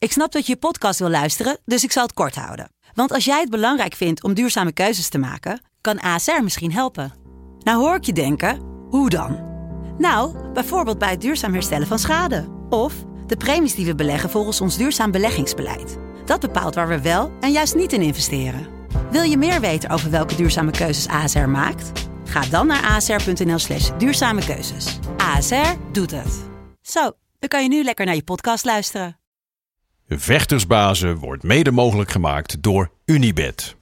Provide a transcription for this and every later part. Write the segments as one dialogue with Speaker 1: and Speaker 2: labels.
Speaker 1: Ik snap dat je podcast wil luisteren, dus ik zal het kort houden. Want als jij het belangrijk vindt om duurzame keuzes te maken, kan ASR misschien helpen. Nou hoor ik je denken, hoe dan? Nou, bijvoorbeeld bij het duurzaam herstellen van schade. Of de premies die we beleggen volgens ons duurzaam beleggingsbeleid. Dat bepaalt waar we wel en juist niet in investeren. Wil je meer weten over welke duurzame keuzes ASR maakt? Ga dan naar asr.nl/duurzame keuzes. ASR doet het. Zo, dan kan je nu lekker naar je podcast luisteren.
Speaker 2: Vechtersbazen wordt mede mogelijk gemaakt door Unibet.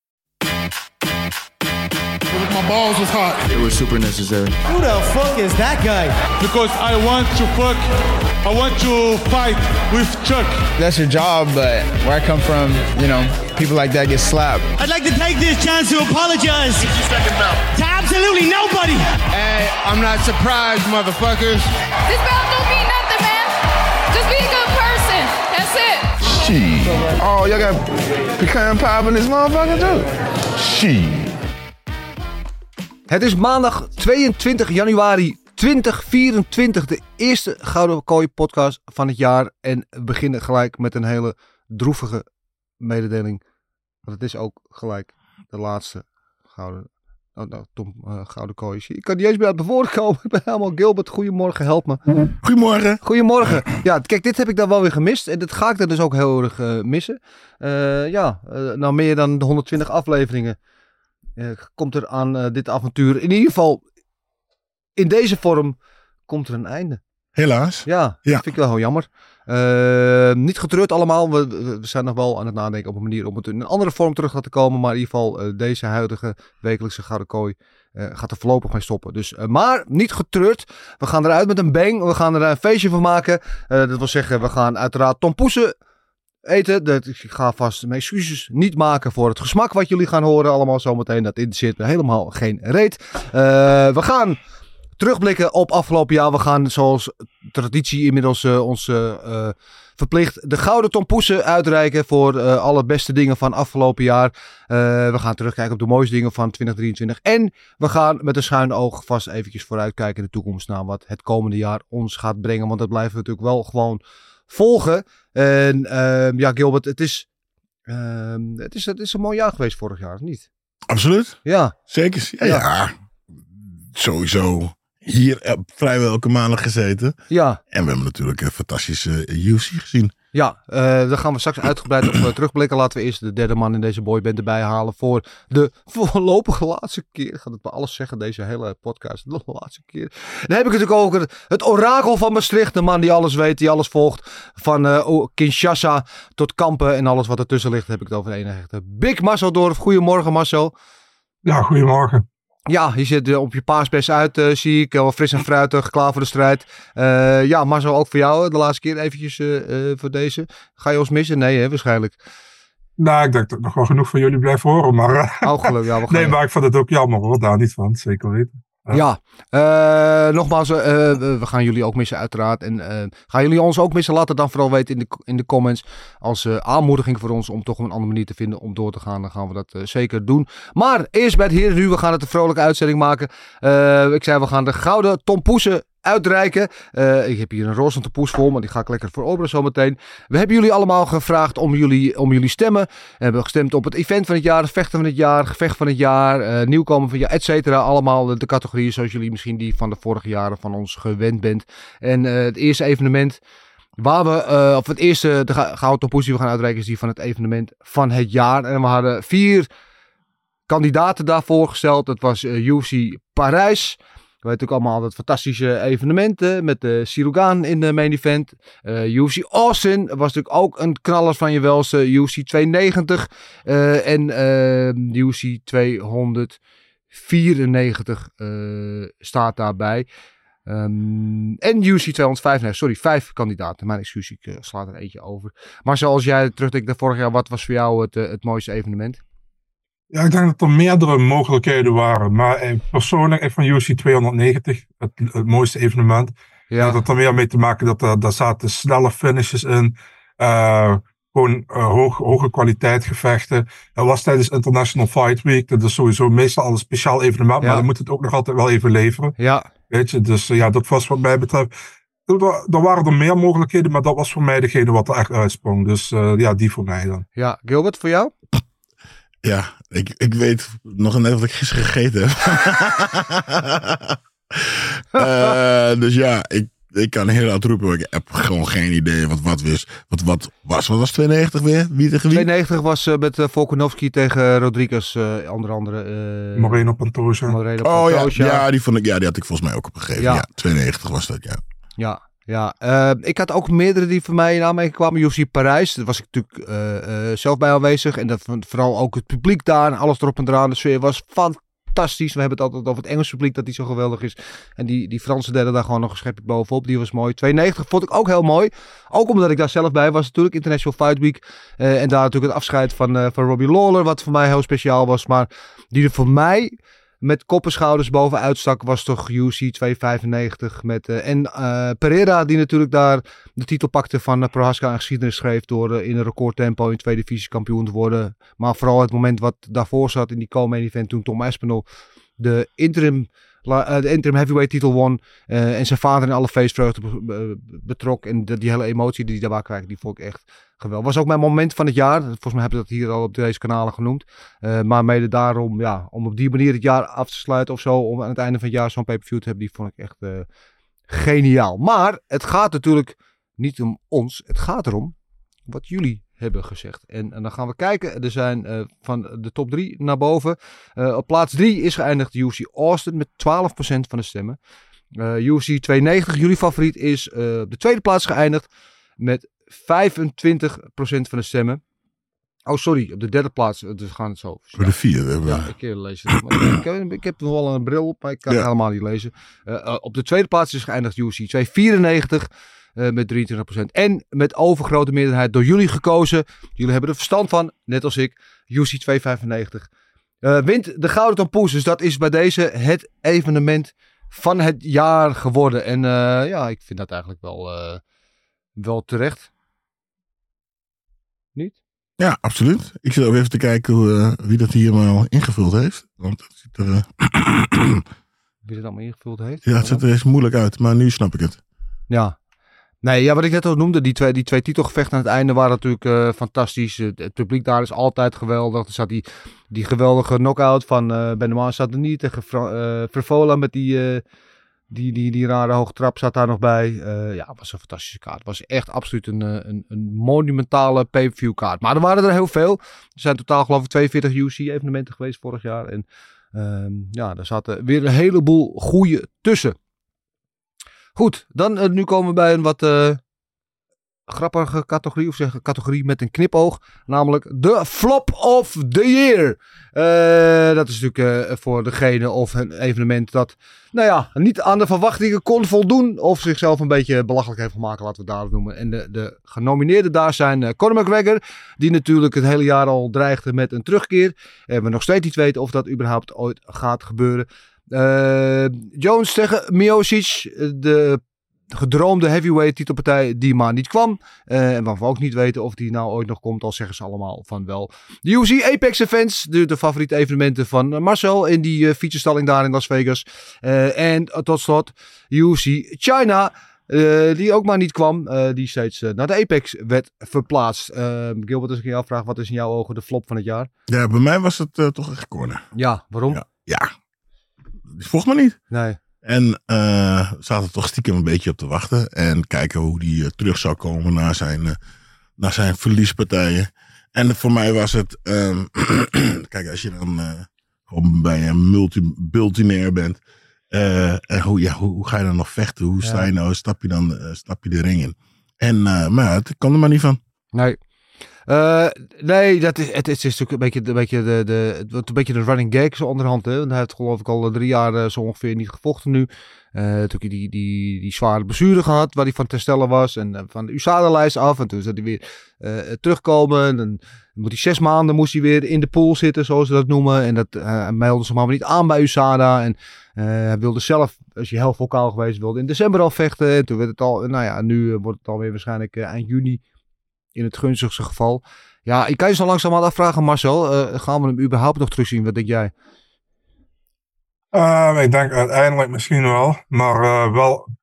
Speaker 3: My balls was hot.
Speaker 4: It was super necessary.
Speaker 5: Who the fuck is that guy?
Speaker 3: Because I want to fight with Chuck.
Speaker 4: That's your job, but where I come from, people like that get slapped.
Speaker 5: I'd like to take this chance to apologize to absolutely nobody.
Speaker 4: Hey, I'm not surprised, motherfuckers.
Speaker 6: This belt don't mean nothing, man. Just be a good person. That's it.
Speaker 7: Shit. Oh, y'all got pecan pie in this motherfucker too? Shit.
Speaker 8: Het is maandag 22 januari 2024, de eerste Gouden Kooi podcast van het jaar. En we beginnen gelijk met een hele droevige mededeling. Want het is ook gelijk de laatste Gouden Kooi. Ik kan niet eens meer uit mijn woorden komen. Ik ben helemaal Gilbert. Goedemorgen, help me.
Speaker 3: Goedemorgen.
Speaker 8: Goedemorgen. Ja, kijk, dit heb ik dan wel weer gemist. En dat ga ik dan dus ook heel erg missen. Nou meer dan de 120 afleveringen. Komt er aan dit avontuur. In ieder geval, in deze vorm, komt er een einde.
Speaker 3: Helaas.
Speaker 8: Ja, dat vind ik wel heel jammer. Niet getreurd allemaal. We zijn nog wel aan het nadenken op een manier om het in een andere vorm terug te laten komen. Maar in ieder geval, deze huidige wekelijkse Gouden Kooi gaat er voorlopig mee stoppen. Dus, maar niet getreurd. We gaan eruit met een bang. We gaan er een feestje van maken. Dat wil zeggen, we gaan uiteraard tompoesen eten. Ik ga vast mijn excuses niet maken voor het gesmak wat jullie gaan horen allemaal zometeen. Dat interesseert me helemaal geen reet. We gaan terugblikken op afgelopen jaar. We gaan zoals traditie inmiddels ons verplicht de gouden tompoesen uitreiken voor alle beste dingen van afgelopen jaar. We gaan terugkijken op de mooiste dingen van 2023. En we gaan met een schuin oog vast eventjes vooruitkijken in de toekomst naar wat het komende jaar ons gaat brengen. Want dat blijven we natuurlijk wel gewoon volgen. En Gilbert, het is een mooi jaar geweest vorig jaar, of niet?
Speaker 3: Absoluut.
Speaker 8: Ja.
Speaker 3: Zeker. Ja. Sowieso hier vrijwel elke maandag gezeten.
Speaker 8: Ja.
Speaker 3: En we hebben natuurlijk een fantastische UFC gezien.
Speaker 8: Ja, daar gaan we straks uitgebreid op terugblikken. Laten we eerst de derde man in deze boyband erbij halen voor de voorlopige laatste keer. Ik ga het bij alles zeggen, deze hele podcast. De laatste keer. Dan heb ik natuurlijk ook het orakel van Maastricht. De man die alles weet, die alles volgt. Van Kinshasa tot Kampen en alles wat ertussen ligt. Heb ik het over de enige echte Big Marcel Dorf. Goedemorgen Marcel.
Speaker 9: Ja, goedemorgen.
Speaker 8: Ja, je zit op je paasbest uit, zie ik. Al fris en fruitig, klaar voor de strijd. Marcel, ook voor jou de laatste keer eventjes voor deze. Ga je ons missen? Nee, hè, waarschijnlijk.
Speaker 9: Nou, ik denk dat ik nog wel genoeg van jullie blijf horen. Maar,
Speaker 8: gelukkig.
Speaker 9: Nee, maar ik vond het ook jammer hoor, daar niet van. Zeker weten.
Speaker 8: Nogmaals, we gaan jullie ook missen uiteraard. En gaan jullie ons ook missen? Laat het dan vooral weten in de comments. Als aanmoediging voor ons om toch een andere manier te vinden om door te gaan. Dan gaan we dat zeker doen. Maar eerst bij het heren nu. We gaan het een vrolijke uitzending maken. Ik zei, we gaan de gouden tompoesen uitreiken. Ik heb hier een roze tompoes vol, maar die ga ik lekker veroveren zometeen. We hebben jullie allemaal gevraagd om jullie stemmen. We hebben gestemd op het event van het jaar, het vechten van het jaar, gevecht van het jaar, nieuwkomer van het jaar, et cetera. Allemaal de categorieën zoals jullie misschien die van de vorige jaren van ons gewend bent. En het eerste evenement waar we, de gouden tompoes die we gaan uitreiken is die van het evenement van het jaar. En we hadden 4 kandidaten daarvoor gesteld. Dat was UFC Parijs. We weten ook allemaal dat fantastische evenementen met de Sirugan in de main event. UFC Austin was natuurlijk ook een knaller van je welste. UFC 290 en UFC 294 staat daarbij. En UFC 205, 5 kandidaten. Mijn excuus, ik sla er eentje over. Maar zoals jij terugdenkt naar vorig jaar, wat was voor jou het mooiste evenement?
Speaker 9: Ja, ik denk dat er meerdere mogelijkheden waren. Maar persoonlijk, van UFC 290, het mooiste evenement. Ja. Dat had er meer mee te maken dat daar zaten snelle finishes in. Gewoon hoge kwaliteit gevechten. Dat was tijdens International Fight Week. Dat is sowieso meestal al een speciaal evenement. Ja. Maar dan moet het ook nog altijd wel even leveren.
Speaker 8: Ja.
Speaker 9: Weet je, dus dat was wat mij betreft. Er waren er meer mogelijkheden, maar dat was voor mij degene wat er echt uitsprong. Dus die voor mij dan.
Speaker 8: Ja, Gilbert, voor jou?
Speaker 7: Ja, ik weet nog net wat ik gisteren gegeten heb. Dus ja, ik kan heel hard roepen, maar ik heb gewoon geen idee wat was 92 weer? Wie tegen wie?
Speaker 8: 92 was met Volkanovski tegen Rodriguez, onder andere.
Speaker 9: Moreno Pantoja.
Speaker 7: Ja, die had ik volgens mij ook opgegeven. Ja, 92 was dat, ja.
Speaker 8: Ja, ik had ook meerdere die voor mij in aanmerking kwamen. UFC Parijs, daar was ik natuurlijk zelf bij aanwezig. En dat vooral ook het publiek daar en alles erop en eraan. De sfeer was fantastisch. We hebben het altijd over het Engelse publiek dat die zo geweldig is. En die Franse derde daar gewoon nog een schepje bovenop. Die was mooi. 92 vond ik ook heel mooi. Ook omdat ik daar zelf bij was natuurlijk. International Fight Week. En daar natuurlijk het afscheid van Robbie Lawler. Wat voor mij heel speciaal was. Maar die er voor mij met kop en schouders bovenuit stak was toch UFC 295 met Pereira die natuurlijk daar de titel pakte van Prohaska en geschiedenis schreef door in een recordtempo in 2 divisies kampioen te worden. Maar vooral het moment wat daarvoor zat in die co-main event toen Tom Aspinall de interim heavyweight titel won en zijn vader in alle feestvreugde betrok en die hele emotie die hij daarbij krijgt, die vond ik echt geweldig. Was ook mijn moment van het jaar. Volgens mij hebben we dat hier al op deze kanalen genoemd. Maar mede daarom, om op die manier het jaar af te sluiten of zo, om aan het einde van het jaar zo'n pay-per-view te hebben, die vond ik echt geniaal. Maar het gaat natuurlijk niet om ons. Het gaat erom wat jullie hebben gezegd. En dan gaan we kijken. Er zijn van de top 3 naar boven. Op plaats 3 is geëindigd UFC Austin met 12% van de stemmen. UFC 290, jullie favoriet, is op de tweede plaats geëindigd met 25% van de stemmen. Oh, sorry, op de derde plaats. Dus we gaan het zo.
Speaker 7: Voor de vierde.
Speaker 8: Ja, ik lees het. Ik heb nog wel een bril op, maar ik kan het helemaal niet lezen. Op de tweede plaats is geëindigd UFC 294 met 23%. En met overgrote meerderheid door jullie gekozen. Jullie hebben er verstand van, net als ik. UFC 295 wint de Gouden Tompoes. Dus dat is bij deze het evenement van het jaar geworden. En ik vind dat eigenlijk wel terecht. Niet?
Speaker 7: Ja, absoluut. Ik zit ook even te kijken wie dat hier maar ingevuld heeft. Want het ziet er...
Speaker 8: Wie dat allemaal ingevuld heeft?
Speaker 7: Ja, het ziet er eens moeilijk uit, maar nu snap ik het.
Speaker 8: Ja. Nee, wat ik net al noemde, die twee titelgevechten aan het einde waren natuurlijk fantastisch. Het publiek daar is altijd geweldig. Er zat die geweldige knockout van Benoit zat er niet tegen Frevola met die rare hoge trap zat daar nog bij. Het was een fantastische kaart. Het was echt absoluut een monumentale pay-per-view kaart. Maar er waren er heel veel. Er zijn totaal geloof ik 42 UFC-evenementen geweest vorig jaar. En daar zaten weer een heleboel goeie tussen. Goed, dan nu komen we bij een wat grappige categorie, of zeg categorie met een knipoog. Namelijk de Flop of the Year. Dat is natuurlijk voor degene of een evenement dat niet aan de verwachtingen kon voldoen. Of zichzelf een beetje belachelijk heeft gemaakt, laten we het daarop noemen. En de genomineerden daar zijn Conor McGregor. Die natuurlijk het hele jaar al dreigde met een terugkeer. En we nog steeds niet weten of dat überhaupt ooit gaat gebeuren. Jones tegen Miocic, de gedroomde heavyweight titelpartij die maar niet kwam. En waarvan we ook niet weten of die nou ooit nog komt, al zeggen ze allemaal van wel. De UFC Apex Events, de favoriete evenementen van Marcel in die fietsenstalling daar in Las Vegas. En tot slot UFC China, die ook maar niet kwam, die steeds naar de Apex werd verplaatst. Gilbert, als ik jou vraag, wat is in jouw ogen de flop van het jaar?
Speaker 7: Ja, bij mij was het toch echt Conor.
Speaker 8: Ja, waarom?
Speaker 7: Ja. Volgens mij niet.
Speaker 8: Nee.
Speaker 7: En zaten toch stiekem een beetje op te wachten. En kijken hoe die terug zou komen naar zijn verliespartijen. En voor mij was het... kijk, als je dan gewoon bij een multibillionair bent. En hoe ga je dan nog vechten? Hoe sta je nou? Stap je de ring in? En maar het kwam er maar niet van.
Speaker 8: Nee. Het is natuurlijk een beetje de running gag zo onderhand. Hè? Hij heeft geloof ik al 3 jaar zo ongeveer niet gevochten nu. Natuurlijk die zware blessure gehad waar hij van te herstellen was. En van de USADA-lijst af. En toen zou hij weer terugkomen. En dan moet hij 6 maanden weer in de pool zitten, zoals ze dat noemen. En dat meldde ze maar niet aan bij USADA. En hij wilde zelf, als je heel vocaal geweest, wilde in december al vechten. En toen werd het al, nu wordt het alweer waarschijnlijk eind juni. In het gunstigste geval. Ja, ik kan je zo langzamerhand afvragen, Marcel. Gaan we hem überhaupt nog terugzien? Wat denk jij?
Speaker 9: Ik denk uiteindelijk misschien wel. Maar wel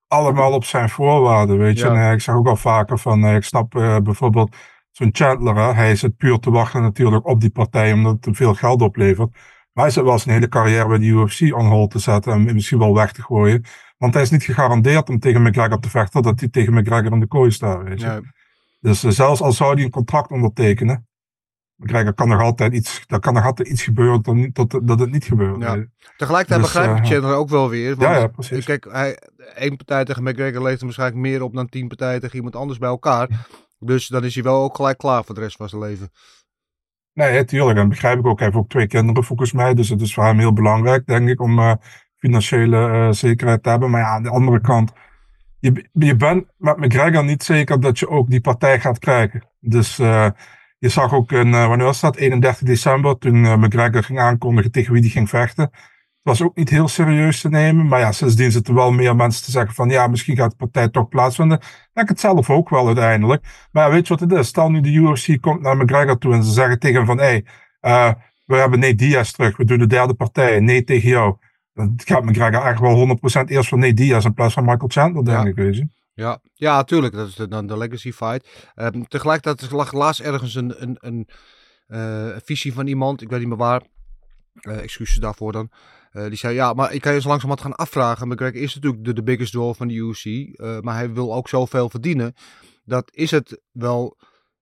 Speaker 9: allemaal op zijn voorwaarden, weet je. En ik zeg ook al vaker van, ik snap bijvoorbeeld zo'n Chandler, hè, hij zit puur te wachten natuurlijk op die partij, omdat het hem veel geld oplevert. Maar hij zit wel zijn hele carrière bij de UFC on hold te zetten en misschien wel weg te gooien. Want hij is niet gegarandeerd om tegen McGregor te vechten, dat hij tegen McGregor in de kooi staat, weet je. Nee. Dus zelfs al zou hij een contract ondertekenen, McGregor kan nog altijd iets gebeuren dat het niet gebeurt.
Speaker 8: Ja. Tegelijkertijd begrijp ik Chandler ook wel weer. Want
Speaker 9: ja, precies.
Speaker 8: Kijk, één partij tegen McGregor leeft er waarschijnlijk meer op dan 10 partijen tegen iemand anders bij elkaar. Dus dan is hij wel ook gelijk klaar voor de rest van zijn leven.
Speaker 9: Nee, tuurlijk. En begrijp ik ook. Hij heeft ook 2 kinderen volgens mij. Dus het is voor hem heel belangrijk, denk ik, om financiële zekerheid te hebben. Maar ja, aan de andere kant, je bent met McGregor niet zeker dat je ook die partij gaat krijgen. Dus je zag ook wanneer was dat? 31 december, toen McGregor ging aankondigen tegen wie die ging vechten. Het was ook niet heel serieus te nemen. Maar ja, sindsdien zitten wel meer mensen te zeggen van ja, misschien gaat de partij toch plaatsvinden. Ik denk het zelf ook wel uiteindelijk. Maar ja, weet je wat het is? Stel nu de UFC komt naar McGregor toe en ze zeggen tegen hem van we hebben Nate Diaz terug. We doen de derde partij. Nee tegen jou. Dan gaat McGregor echt wel 100% eerst voor Nate Diaz in plaats van Michael Chandler, denk ik, weet je.
Speaker 8: Ja, tuurlijk. Dat is dan de legacy fight. Tegelijkertijd lag laatst ergens een visie van iemand. Ik weet niet meer waar. Excuses daarvoor dan. Die zei, ja, maar ik kan je zo langzamerhand gaan afvragen. McGregor is natuurlijk de biggest draw van de UFC. Maar hij wil ook zoveel verdienen. Dat is het wel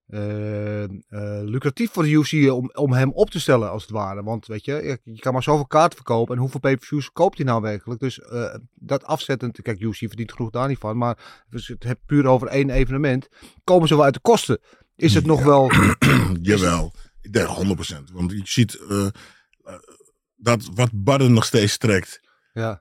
Speaker 8: lucratief voor de UFC om hem op te stellen, als het ware. Want weet je kan maar zoveel kaarten verkopen. En hoeveel pay-per-views koopt hij nou werkelijk? Dus dat afzettend, kijk, UFC verdient genoeg daar niet van. Maar als je het hebt puur over 1 evenement, komen ze wel uit de kosten. Is het nog wel...
Speaker 7: Jawel, ik denk 100%. Want je ziet... dat wat Badden nog steeds trekt.
Speaker 8: Ja.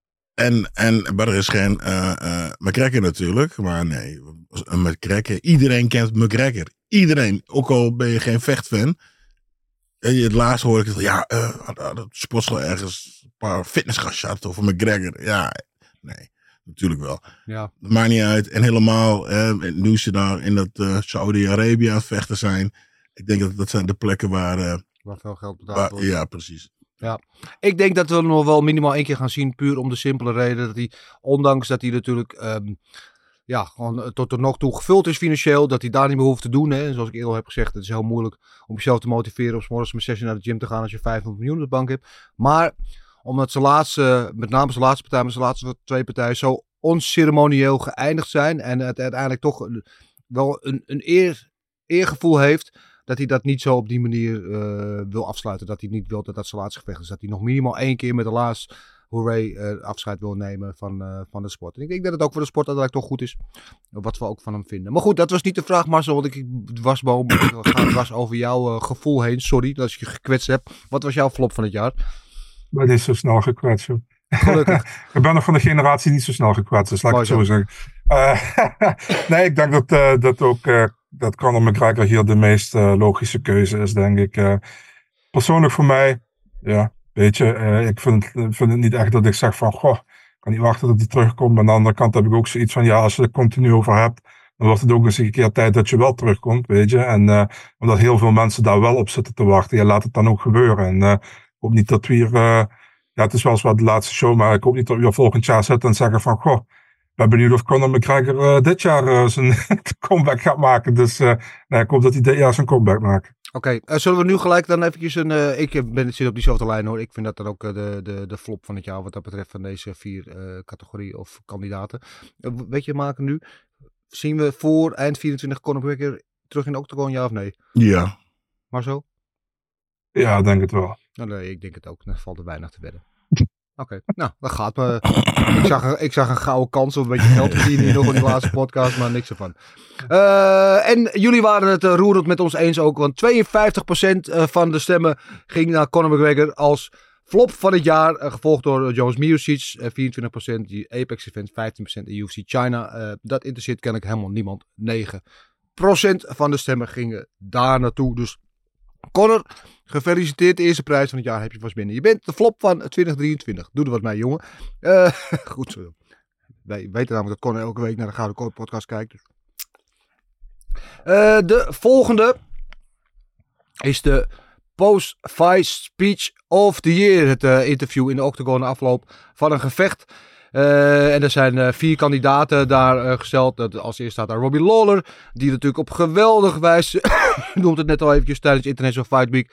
Speaker 7: En Badden is geen McGregor natuurlijk. Maar nee, McGregor. Iedereen kent McGregor. Iedereen. Ook al ben je geen vechtfan. Het laatst hoor ik het. Ja, dat sportschool ergens een paar fitnessgastjes had over McGregor. Ja, nee. Natuurlijk wel.
Speaker 8: Ja.
Speaker 7: Dat maakt niet uit. En helemaal, nu ze daar in dat Saudi-Arabië aan het vechten zijn. Ik denk dat zijn de plekken waar
Speaker 8: veel geld betaald wordt.
Speaker 7: Ja, precies.
Speaker 8: Ja, ik denk dat we hem nog wel minimaal 1 keer gaan zien. Puur om de simpele reden dat hij, ondanks dat hij natuurlijk gewoon tot er nog toe gevuld is financieel, dat hij daar niet meer hoeft te doen. Hè. En zoals ik eerder al heb gezegd, het is heel moeilijk om jezelf te motiveren om 's morgens met 6 uur naar de gym te gaan als je 500 miljoen op de bank hebt. Maar omdat zijn laatste, met name zijn laatste partij, maar zijn laatste 2 partijen zo onceremonieel geëindigd zijn en het uiteindelijk toch wel een eergevoel heeft, dat hij dat niet zo op die manier wil afsluiten. Dat hij niet wil dat zijn laatste gevecht is. Dat hij nog minimaal 1 keer met de laatste afscheid wil nemen van de sport. En ik denk dat het ook voor de sport uiteindelijk toch goed is. Wat we ook van hem vinden. Maar goed, dat was niet de vraag, Marcel. Want ik was over jouw gevoel heen. Sorry dat ik je gekwetst heb. Wat was jouw flop van het jaar?
Speaker 9: Maar dit is zo snel gekwetst, joh.
Speaker 8: Gelukkig.
Speaker 9: Ik ben nog van de generatie niet zo snel gekwetst. Dus laat ik het zo zeggen. Nee, ik denk dat ook... dat Conor McGregor hier de meest logische keuze is, denk ik. Persoonlijk voor mij, ja, weet je, ik vind het niet echt dat ik zeg van, goh, ik kan niet wachten dat hij terugkomt. Maar aan de andere kant heb ik ook zoiets van, ja, als je er continu over hebt, dan wordt het ook eens een keer tijd dat je wel terugkomt, weet je. En omdat heel veel mensen daar wel op zitten te wachten, ja, laat het dan ook gebeuren. En ik hoop niet dat we hier, ja, het is wel eens wat de laatste show, maar ik hoop niet dat we hier volgend jaar zitten en zeggen van, goh, ik ben benieuwd of Conor McGregor dit jaar zijn comeback gaat maken. Dus ik hoop dat hij dit jaar zijn comeback maakt.
Speaker 8: Oké, zullen we nu gelijk dan eventjes ik zit op diezelfde lijn hoor. Ik vind dat dan ook de flop van het jaar wat dat betreft van deze 4 categorieën of kandidaten. Weet je, maken nu, zien we voor eind 24 Conor McGregor terug in de octagon, ja of nee?
Speaker 7: Ja.
Speaker 8: Maar zo?
Speaker 9: Ja, denk het wel.
Speaker 8: Nou, nee, ik denk het ook. Dan valt er weinig te wedden. Oké, nou, dat gaat me. Ik zag een gouden kans om een beetje geld te verdienen hier nog in die laatste podcast, maar niks ervan. En jullie waren het roerend met ons eens ook, want 52% van de stemmen ging naar Conor McGregor als flop van het jaar, gevolgd door Jonas Miocic, 24%, die Apex Event, 15% de UFC China. Dat interesseert kennelijk helemaal niemand. 9% van de stemmen gingen daar naartoe, dus Conor, gefeliciteerd, de eerste prijs van het jaar heb je vast binnen. Je bent de flop van 2023. Doe er wat mee, jongen. Goed zo. Wij weten namelijk dat Conor elke week naar de Gouden Kooi podcast kijkt. Dus. De volgende is de Post-Fight Speech of the Year. Het interview in de octagon afloop van een gevecht En er zijn 4 kandidaten daar gesteld. Als eerste staat daar Robbie Lawler. Die natuurlijk op geweldige wijze, je noemt het net al eventjes, tijdens International Fight Week.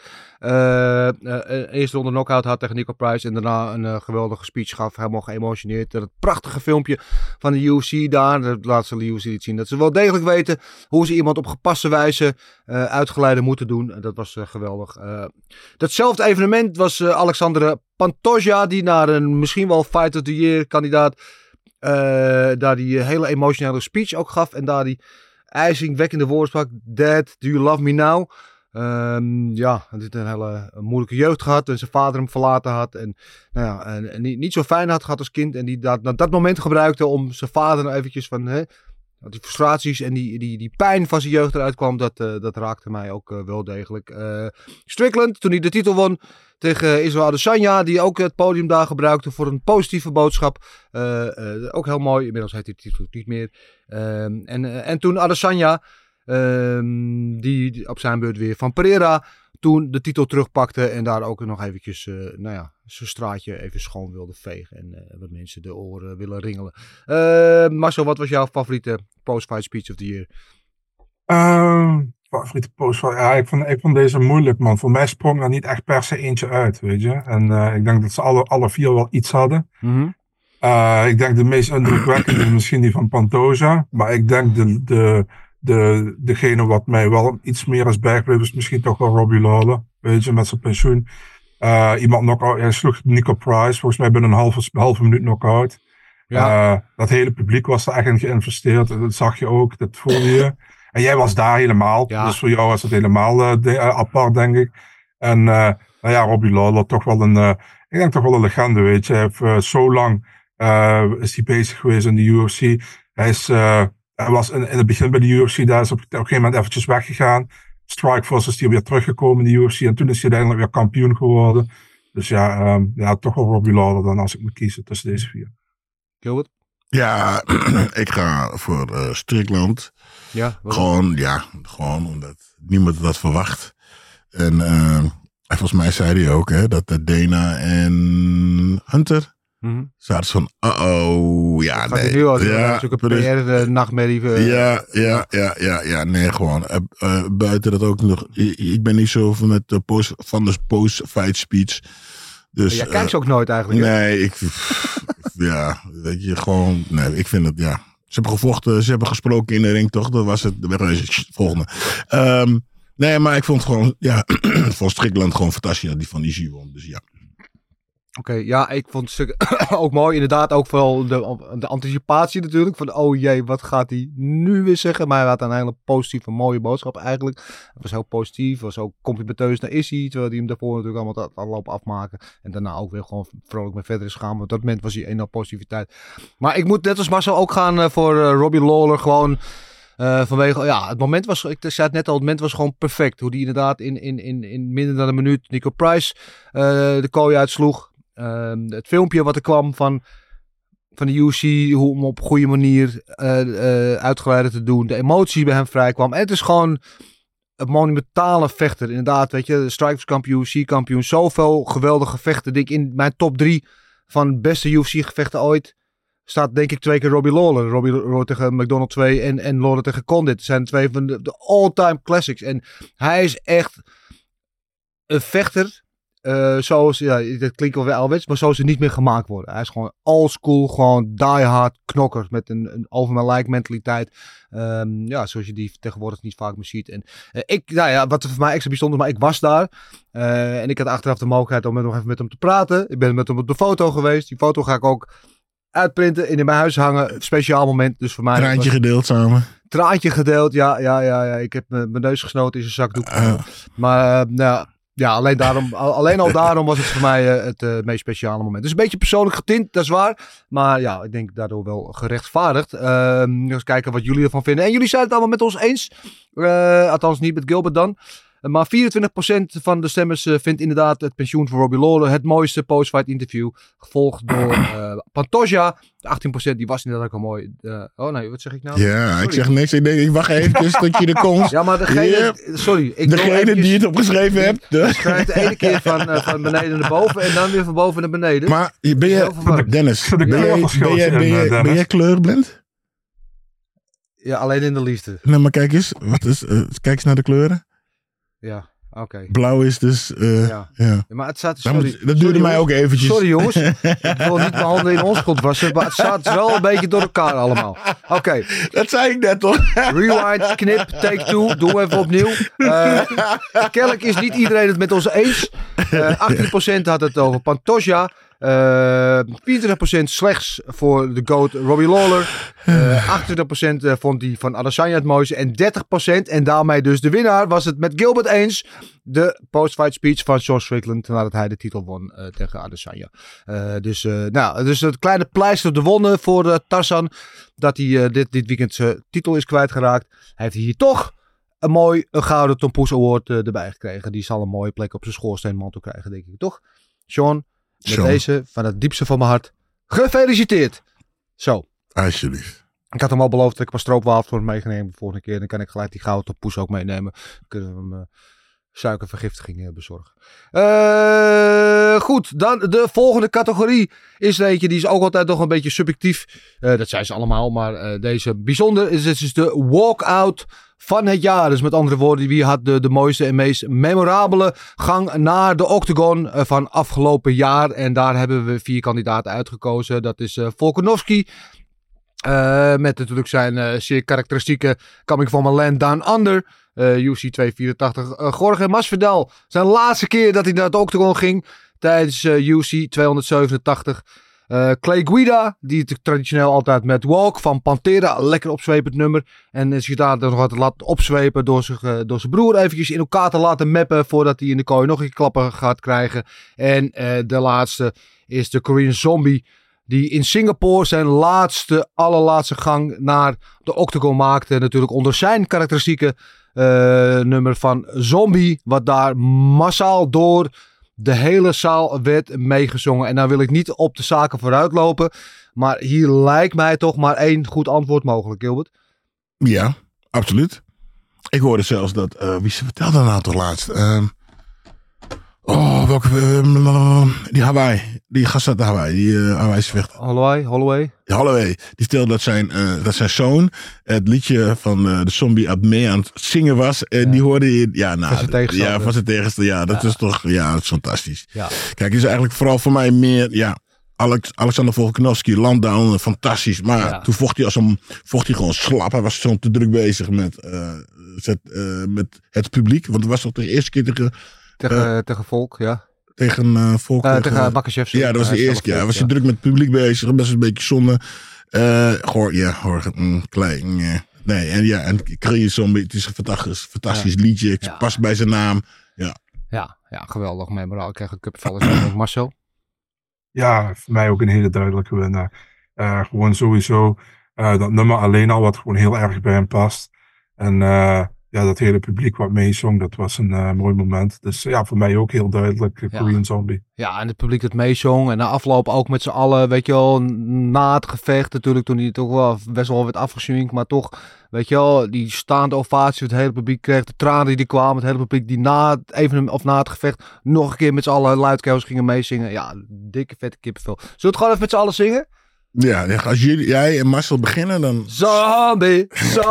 Speaker 8: Eerste ronde knockout had tegen Nico Price. En daarna een geweldige speech gaf. Helemaal geëmotioneerd. Het prachtige filmpje van de UFC daar. Dat laat ze de UFC niet zien. Dat ze wel degelijk weten hoe ze iemand op gepaste wijze uitgeleide moeten doen. Dat was geweldig. Datzelfde evenement was Alexandre Pantoja. Die naar een misschien wel Fight of the Year kandidaat. Daar die hele emotionele speech ook gaf. En daar die ijzingwekkende woorden sprak. Dad, do you love me now? Hij heeft een hele moeilijke jeugd gehad. En zijn vader hem verlaten had. En niet zo fijn had gehad als kind. En die dat moment gebruikte om zijn vader nou eventjes van... dat die frustraties en die pijn van zijn jeugd eruit kwam. Dat raakte mij ook wel degelijk. Strickland, toen hij de titel won tegen Israel Adesanya. Die ook het podium daar gebruikte voor een positieve boodschap. Ook heel mooi. Inmiddels heeft hij de titel niet meer. En toen Adesanya... die op zijn beurt weer van Pereira toen de titel terugpakte en daar ook nog eventjes zijn straatje even schoon wilde vegen en wat mensen de oren willen ringelen. Marcel, wat was jouw favoriete post-fight speech of the year?
Speaker 9: Favoriete post-fight? Ja, ik vond deze moeilijk, man. Voor mij sprong er niet echt per se eentje uit, weet je. En ik denk dat ze alle 4 wel iets hadden.
Speaker 8: Mm-hmm.
Speaker 9: Ik denk de meest indrukwekkende is misschien die van Pantoja, maar ik denk degene wat mij wel iets meer is bijgebleven is misschien toch wel Robbie Lawler. Weet je, met zijn pensioen. Iemand knock-out. Hij sloeg Nico Price volgens mij binnen een halve minuut knock-out. Ja. Dat hele publiek was er echt in geïnvesteerd. Dat zag je ook. Dat voelde je. En jij was daar helemaal. Ja. Dus voor jou was het helemaal apart, denk ik. En Robbie Lawler toch wel ik denk toch wel een legende, weet je. Hij heeft zo lang is hij bezig geweest in de UFC. Hij was in het begin bij de UFC, daar is op een gegeven moment eventjes weggegaan. Strikeforce is hij weer teruggekomen in de UFC en toen is hij uiteindelijk weer kampioen geworden. Dus toch wel Robbie Lawler dan als ik moet kiezen tussen deze 4.
Speaker 8: Gilbert?
Speaker 7: Ja, ik ga voor Strickland.
Speaker 8: Ja,
Speaker 7: gewoon omdat niemand dat verwacht. En volgens mij zei hij ook dat Dana en Hunter...
Speaker 8: Mm-hmm.
Speaker 7: Zaten van, ja, nee.
Speaker 8: Zo'n PR-nachtmerrie.
Speaker 7: Nee, gewoon. Buiten dat ook nog, ik ben niet zo van de post-fight speech. Dus,
Speaker 8: jij kijkt ze ook nooit eigenlijk.
Speaker 7: Nee, weet je, gewoon, nee, ik vind het, ja. Ze hebben gevochten, ze hebben gesproken in de ring, toch? Dat was het, volgende. Nee, maar ik vond gewoon, voor Strickland gewoon fantastisch dat die van Izzy won, dus ja.
Speaker 8: Oké, ja, ik vond het stuk ook mooi. Inderdaad, ook vooral de anticipatie natuurlijk. Van, oh jee, wat gaat hij nu weer zeggen? Maar hij had een hele positieve, mooie boodschap eigenlijk. Het was heel positief, was ook complimenteus naar Izzy. Terwijl hij hem daarvoor natuurlijk allemaal had lopen afmaken. En daarna ook weer gewoon vrolijk mee verder is gegaan. Maar op dat moment was hij enorm positiviteit. Maar ik moet net als Marcel ook gaan voor Robbie Lawler. Gewoon vanwege, het moment was, ik zei het net al, het moment was gewoon perfect. Hoe die inderdaad in minder dan een minuut Nico Price de kooi uitsloeg. Het filmpje wat er kwam van de UFC, hoe hem op een goede manier uitgeleid te doen. De emotie bij hem vrij kwam. En het is gewoon een monumentale vechter. Inderdaad, weet je, Strikeforce kampioen, UFC-kampioen. Zoveel geweldige vechten. Denk ik in mijn top 3 van beste UFC-gevechten ooit staat denk ik 2 keer Robbie Lawler. Robbie Lawler tegen McDonald 2 en Lawler tegen Condit. Zijn 2 van de all-time classics. En hij is echt een vechter. Zoals, dat klinkt wel weer ouderwets, maar zoals ze niet meer gemaakt worden. Hij is gewoon old school, gewoon die hard knokker met een over mijn like mentaliteit. Zoals je die tegenwoordig niet vaak meer ziet. En wat voor mij extra bijzonder, maar ik was daar. En ik had achteraf de mogelijkheid om nog even met hem te praten. Ik ben met hem op de foto geweest. Die foto ga ik ook uitprinten en in mijn huis hangen. Speciaal moment, dus voor mij.
Speaker 7: Traantje gedeeld samen.
Speaker 8: Traantje gedeeld, ja. Ik heb mijn neus gesnoten in zijn zakdoek. Maar alleen al daarom was het voor mij het meest speciale moment. Dus een beetje persoonlijk getint, dat is waar. Maar ja, ik denk daardoor wel gerechtvaardigd. Eens kijken wat jullie ervan vinden. En jullie zijn het allemaal met ons eens. Althans niet met Gilbert dan. Maar 24% van de stemmers vindt inderdaad het pensioen van Robbie Lawler het mooiste post-fight interview. Gevolgd door Pantoja. De 18% die was inderdaad ook al mooi. Oh nee, wat zeg ik nou?
Speaker 7: Ja,
Speaker 8: Sorry.
Speaker 7: ik zeg niks. Ik wacht even tot je er komt.
Speaker 8: Ja, maar degene... Sorry.
Speaker 7: Degene die het opgeschreven hebt.
Speaker 8: Schrijf de ene keer van beneden naar boven en dan weer van boven naar beneden.
Speaker 7: Maar ben je... Dennis, ben jij kleurblind?
Speaker 8: Ja, alleen in de liefde.
Speaker 7: Nee, maar kijk eens. Kijk eens naar de kleuren.
Speaker 8: Ja, oké.
Speaker 7: Blauw is dus...
Speaker 8: Ja.
Speaker 7: Ja.
Speaker 8: Maar het staat...
Speaker 7: Dat duurde mij ook eventjes.
Speaker 8: Sorry jongens. Ik wil niet mijn handen in onschuld wassen, maar het staat wel een beetje door elkaar allemaal. Oké.
Speaker 7: Dat zei ik net toch?
Speaker 8: Rewind, knip, take 2. Doen we even opnieuw. Kennelijk is niet iedereen het met ons eens. 18% had het over Pantoja. 24% slechts voor de GOAT Robbie Lawler. 28% vond hij van Adesanya het mooiste. En 30%, en daarmee dus de winnaar, was het met Gilbert eens. De post-fight speech van Sean Strickland nadat hij de titel won tegen Adesanya. Dus het kleine pleister op de wonden voor Tarzan. Dat hij dit weekend zijn titel is kwijtgeraakt. Hij heeft hier toch een gouden Tom Poes Award erbij gekregen. Die zal een mooie plek op zijn schoorsteenmantel krijgen, denk ik. Toch? Sean, met deze van het diepste van mijn hart. Gefeliciteerd! Zo.
Speaker 7: Alsjeblieft.
Speaker 8: Ik had hem al beloofd dat ik een stroopwafel voor hem meegenomen de volgende keer. Dan kan ik gelijk die gouden Tom Poes ook meenemen. Dan kunnen we hem suikervergiftiging bezorgen. Goed, dan de volgende categorie is er eentje. Die is ook altijd nog een beetje subjectief. Dat zijn ze allemaal, maar deze bijzonder is. Het is de walkout van het jaar. Dus met andere woorden, wie had de mooiste en meest memorabele gang naar de octagon van afgelopen jaar. En daar hebben we 4 kandidaten uitgekozen. Dat is Volkanovski. Met natuurlijk zijn zeer karakteristieke Coming from a Land Down Under. UFC 284. Jorge Masvidal. Zijn laatste keer dat hij naar het octagon ging. Tijdens UFC 287. Clay Guida. Die het traditioneel altijd met Walk van Pantera. Lekker opzwepend nummer. En zich daar nog wat laten opzwepen. Door zijn broer eventjes in elkaar te laten mappen. Voordat hij in de kooi nog een klappen gaat krijgen. En de laatste is de Korean Zombie. Die in Singapore zijn allerlaatste gang naar de octagon maakte. Natuurlijk onder zijn karakteristieke nummer van Zombie. Wat daar massaal door de hele zaal werd meegezongen. En nou wil ik niet op de zaken vooruitlopen. Maar hier lijkt mij toch maar 1 goed antwoord mogelijk, Gilbert.
Speaker 7: Ja, absoluut. Ik hoorde zelfs dat... wie ze vertelde nou toch laatst? Die Hawaii. Die gast uit Hawaii. Die Hawaïse vechter.
Speaker 8: Holloway.
Speaker 7: Die vertelde dat zijn zoon het liedje van de zombie Abme aan het zingen was. En die hoorde je... van zijn tegenstander. Ja, dat is toch... Ja, dat is fantastisch. Ja. Kijk, het is eigenlijk vooral voor mij meer... Ja, Alexander Volkanovski, Landdown, fantastisch. Maar toen vocht hij gewoon slap. Hij was zo te druk bezig met het publiek. Want het was toch de eerste keer
Speaker 8: tegen Volk, ja.
Speaker 7: Tegen Volk.
Speaker 8: Tegen Makachev.
Speaker 7: Ja, dat was de eerste keer. Hij was druk met het publiek bezig. Best een beetje zonde. Klein. Nee, en Korean Zombie. Het is een fantastisch liedje. Het past bij zijn naam.
Speaker 8: Ja, geweldig. Memorabel. Ik krijg een kippenvel. Is Marcel?
Speaker 9: Ja, voor mij ook een hele duidelijke winnaar. Gewoon sowieso dat nummer alleen al, wat gewoon heel erg bij hem past. En dat hele publiek wat meezong, dat was een mooi moment. Dus ja, voor mij ook heel duidelijk Korean Zombie.
Speaker 8: Ja, en het publiek dat meezong. En na afloop ook met z'n allen, weet je wel, na het gevecht natuurlijk, toen hij toch wel best wel werd afgeswinkt. Maar toch, weet je wel, die staande ovatie, het hele publiek kreeg, de tranen die er kwamen, het hele publiek die na het gevecht nog een keer met z'n allen luidkeels gingen meezingen. Ja, dikke vette kippenvel. Zullen we het gewoon even met z'n allen zingen?
Speaker 7: Ja, als jij en Marcel beginnen, dan...
Speaker 8: Zombie.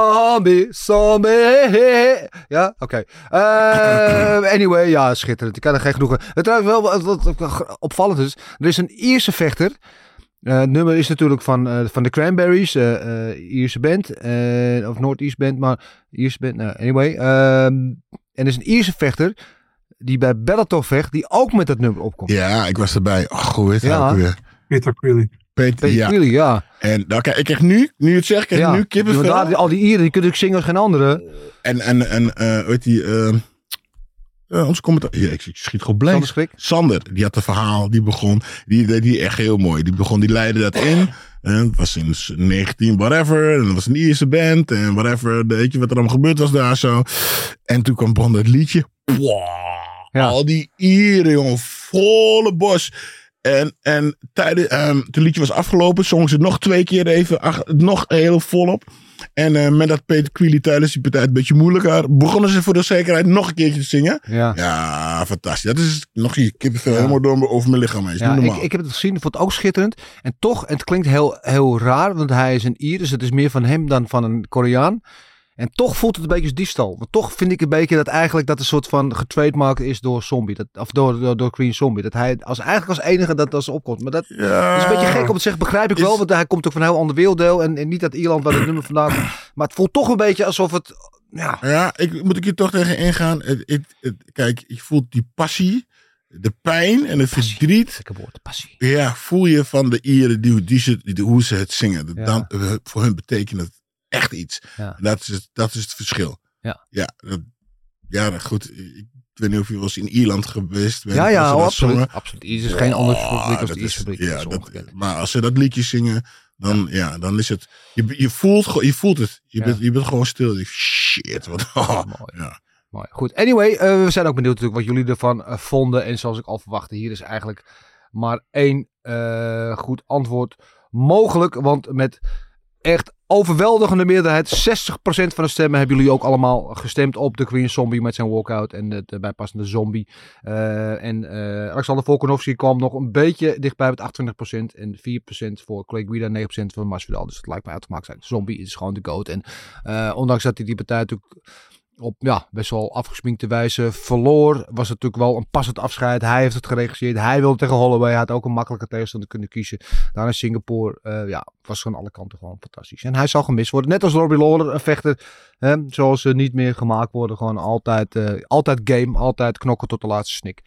Speaker 8: Ja, oké. Anyway, ja, schitterend. Ik kan er geen genoegen. Het trouwens wel wat opvallend is. Er is een Ierse vechter. Het nummer is natuurlijk van de Cranberries. Ierse band. Of Noord-Ierse band, maar Ierse band. Anyway. En er is een Ierse vechter die bij Bellator vecht, die ook met dat nummer opkomt.
Speaker 7: Ja, ik was erbij. Hoe heet hij ook weer?
Speaker 9: Peter Quilly.
Speaker 7: Quilly,
Speaker 8: ja.
Speaker 7: En ik krijg nu je het zegt, nu kippenvel.
Speaker 8: Al die Ieren, die kunnen zingen als geen andere.
Speaker 7: En weet die... onze commentaar... Ja, ik schiet gewoon blank. Sander, die had een verhaal, die begon... Die deed die echt heel mooi. Die leidde dat in. Het was in 19 whatever. En dat was een Ierse band. En whatever, weet je wat er allemaal gebeurd was daar zo. En toen begon dat liedje. Al die Ieren, jongen, volle bos. En het liedje was afgelopen, zongen ze nog 2 keer even, nog heel volop. En met dat Peter Queally tijdens die partij een beetje moeilijker, begonnen ze voor de zekerheid nog een keertje te zingen. Ja, fantastisch. Dat is nog hier kippenvel helemaal over mijn lichaam heen.
Speaker 8: Ja, ik heb het gezien, ik vond het ook schitterend. En toch, het klinkt heel raar, want hij is een Ier, dus het is meer van hem dan van een Koreaan. En toch voelt het een beetje als diefstal. Want toch vind ik een beetje dat eigenlijk dat een soort van getrademarkt is door Zombie. Of door Queen Zombie. Dat hij eigenlijk als enige dat als opkomt. Maar dat is een beetje gek om te zeggen. Begrijp ik wel. Want hij komt ook van een heel ander werelddeel. En niet uit Ierland waar het nummer vandaan komt. Maar het voelt toch een beetje alsof het...
Speaker 7: Ja, moet ik hier toch tegen ingaan. Kijk, je voelt die passie. De pijn en het verdriet.
Speaker 8: Lekker woord, passie.
Speaker 7: Ja, voel je van de Ieren hoe ze het zingen. Voor hun betekent het echt iets. Ja. Dat is het verschil. Ja, goed. Ik weet niet of je wel eens in Ierland geweest bent.
Speaker 8: Ja, absoluut. Absoluut. Het is geen ander fabriek als de Ierse fabriek.
Speaker 7: Maar als ze dat liedje zingen, dan is het... Je voelt het. Je bent gewoon stil. Shit. Wat,
Speaker 8: Mooi. Goed. Anyway, we zijn ook benieuwd natuurlijk wat jullie ervan vonden. En zoals ik al verwachtte, hier is eigenlijk maar 1 goed antwoord mogelijk. Want met echt overweldigende meerderheid, 60% van de stemmen hebben jullie ook allemaal gestemd op de Queen Zombie met zijn walkout en de bijpassende Zombie. Alexander Volkanovski kwam nog een beetje dichtbij met 28% en 4% voor Clay Guida, 9% voor Masvidal. Dus het lijkt mij uitgemaakt zijn. Zombie is gewoon de GOAT. En ondanks dat hij die partij natuurlijk op best wel afgesminkte wijze verloor, was het natuurlijk wel een passend afscheid. Hij heeft het geregisseerd. Hij wilde tegen Holloway. Hij had ook een makkelijke tegenstander kunnen kiezen. Daar in Singapore was van alle kanten gewoon fantastisch. En hij zal gemist worden. Net als Robbie Lawler, een vechter. Zoals ze niet meer gemaakt worden. Gewoon altijd game. Altijd knokken tot de laatste snik.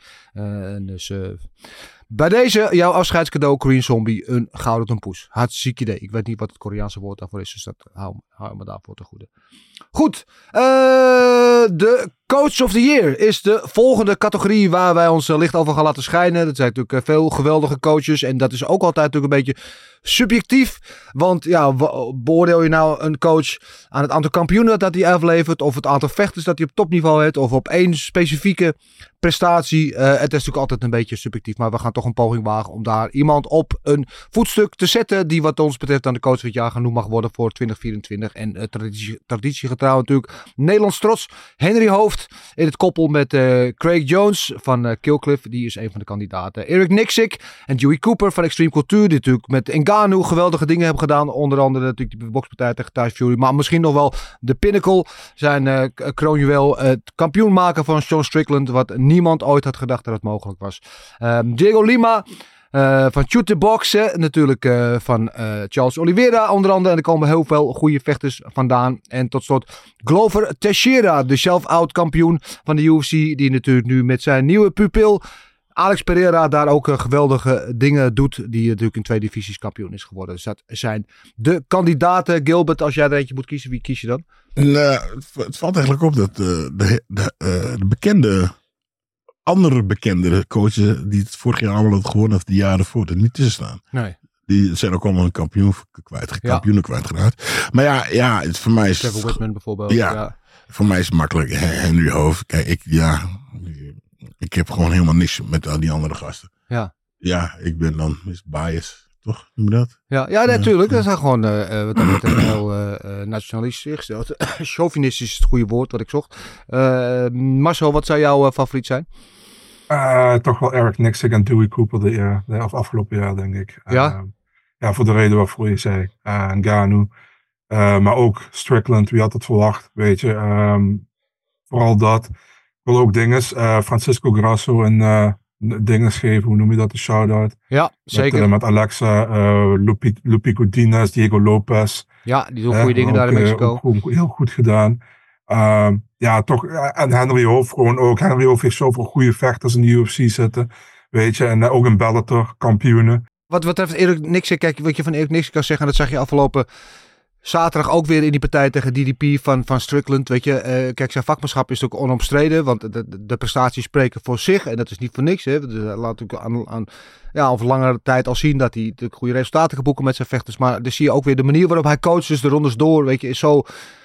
Speaker 8: Bij deze, jouw afscheidscadeau, Korean Zombie, een gouden tompoes. Hartstikke idee. Ik weet niet wat het Koreaanse woord daarvoor is, dus dat hou me daarvoor te goede. Goed, de Coach of the Year is de volgende categorie waar wij ons licht over gaan laten schijnen. Dat zijn natuurlijk veel geweldige coaches en dat is ook altijd natuurlijk een beetje subjectief. Want beoordeel je nou een coach aan het aantal kampioenen dat hij aflevert, of het aantal vechters dat hij op topniveau heeft, of op 1 specifieke prestatie. Het is natuurlijk altijd een beetje subjectief, maar we gaan toch een poging wagen om daar iemand op een voetstuk te zetten die wat ons betreft aan de coach van het jaar genoemd mag worden voor 2024. En traditiegetrouw natuurlijk Nederlands trots. Henry Hooft in het koppel met Craig Jones van Killcliff. Die is een van de kandidaten. Eric Nicksick en Dewey Cooper van Extreme Culture. Die natuurlijk met Ngannou geweldige dingen hebben gedaan. Onder andere natuurlijk die bokspartij tegen Tyson Fury. Maar misschien nog wel de pinnacle. Zijn kroonjuweel. Het kampioen maken van Sean Strickland. Wat niemand ooit had gedacht dat het mogelijk was. Diego Lima. Van Shoot the Box, natuurlijk van Charles Oliveira onder andere. En er komen heel veel goede vechters vandaan. En tot slot Glover Teixeira, de self-out kampioen van de UFC. Die natuurlijk nu met zijn nieuwe pupil Alex Pereira daar ook geweldige dingen doet. Die natuurlijk in 2 divisies kampioen is geworden. Dus dat zijn de kandidaten. Gilbert, als jij er eentje moet kiezen, wie kies je dan?
Speaker 7: Het valt eigenlijk op dat de andere bekende coaches die het vorig jaar allemaal hadden gewonnen of de jaren voor er niet tussen staan.
Speaker 8: Nee.
Speaker 7: Die zijn ook allemaal een kampioenen kwijtgeraakt. Maar het voor mij is...
Speaker 8: Trevor Whitman bijvoorbeeld.
Speaker 7: Ja, voor mij is het makkelijk. Henry Hooft. Kijk, ik heb gewoon helemaal niks met al die andere gasten. Ja, ik ben dan bias. Toch? Noem je dat?
Speaker 8: Ja, natuurlijk. Dat is gewoon heel nationalistisch gesteld. Chauvinistisch is het goede woord wat ik zocht. Marcel, wat zou jouw favoriet zijn?
Speaker 9: Toch wel Eric Nicksick en Dewey Cooper de afgelopen jaar, denk ik. Voor de reden waarvoor je zei. Ngannou. Maar ook Strickland, wie had het verwacht? Weet je. Vooral dat. Ik wil ook dinges. Francisco Grasso en dinges geven. Hoe noem je dat? De shout-out.
Speaker 8: Ja, zeker.
Speaker 9: Met Alexa, Lupi Godinez, Diego Lopez.
Speaker 8: Ja, die doen goede dingen daar in Mexico.
Speaker 9: Heel goed gedaan. Toch. En Henry Hooft gewoon ook. Henry Hooft heeft zoveel goede vechters in de UFC zitten. Weet je. En ook in Bellator kampioenen.
Speaker 8: Wat betreft Eric Nicksick. Kijk, wat je van Eric Nicksick kan zeggen. Dat zag je afgelopen zaterdag ook weer in die partij tegen DDP van Strickland. Weet je, kijk, zijn vakmanschap is ook onomstreden. Want de prestaties spreken voor zich. En dat is niet voor niks. Hè. Dus laat natuurlijk over langere tijd al zien dat hij de goede resultaten kan boeken met zijn vechters. Maar dan zie je ook weer de manier waarop hij coacht. Dus de rondes door, weet je, is zo...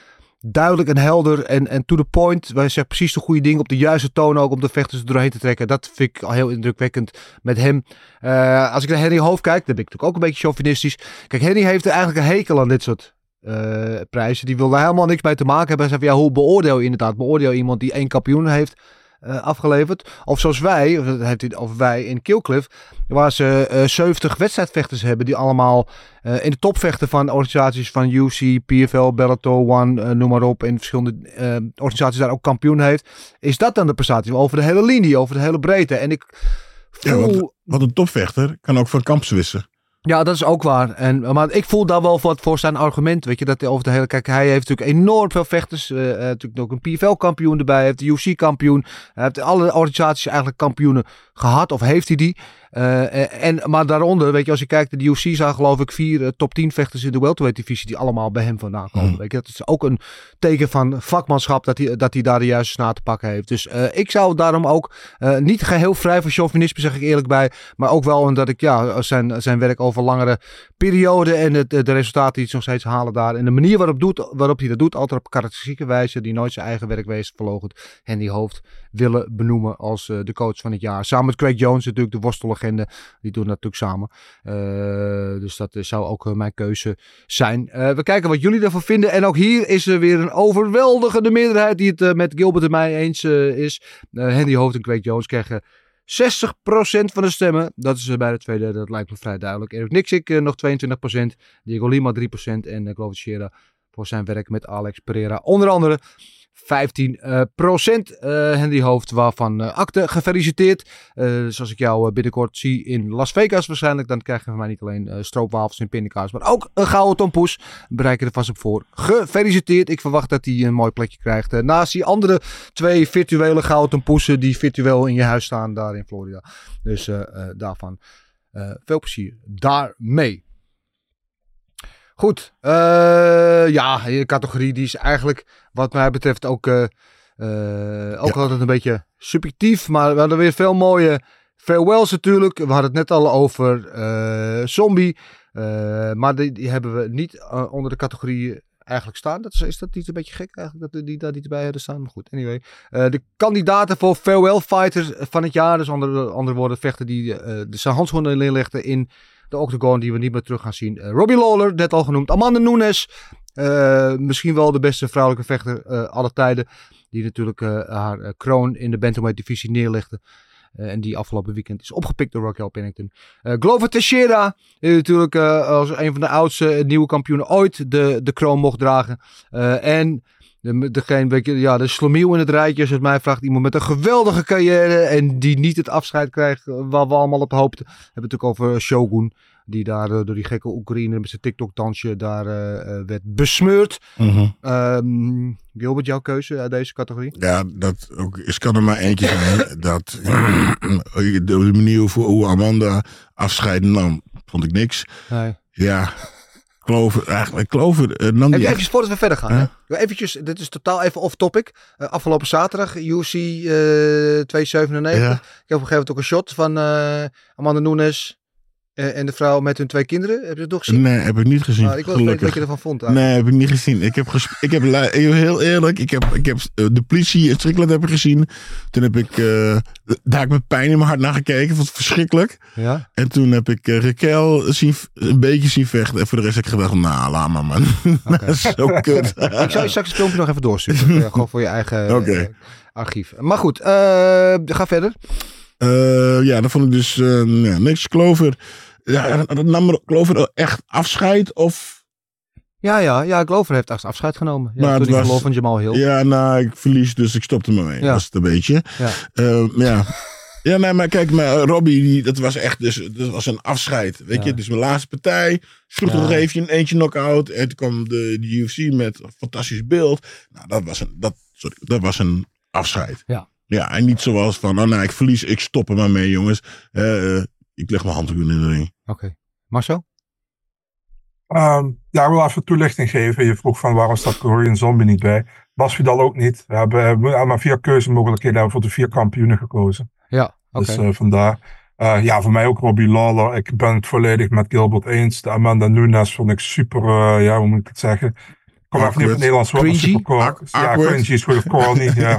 Speaker 8: duidelijk en helder en to the point. Wij zeggen precies de goede dingen op de juiste toon ook om de vechters er doorheen te trekken. Dat vind ik al heel indrukwekkend met hem. Als ik naar Henry Hooft kijk, dan ben ik natuurlijk ook een beetje chauvinistisch. Kijk, Henry heeft er eigenlijk een hekel aan dit soort prijzen. Die wil daar helemaal niks mee te maken hebben. Hij zegt van, hoe beoordeel je inderdaad? Beoordeel je iemand die 1 kampioen heeft afgeleverd? Of zoals wij, of wij in Killcliff, waar ze 70 wedstrijdvechters hebben die allemaal in de top vechten van organisaties van UC, PFL, Bellator, One, noem maar op, en verschillende organisaties daar ook kampioen heeft. Is dat dan de prestatie? Over de hele linie, over de hele breedte. En ik voel...
Speaker 7: Ja, want een topvechter kan ook van kamp zwissen.
Speaker 8: Ja, dat is ook waar. Maar ik voel daar wel wat voor zijn argument. Weet je, dat hij over de hele... Kijk, hij heeft natuurlijk enorm veel vechters. Natuurlijk ook een PFL-kampioen erbij. Hij heeft de UFC-kampioen. Hij heeft alle organisaties eigenlijk kampioenen gehad. Of heeft hij die? Maar daaronder, weet je, als je kijkt, de UFC zijn geloof ik 4 top 10 vechters in de welterweight-divisie die allemaal bij hem vandaan komen. Weet je, dat is ook een teken van vakmanschap dat hij daar de juiste snaar te pakken heeft. Dus ik zou daarom ook niet geheel vrij van chauvinisme, zeg ik eerlijk bij, maar ook wel omdat ik zijn werk over langere periode en de resultaten die hij nog steeds halen daar en de manier waarop hij dat doet, altijd op karakteristieke wijze, die nooit zijn eigen werkwezen verloochent, Henry Hooft willen benoemen als de coach van het jaar. Samen met Craig Jones natuurlijk, de worstellegende. Die doen dat natuurlijk samen. Dus dat zou ook mijn keuze zijn. We kijken wat jullie ervan vinden. En ook hier is er weer een overweldigende meerderheid die het met Gilbert en mij eens is. Henry Hooft en Craig Jones krijgen 60% van de stemmen. Dat is bij de tweede. Dat lijkt me vrij duidelijk. Erik Nixick nog 22%. Diego Lima 3%. En Glover Teixeira voor zijn werk met Alex Pereira. Onder andere 15%. Henry Hooft, waarvan akte gefeliciteerd. Dus als ik jou binnenkort zie in Las Vegas waarschijnlijk, dan krijg je van mij niet alleen stroopwafels en pindakaas, maar ook een gouden tompoes. Bereik je er vast op voor. Gefeliciteerd. Ik verwacht dat hij een mooi plekje krijgt. Naast die andere 2 virtuele gouden tompoesen die virtueel in je huis staan daar in Florida. Dus daarvan veel plezier daarmee. Goed, de categorie die is eigenlijk wat mij betreft ook altijd een beetje subjectief. Maar we hadden weer veel mooie farewells natuurlijk. We hadden het net al over Zombie. Maar die hebben we niet onder de categorie eigenlijk staan. Is dat niet een beetje gek eigenlijk dat die daar niet bij hadden staan? Maar goed, anyway. De kandidaten voor farewell fighters van het jaar. Dus andere woorden, vechten die zijn handschoenen neerlegden in de octagon die we niet meer terug gaan zien. Robbie Lawler, net al genoemd. Amanda Nunes. Misschien wel de beste vrouwelijke vechter aller tijden. Die natuurlijk haar kroon in de bantamweight divisie neerlegde. En die afgelopen weekend is opgepikt door Raquel Pennington. Glover Teixeira. Die natuurlijk als een van de oudste nieuwe kampioenen ooit de kroon mocht dragen. En de slamiel in het rijtje, als het mij vraagt, iemand met een geweldige carrière en die niet het afscheid krijgt waar we allemaal op hoopten. We hebben het natuurlijk over Shogun, die daar door die gekke Oekraïne met zijn TikTok-dansje daar werd besmeurd. Gilbert, jouw keuze uit deze categorie?
Speaker 7: Ja, dat ook is kan er maar eentje zijn. Dat de manier hoe Amanda afscheid nam, vond ik niks.
Speaker 8: Nee.
Speaker 7: Ja. Klover nam die...
Speaker 8: Even voordat we verder gaan. Hè? Eventjes, dit is totaal even off topic. Afgelopen zaterdag, UFC 297. Ja. Ik heb op een gegeven moment ook een shot van Amanda Nunes en de vrouw met hun 2 kinderen. Heb je het nog gezien?
Speaker 7: Nee, heb ik niet gezien.
Speaker 8: Ik wil even weten wat je ervan vond. Eigenlijk.
Speaker 7: Nee, heb ik niet gezien. Ik heb heel eerlijk, ik heb de politie in Strickland heb ik gezien. Toen heb ik daar heb ik met pijn in mijn hart naar gekeken. Vond het verschrikkelijk. Ja? En toen heb ik Raquel een beetje zien vechten. En voor de rest heb ik gedacht, laat maar man. Okay. Dat is zo kut.
Speaker 8: Ik zou je straks het filmpje nog even doorsturen. Gewoon voor je eigen archief. Maar goed, ga verder.
Speaker 7: Dan vond ik dus niks. Glover. Ja, nam Glover echt afscheid of...
Speaker 8: Ja, Glover heeft echt afscheid genomen. Ja, maar toen hij verloor van Jamal Hill.
Speaker 7: Ja, ik verlies, dus ik stopte me mee. Ja. Dat is het een beetje. Ja. Ja, nee, maar kijk, Robbie, dat was echt dat was een afscheid. Weet je, dus mijn laatste partij. Sloeg nog even eentje knock-out. En toen kwam de UFC met een fantastisch beeld. Nou, dat was een afscheid. Ja, en niet zoals van, ik verlies, ik stop er maar mee, jongens. Ik leg mijn handdoek in de ring.
Speaker 8: Oké. Marcel?
Speaker 9: Ik wil even toelichting geven. Je vroeg van waarom staat Korean Zombie niet bij. Masvidal ook niet. We hebben maar 4 keuzemogelijkheden hebben voor de 4 kampioenen gekozen.
Speaker 8: Ja, oké.
Speaker 9: Dus vandaar. Voor mij ook Robbie Lawler. Ik ben het volledig met Gilbert eens. De Amanda Nunes vond ik super, hoe moet ik het zeggen? kom even niet op het Nederlands woord. Cringy is goed, corny.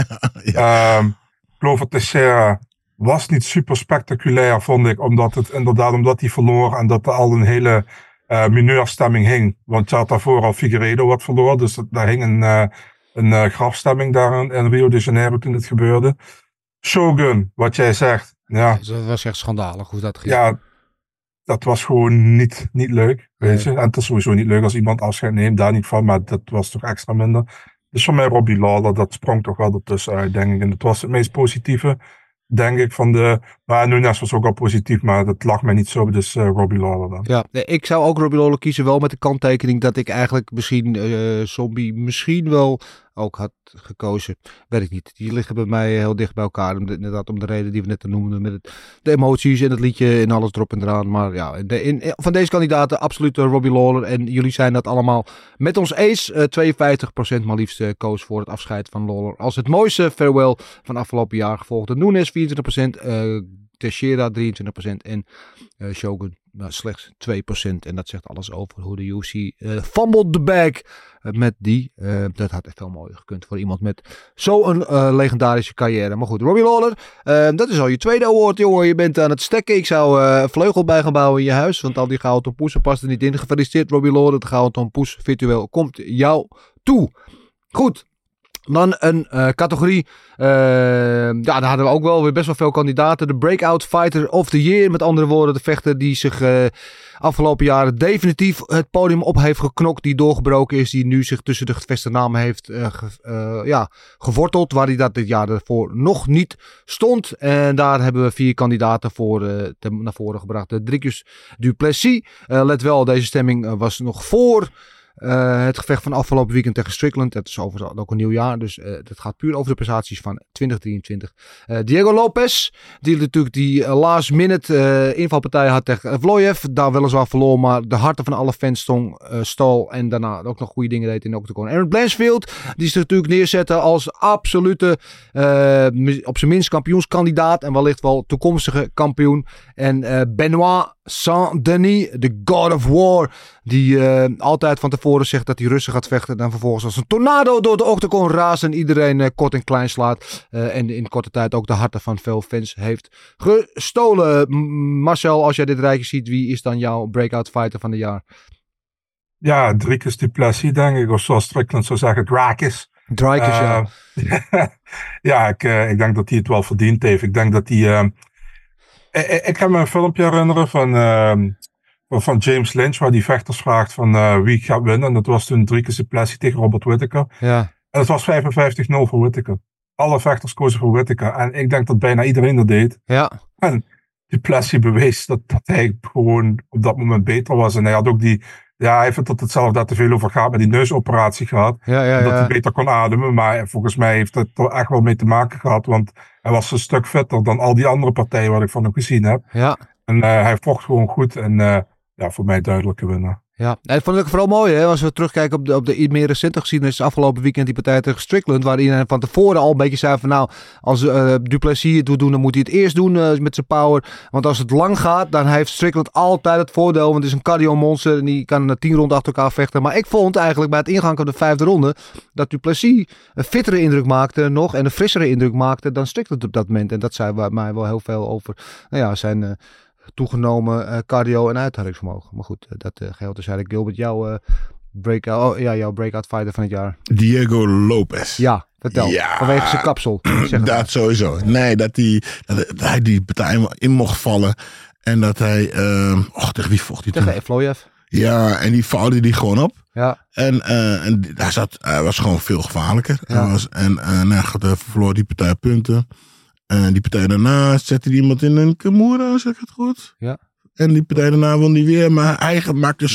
Speaker 9: Ja. Glover Teixeira was niet super spectaculair, vond ik. Omdat hij verloor en dat er al een hele mineurstemming hing. Want je had daarvoor al Figueiredo wat verloor. Dus daar hing een grafstemming daar in Rio de Janeiro toen het gebeurde. Shogun, wat jij zegt. Ja.
Speaker 8: Dat was echt schandalig hoe dat ging.
Speaker 9: Ja, dat was gewoon niet leuk. Weet je? En het is sowieso niet leuk als iemand afscheid neemt, daar niet van. Maar dat was toch extra minder. Dus voor mij Robbie Lawler, dat sprong toch wel ertussen uit, denk ik. En dat was het meest positieve, denk ik, van de... Maar Nunes was ook al positief, maar dat lag mij niet zo. Dus Robbie Lawler dan.
Speaker 8: Ja, ik zou ook Robbie Lawler kiezen, wel met de kanttekening dat ik eigenlijk Zombie misschien wel ook had gekozen. Weet ik niet. Die liggen bij mij heel dicht bij elkaar. Inderdaad om de reden die we net noemden. Met de emoties en het liedje en alles erop en eraan. Maar ja, van deze kandidaten absoluut Robbie Lawler. En jullie zijn dat allemaal met ons eens. 52% maar liefst koos voor het afscheid van Lawler. Als het mooiste farewell van afgelopen jaar. Gevolgd door Nunes 24%. Teixeira 23% en Shogun slechts 2%. En dat zegt alles over hoe de UFC fumbled the bag met die. Dat had echt veel mooier gekund voor iemand met zo'n legendarische carrière. Maar goed, Robbie Lawler, dat is al je tweede award, jongen. Je bent aan het stekken. Ik zou een vleugel bij gaan bouwen in je huis, want al die gouden tompoesen past er niet in. Gefeliciteerd Robbie Lawler, de gouden tompoes virtueel komt jou toe. Goed. Dan een categorie, daar hadden we ook wel weer best wel veel kandidaten. De Breakout Fighter of the Year. Met andere woorden, de vechter die zich afgelopen jaren definitief het podium op heeft geknokt. Die doorgebroken is, die nu zich tussen de gevestigde namen heeft geworteld. Waar hij dat dit jaar ervoor nog niet stond. En daar hebben we 4 kandidaten voor naar voren gebracht. Dricus du Plessis. Let wel, deze stemming was nog voor... het gevecht van afgelopen weekend tegen Strickland. Het is overigens ook een nieuw jaar. Dus het gaat puur over de prestaties van 2023. Diego Lopez. Die natuurlijk die last minute invalpartij had tegen Evloev. Daar weliswaar verloor. Maar de harten van alle fans stal. En daarna ook nog goede dingen deed in de octagon. Aaron Blanchfield. Die zich natuurlijk neerzetten als absolute op zijn minst kampioenskandidaat. En wellicht wel toekomstige kampioen. En Benoit Saint-Denis. De God of War. Die altijd van tevoren zegt dat hij rustig gaat vechten. En dan vervolgens als een tornado door de octagon raast. En iedereen kort en klein slaat. En in korte tijd ook de harten van veel fans heeft gestolen. Marcel, als jij dit rijtje ziet. Wie is dan jouw breakout fighter van het jaar?
Speaker 9: Ja, Dricus du Plessis, denk ik. Of zoals Strickland zou zeggen, Dricus.
Speaker 8: Dricus, ja.
Speaker 9: Ja, ik denk dat hij het wel verdiend heeft. Ik denk dat hij... ik kan me een filmpje herinneren van James Lynch, waar die vechters vraagt van wie gaat winnen. En dat was toen Dricus du Plessis tegen Robert Whittaker.
Speaker 8: Ja.
Speaker 9: En het was 55-0 voor Whittaker. Alle vechters kozen voor Whittaker. En ik denk dat bijna iedereen dat deed.
Speaker 8: Ja.
Speaker 9: En du Plessis bewees dat hij gewoon op dat moment beter was. En hij had ook hij heeft het zelf daar te veel over gehad met die neusoperatie gehad.
Speaker 8: Ja.
Speaker 9: Dat hij beter kon ademen. Maar volgens mij heeft het er echt wel mee te maken gehad. Want hij was een stuk fitter dan al die andere partijen wat ik van hem gezien heb.
Speaker 8: Ja.
Speaker 9: En hij vocht gewoon goed. En voor mij duidelijke winnaar.
Speaker 8: Ja, dat vond ik vooral mooi. Hè? Als we terugkijken op de iets meer recente geschiedenis. Afgelopen weekend die partij tegen Strickland. Waar iedereen van tevoren al een beetje zei van nou. Als du Plessis het wil doen, dan moet hij het eerst doen met zijn power. Want als het lang gaat, dan heeft Strickland altijd het voordeel. Want het is een cardio monster. En die kan 10 ronden achter elkaar vechten. Maar ik vond eigenlijk bij het ingang van de 5e ronde. Dat du Plessis een fittere indruk maakte nog. En een frissere indruk maakte dan Strickland op dat moment. En dat zei mij wel heel veel over zijn... toegenomen cardio en uithoudingsvermogen. Maar goed, dat geldt dus eigenlijk. Gilbert, jouw breakout fighter van het jaar.
Speaker 7: Diego Lopez.
Speaker 8: Ja, vertel. Ja, vanwege zijn kapsel.
Speaker 7: Dat sowieso. Nee, dat hij die partij in mocht vallen. En dat hij... tegen wie vocht hij toen?
Speaker 8: Tegen Evloev.
Speaker 7: Ja, en die vouwde die gewoon op.
Speaker 8: Ja.
Speaker 7: En hij was gewoon veel gevaarlijker. Ja. Hij verloor die partij punten. En die partij daarna zette hij iemand in een Kimura, zeg ik het goed?
Speaker 8: Ja.
Speaker 7: En die partij daarna won hij weer. Maar hij maakte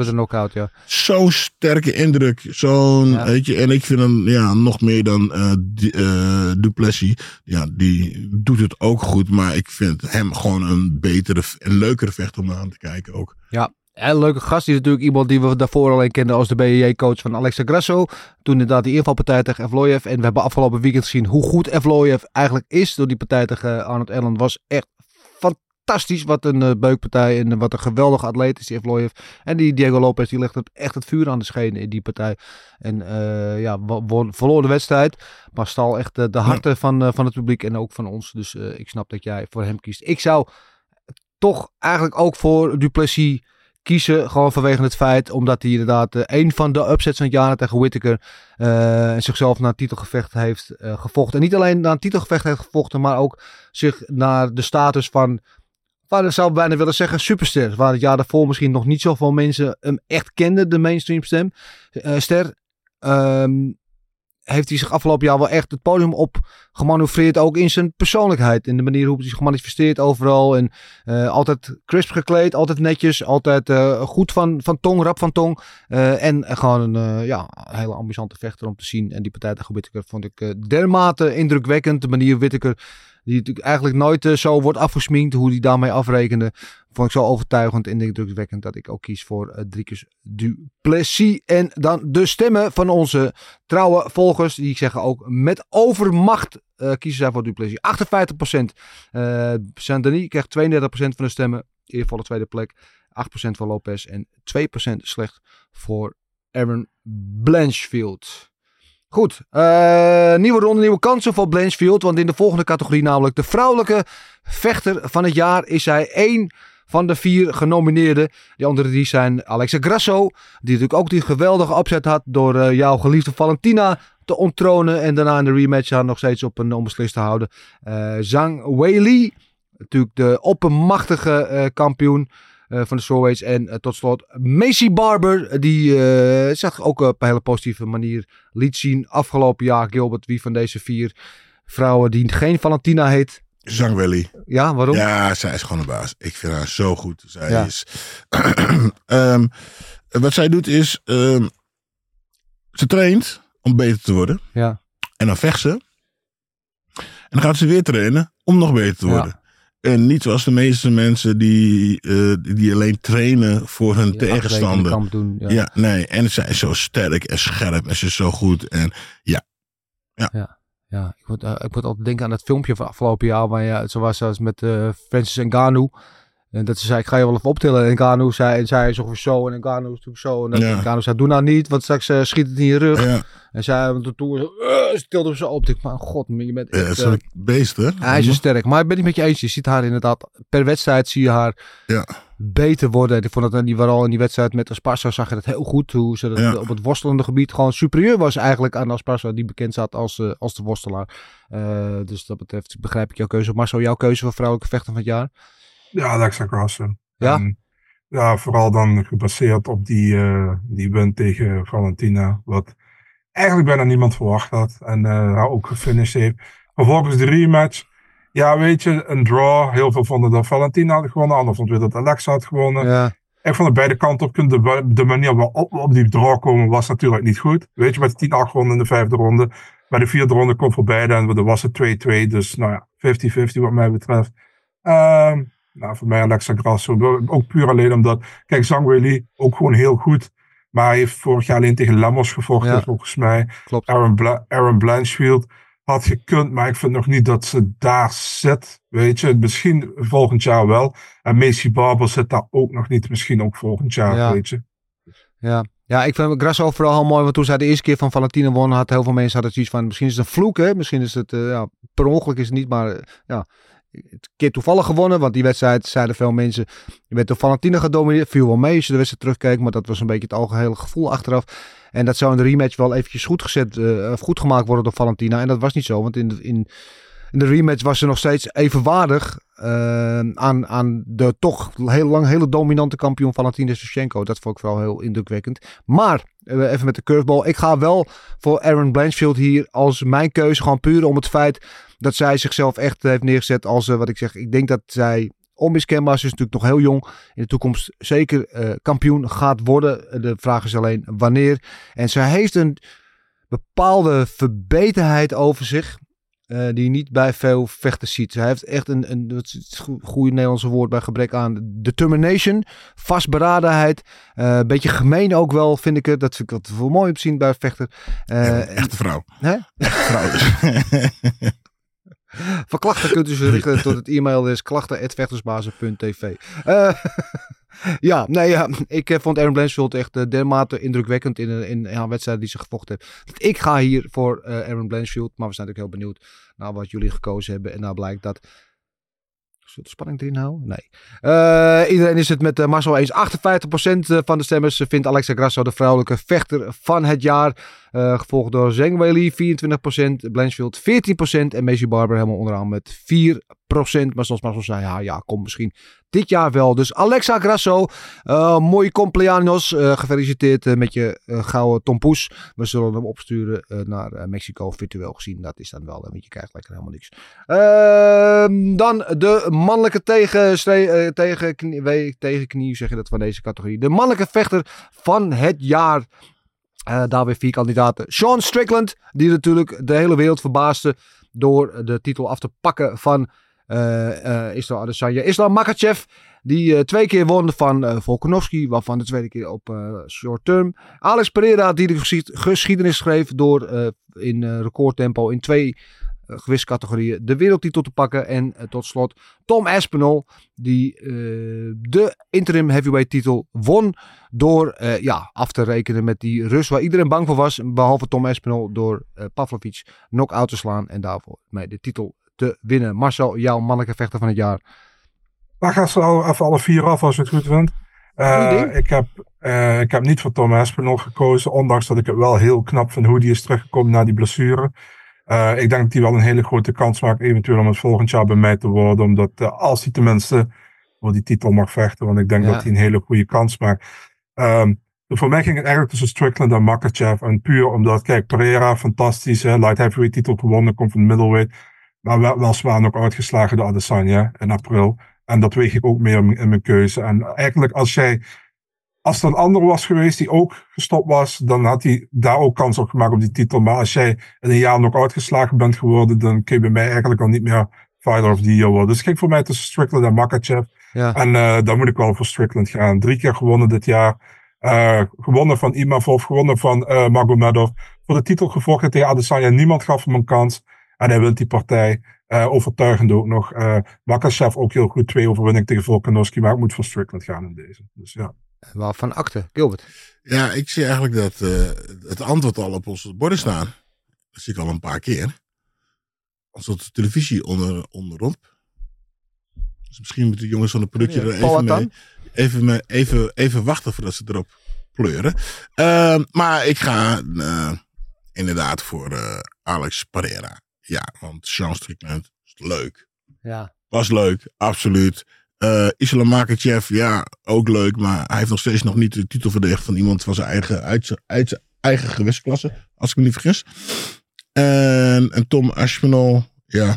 Speaker 7: zo'n sterke indruk. Weet je. En ik vind hem nog meer dan du Plessis. Ja, die doet het ook goed. Maar ik vind hem gewoon een betere en leukere vechter om aan te kijken ook.
Speaker 8: Ja. Een leuke gast, die is natuurlijk iemand die we daarvoor alleen kenden als de BJJ-coach van Alexa Grasso. Toen inderdaad die invalpartij tegen Evloev. En we hebben afgelopen weekend gezien hoe goed Evloev eigenlijk is. Door die partij tegen Arnold Allen was echt fantastisch. Wat een beukpartij en wat een geweldige atleet is die Evloev. En die Diego Lopez, die legt echt het vuur aan de schenen in die partij. En verloor de wedstrijd. Maar stal echt de harten van het publiek en ook van ons. Dus ik snap dat jij voor hem kiest. Ik zou toch eigenlijk ook voor Du Plessis kiezen. Gewoon vanwege het feit, omdat hij inderdaad een van de upsets van het jaar tegen Whittaker zichzelf naar een titelgevecht heeft gevochten. En niet alleen naar een titelgevecht heeft gevochten, maar ook zich naar de status van, waar ik zou bijna willen zeggen, superster. Waar het jaar daarvoor misschien nog niet zoveel mensen hem echt kenden, de mainstream ster. Heeft hij zich afgelopen jaar wel echt het podium op gemanoeuvreerd. Ook in zijn persoonlijkheid. In de manier hoe hij zich manifesteert overal. En altijd crisp gekleed. Altijd netjes. Altijd goed van tong. Rap van tong. En gewoon een hele ambitiante vechter om te zien. En die partij tegen Whittaker vond ik dermate indrukwekkend. De manier Whittaker, die natuurlijk eigenlijk nooit zo wordt afgesminkt. Hoe hij daarmee afrekende. Vond ik zo overtuigend en indrukwekkend dat ik ook kies voor Dricus Du Plessis. En dan de stemmen van onze trouwe volgers. Die zeggen ook met overmacht kiezen zij voor Du Plessis. 58%. Saint-Denis krijgt 32% van de stemmen. Eervolle tweede plek. 8% voor Lopez. En 2% slecht voor Aaron Blanchfield. Goed, nieuwe ronde, nieuwe kansen voor Blanchfield. Want in de volgende categorie, namelijk de vrouwelijke vechter van het jaar, is zij 1 van de 4 genomineerden. Die andere 3 zijn Alexa Grasso, die natuurlijk ook die geweldige opzet had door jouw geliefde Valentina te onttronen. En daarna in de rematch haar nog steeds op een onbeslist te houden. Zhang Weili, natuurlijk de oppermachtige kampioen van de strawweights. En tot slot Maycee Barber, die zich ook op een hele positieve manier liet zien afgelopen jaar. Gilbert, wie van deze 4 vrouwen die geen Valentina heet?
Speaker 7: Zhang Weili.
Speaker 8: Ja, waarom?
Speaker 7: Ja, zij is gewoon een baas. Ik vind haar zo goed. Zij is... wat zij doet is... ze traint om beter te worden.
Speaker 8: Ja.
Speaker 7: En dan vecht ze. En dan gaat ze weer trainen om nog beter te worden. Ja. En niet zoals de meeste mensen die alleen trainen voor hun tegenstander.
Speaker 8: Doen,
Speaker 7: ja, nee. En zij is zo sterk en scherp en ze is zo goed. En ja.
Speaker 8: Ja, ik moet altijd denken aan het filmpje van afgelopen jaar. Waar zo was als met Francis Ngannou. En dat ze zei, ik ga je wel even optillen. En Ngannou zei zo zo. En Ngannou is natuurlijk zo. En Ngannou zei, doe nou niet. Want straks schiet het in je rug. Ja. En zij tilde hem zo op. Ik maar god, je bent echt...
Speaker 7: zo'n beest, hè?
Speaker 8: Hij is sterk. Maar ik ben niet met je eens. Je ziet haar inderdaad, per wedstrijd zie je haar beter worden. Ik vond dat vooral in die wedstrijd met Asparza zag je dat heel goed. Hoe ze dat op het worstelende gebied gewoon superieur was eigenlijk aan Asparza. Die bekend staat als de worstelaar. Dus dat betreft begrijp ik jouw keuze. Marcel, jouw keuze voor vrouwelijke vechter van het jaar?
Speaker 9: Ja, Alexa Grasso.
Speaker 8: Ja?
Speaker 9: Ja, vooral dan gebaseerd op die win tegen Valentina. Wat eigenlijk bijna niemand verwacht had. En haar ook gefinished heeft. Vervolgens de rematch. Ja, weet je, een draw. Heel veel vonden dat Valentina had gewonnen. Anderen vonden weer dat Alexa had gewonnen.
Speaker 8: Ja.
Speaker 9: Ik vond het beide kanten op. De manier waarop we op die draw komen was natuurlijk niet goed. Weet je, met 10-8 gewonnen in de 5e ronde. Bij de 4e ronde komt voor beide. En dan was het 2-2. Dus nou ja, 50-50 wat mij betreft. Nou, voor mij Alexa Grasso. Ook puur alleen omdat... Kijk, Zhang Weili ook gewoon heel goed. Maar hij heeft vorig jaar alleen tegen Lemos gevochten, volgens mij.
Speaker 8: Klopt.
Speaker 9: Aaron Blanchfield had gekund, maar ik vind nog niet dat ze daar zit. Weet je, misschien volgend jaar wel. En Maycee Barber zit daar ook nog niet. Misschien ook volgend jaar, weet je.
Speaker 8: Ja, ik vind Grasso vooral heel mooi. Want toen zij de eerste keer van Valentina won, had heel veel mensen zoiets van... Misschien is het een vloek, hè? Misschien is het... per ongeluk is het niet, maar... Het keer toevallig gewonnen, want die wedstrijd, zeiden veel mensen, je werd door Valentina gedomineerd. Viel wel mee als je de wedstrijd terugkeek, maar dat was een beetje het algehele gevoel achteraf. En dat zou in de rematch wel eventjes goed gemaakt worden door Valentina. En dat was niet zo, want in de rematch was ze nog steeds evenwaardig aan de toch heel lang hele dominante kampioen Valentina Shevchenko. Dat vond ik vooral heel indrukwekkend. Maar, even met de curveball, ik ga wel voor Aaron Blanchfield hier als mijn keuze, gewoon puur om het feit dat zij zichzelf echt heeft neergezet als, wat ik zeg, ik denk dat zij onmiskenbaar, ze is natuurlijk nog heel jong, in de toekomst zeker kampioen gaat worden. De vraag is alleen wanneer. En zij heeft een bepaalde verbeterheid over zich, die je niet bij veel vechters ziet. Zij heeft echt een goede Nederlandse woord bij gebrek aan determination, vastberadenheid, een beetje gemeen ook wel, vind ik het. Dat vind ik wat wel mooi om te zien bij een vechter.
Speaker 7: Echte vrouw.
Speaker 8: Hè?
Speaker 7: Echte vrouw.
Speaker 8: klachten kunt u ze richten tot het e-mailadres klachten@vechtersbazen.tv. Ik vond Aaron Blanchfield echt dermate indrukwekkend in wedstrijden die ze gevochten hebben. Ik ga hier voor Aaron Blanchfield, maar we zijn natuurlijk heel benieuwd naar wat jullie gekozen hebben. En nou blijkt dat... Zult de spanning erin houden? Nee. Iedereen is het met Marcel eens. 58% van de stemmers vindt Alexa Grasso de vrouwelijke vechter van het jaar. Gevolgd door Zhang Weili 24%, Blanchfield 14% en Maycee Barber helemaal onderaan met 4%. Maar zoals Marcel zei, komt misschien dit jaar wel. Dus Alexa Grasso, mooi cumpleaños. Gefeliciteerd met je gouden tompoes. We zullen hem opsturen naar Mexico virtueel gezien. Dat is dan wel, want je krijgt lekker helemaal niks. Dan de mannelijke tegenknie, zeg je dat van deze categorie. De mannelijke vechter van het jaar. Daar weer 4 kandidaten. Sean Strickland, die natuurlijk de hele wereld verbaasde door de titel af te pakken van Israel Adesanya. Islam Makhachev, die 2 keer won van Volkanovski, waarvan de 2e keer op short term. Alex Pereira, die de geschiedenis schreef door in recordtempo in 2 gewichtscategorieën de wereldtitel te pakken. En tot slot Tom Aspinall, die de interim heavyweight titel won door af te rekenen met die Rus waar iedereen bang voor was, behalve Tom Aspinall, door Pavlovich knock-out te slaan en daarvoor mee de titel te winnen. Marcel, jouw mannelijke vechter van het jaar.
Speaker 9: Maar ga ze al even alle 4 af als je het goed vindt. Ik heb niet voor Tom Aspinall gekozen, ondanks dat ik het wel heel knap vind hoe die is teruggekomen na die blessure. Ik denk dat hij wel een hele grote kans maakt, eventueel om het volgend jaar bij mij te worden. Omdat als hij tenminste voor die titel mag vechten, want ik denk dat hij een hele goede kans maakt. Voor mij ging het eigenlijk tussen Strickland en Makhachev. En puur omdat, kijk, Pereira, fantastisch, light heavyweight titel gewonnen, komt van middleweight. Maar wel zwaar nog uitgeslagen door Adesanya in april. En dat weeg ik ook meer in mijn keuze. En eigenlijk als er een ander was geweest die ook gestopt was, dan had hij daar ook kans op gemaakt op die titel. Maar als jij in een jaar nog uitgeslagen bent geworden, dan kun je bij mij eigenlijk al niet meer fighter of the year worden. Dus het ging voor mij tussen Strickland en Makhachev. Ja. En dan moet ik wel voor Strickland gaan. 3 keer gewonnen dit jaar. Gewonnen van Imavov, gewonnen van Magomedov. Voor de titel gevochten tegen Adesanya. Niemand gaf hem een kans. En hij wint die partij. Overtuigend ook nog. Makhachev ook heel goed. 2 overwinningen tegen Volkanovski. Maar ik moet voor Strickland gaan in deze. Dus ja.
Speaker 8: Waarvan akte, Gilbert?
Speaker 7: Ja, ik zie eigenlijk dat het antwoord al op onze borden staan. Dat zie ik al een paar keer. Als op de televisie onderop. Dus misschien moeten de jongens van de productie er even wachten voordat ze erop pleuren. Maar ik ga inderdaad voor Alex Pereira. Ja, want Sean Strickland is leuk.
Speaker 8: Ja.
Speaker 7: Was leuk, absoluut. Islam Makhachev, ja, ook leuk. Maar hij heeft nog steeds nog niet de titel verdedigd van iemand van uit zijn eigen gewichtsklasse. Als ik me niet vergis. En Tom Aspinall, ja.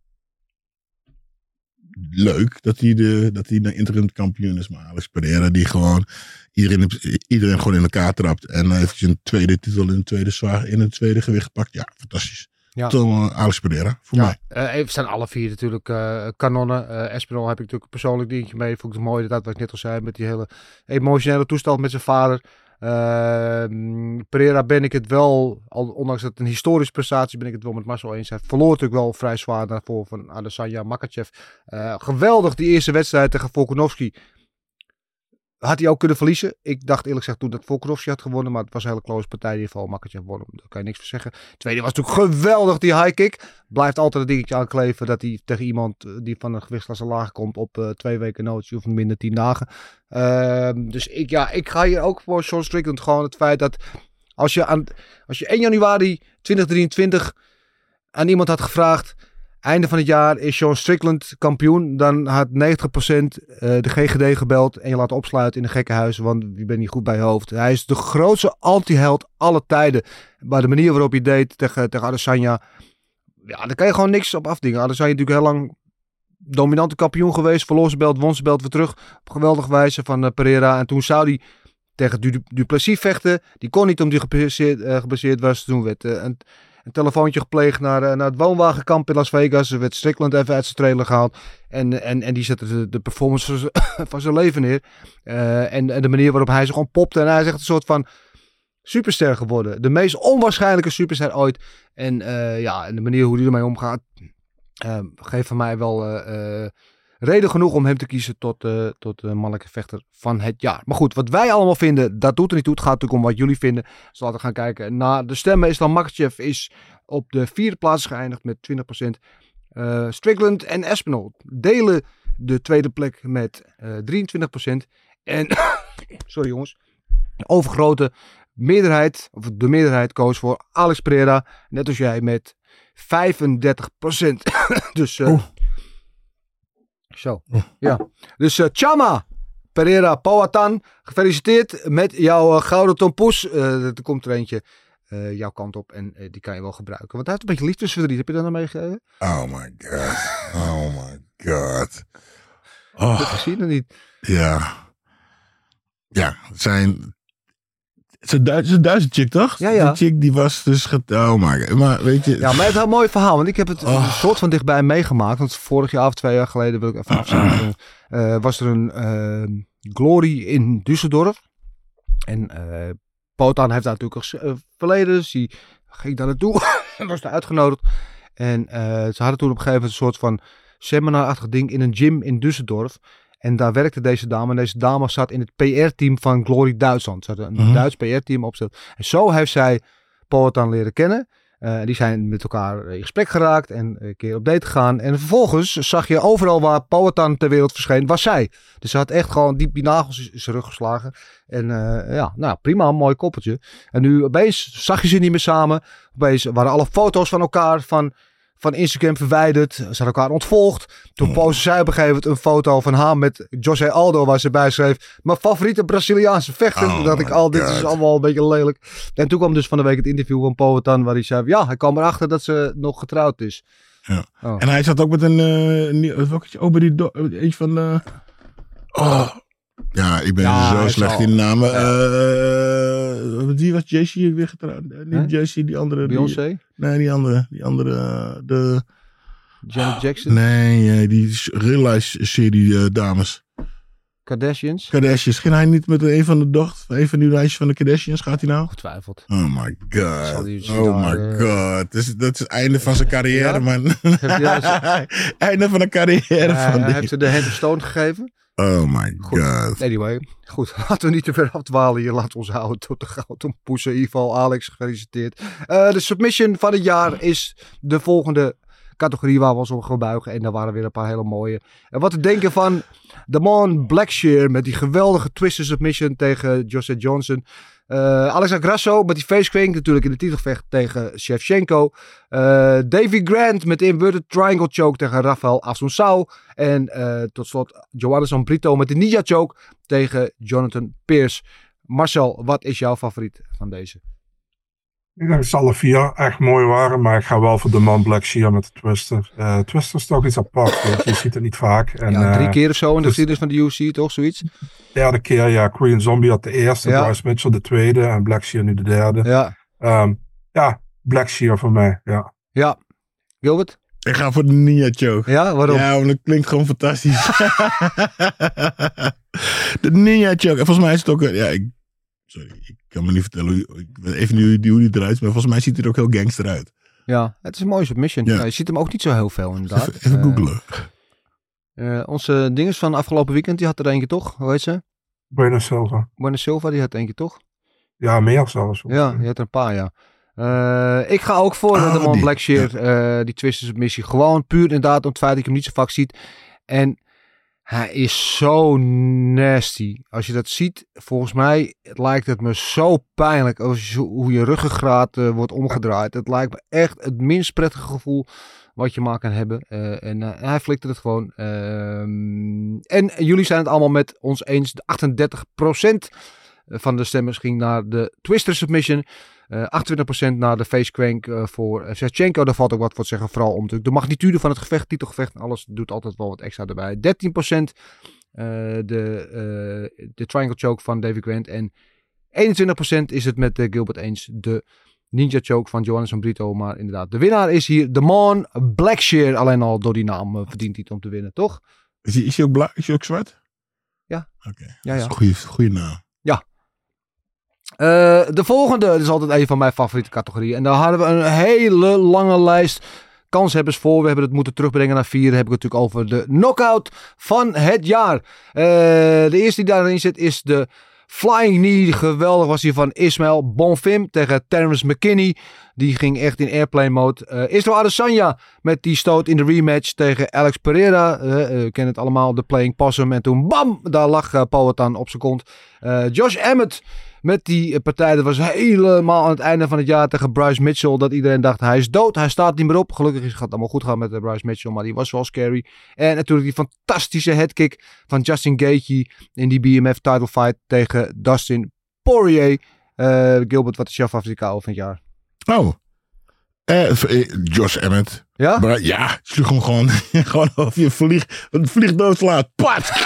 Speaker 7: Leuk dat hij de interim kampioen is. Maar Alex Pereira die gewoon iedereen gewoon in elkaar trapt. En eventjes een tweede titel in het tweede gewicht gepakt. Ja, fantastisch. Ja. Tom Alex Pereira, voor mij.
Speaker 8: We zijn alle 4 natuurlijk kanonnen. Aspinall heb ik natuurlijk een persoonlijk dingetje mee. Vond ik het mooi dat wat ik net al zei. Met die hele emotionele toestand met zijn vader. Pereira ben ik het wel, ondanks dat het een historische prestatie, ben ik het wel met Marcel eens. Hij verloor natuurlijk wel vrij zwaar daarvoor van Adesanya. Makhachev. Geweldig die eerste wedstrijd tegen Volkanovski. Had hij ook kunnen verliezen. Ik dacht eerlijk gezegd toen dat Volkanovski had gewonnen. Maar het was een hele close partij in ieder geval. Makhachev won. Daar kan je niks voor zeggen. Tweede was natuurlijk geweldig die high kick. Blijft altijd een dingetje aankleven dat hij tegen iemand die van een gewichtsklasse laag komt op 2 weken notie of minder 10 dagen. Dus ik ga hier ook voor Sean Strickland. Gewoon het feit dat als je 1 januari 2023 aan iemand had gevraagd, einde van het jaar is Sean Strickland kampioen, dan had 90% de GGD gebeld en je laten opsluiten in een gekkenhuis, want je bent niet goed bij je hoofd. Hij is de grootste anti-held alle tijden. Maar de manier waarop je deed tegen Adesanya, ja, daar kan je gewoon niks op afdingen. Adesanya is natuurlijk heel lang dominante kampioen geweest, verloor zijn belt, won zijn belt weer terug op geweldige wijze van Pereira. En toen zou hij tegen Duplessis vechten. Die kon niet omdat hij geblesseerd was. Toen werd een telefoontje gepleegd naar het woonwagenkamp in Las Vegas. Er werd Strickland even uit zijn trailer gehaald. En die zette de performance van zijn leven neer. En de manier waarop hij zich ontpopte. En hij is echt een soort van superster geworden. De meest onwaarschijnlijke superster ooit. En de manier hoe hij ermee omgaat. geeft van mij wel reden genoeg om hem te kiezen tot mannelijke vechter van het jaar. Maar goed, wat wij allemaal vinden, dat doet er niet toe. Het gaat natuurlijk om wat jullie vinden. Dus laten we gaan kijken naar de stemmen. Islam Makhachev is op de 4e plaats geëindigd met 20%. Strickland en Aspinall delen de tweede plek met 23%. En, sorry jongens, de overgrote meerderheid, of de meerderheid koos voor Alex Pereira, net als jij, met 35%. Dus, ja. Dus Chama Pereira Powhatan, gefeliciteerd met jouw gouden tompoes. Er komt er eentje jouw kant op en die kan je wel gebruiken. Want hij heeft een beetje liefdesverdriet. Heb je dat nou meegegeven?
Speaker 7: Oh my god. Oh my god. Oh.
Speaker 8: Dat zie je nog niet.
Speaker 7: Ja. Ja, het is een Duitse chick, toch?
Speaker 8: Ja.
Speaker 7: Die chick die was dus... Oh my god. Maar weet je...
Speaker 8: Ja, maar het is wel een mooi verhaal. Want ik heb het een soort van dichtbij meegemaakt. Want vorig jaar of 2 jaar geleden, wil ik even afzeggen, was er een Glory in Düsseldorf. En Powhatan heeft daar natuurlijk een verleden. Dus die ging daar naartoe. En was daar uitgenodigd. En ze hadden toen op een gegeven moment een soort van seminarachtig ding in een gym in Düsseldorf. En daar werkte deze dame. En deze dame zat in het PR-team van Glory Duitsland. Ze hadden een Duits PR-team opgesteld. En zo heeft zij Powhatan leren kennen. Die zijn met elkaar in gesprek geraakt. En een keer op date gegaan. En vervolgens zag je overal waar Powhatan ter wereld verscheen, was zij. Dus ze had echt gewoon diep die nagels in zijn rug geslagen. En prima, een mooi koppeltje. En nu opeens zag je ze niet meer samen. Opeens waren alle foto's van elkaar van Instagram verwijderd. Ze hadden elkaar ontvolgd. Toen postte zij op een gegeven moment een foto van haar met José Aldo, waar ze bij schreef: mijn favoriete Braziliaanse vechter. Toen dacht ik, dit is allemaal een beetje lelijk. En toen kwam dus van de week het interview van Powhatan, waar hij zei, ja, hij kwam erachter dat ze nog getrouwd is.
Speaker 7: Ja. Oh. En hij zat ook met eentje van... Ja, ik ben zo slecht in de namen. Die was Jay-Z weer getrouwd. Niet Jay-Z, die andere.
Speaker 8: Beyoncé?
Speaker 7: Nee, die andere.
Speaker 8: Janet Jackson?
Speaker 7: Nee, die Real Life serie dames.
Speaker 8: Kardashians?
Speaker 7: Ging hij niet met een van de dochters, een van die meisjes van de Kardashians? Gaat hij nou?
Speaker 8: Getwijfeld.
Speaker 7: Oh my god. Dat is het einde van zijn carrière, man. Einde van de carrière.
Speaker 8: Hij heeft ze de hand of stone gegeven.
Speaker 7: Oh my god.
Speaker 8: Anyway, goed. Laten we niet te ver afdwalen hier. Laten we ons houden tot de gouden poes. In ieder geval, Alex, gefeliciteerd. De submission van het jaar is de volgende categorie waar we ons op gaan buigen. En daar waren weer een paar hele mooie. En wat te denken van Damon Blackshear met die geweldige twister submission tegen Jose Johnson. Alexa Grasso met die facecrank natuurlijk in de titelgevecht tegen Shevchenko. Davy Grant met de inverted triangle choke tegen Rafael Assunção. En tot slot Joanderson Brito met de ninja choke tegen Jonathan Pearce. Marcel, wat is jouw favoriet van deze?
Speaker 9: Ik denk dat ze alle 4 echt mooi waren, maar ik ga wel voor de man Blackshear met de twister. Twister is toch iets apart, je ziet het niet vaak. En,
Speaker 8: 3 keer of zo in de geschiedenis van de UFC, toch? Zoiets?
Speaker 9: Derde keer, ja. Korean Zombie had de eerste, Bryce Mitchell de tweede en Blackshear nu de derde. Ja, Blackshear voor mij, ja.
Speaker 8: Ja, Gilbert?
Speaker 7: Ik ga voor de ninja choke.
Speaker 8: Ja, waarom?
Speaker 7: Ja, want het klinkt gewoon fantastisch. De ninja choke. En volgens mij is het ook... Sorry, ik kan me niet vertellen ik weet even niet hoe die eruit is, maar volgens mij ziet hij er ook heel gangster uit.
Speaker 8: Ja, het is een mooie submission. Ja. Je ziet hem ook niet zo heel veel inderdaad.
Speaker 7: Even googlen.
Speaker 8: Onze dinges van afgelopen weekend, die had er eentje toch? Hoe heet ze?
Speaker 9: Bueno Silva,
Speaker 8: die had eentje toch?
Speaker 9: Ja, meer zelfs.
Speaker 8: Ja, die had er een paar, ja. Ik ga ook voor de man Blackshear, die twister submission. Gewoon puur inderdaad om het feit dat je hem niet zo vaak ziet. En hij is zo nasty. Als je dat ziet, volgens mij lijkt het me zo pijnlijk hoe je ruggengraat wordt omgedraaid. Het lijkt me echt het minst prettige gevoel wat je maar kan hebben. En hij flikte het gewoon. En jullie zijn het allemaal met ons eens. De 38% van de stemmers ging naar de twister submission. 28% naar de facecrank voor Shevchenko. Daar valt ook wat voor te zeggen. Vooral om de magnitude van het gevecht, titelgevecht en alles doet altijd wel wat extra erbij. 13% de triangle choke van Davy Grant. En 21% is het met Gilbert eens de ninja choke van Joanderson Brito. Maar inderdaad, de winnaar is hier Damon Blackshear. Alleen al door die naam verdient hij het om te winnen, toch?
Speaker 7: Is hij ook blauw? Is hij ook zwart?
Speaker 8: Ja.
Speaker 7: Oké. Ja. Dat is een goede naam.
Speaker 8: Ja. De volgende is altijd een van mijn favoriete categorieën. En daar hadden we een hele lange lijst. kanshebbers voor. We hebben het moeten terugbrengen naar 4. Dan heb ik het natuurlijk over de knockout van het jaar. De eerste die daarin zit is de Flying Knee. Geweldig was hij van Ismael Bonfim tegen Terrence McKinney. Die ging echt in airplane mode. Israel Adesanya met die stoot in de rematch tegen Alex Pereira. We kennen het allemaal, de playing possum. En toen bam, daar lag Poatan op zijn kont. Josh Emmett met die partij. Dat was helemaal aan het einde van het jaar tegen Bryce Mitchell. Dat iedereen dacht, hij is dood. Hij staat niet meer op. Gelukkig gaat het allemaal goed gaan met Bryce Mitchell. Maar die was wel scary. En natuurlijk die fantastische headkick van Justin Gaethje in die BMF title fight tegen Dustin Poirier. Gilbert, wat is jouw favoriete KO van het jaar?
Speaker 7: Oh. Josh Emmett.
Speaker 8: Ja?
Speaker 7: Ja, sloeg hem gewoon over je vlieg doodslaat. Pat!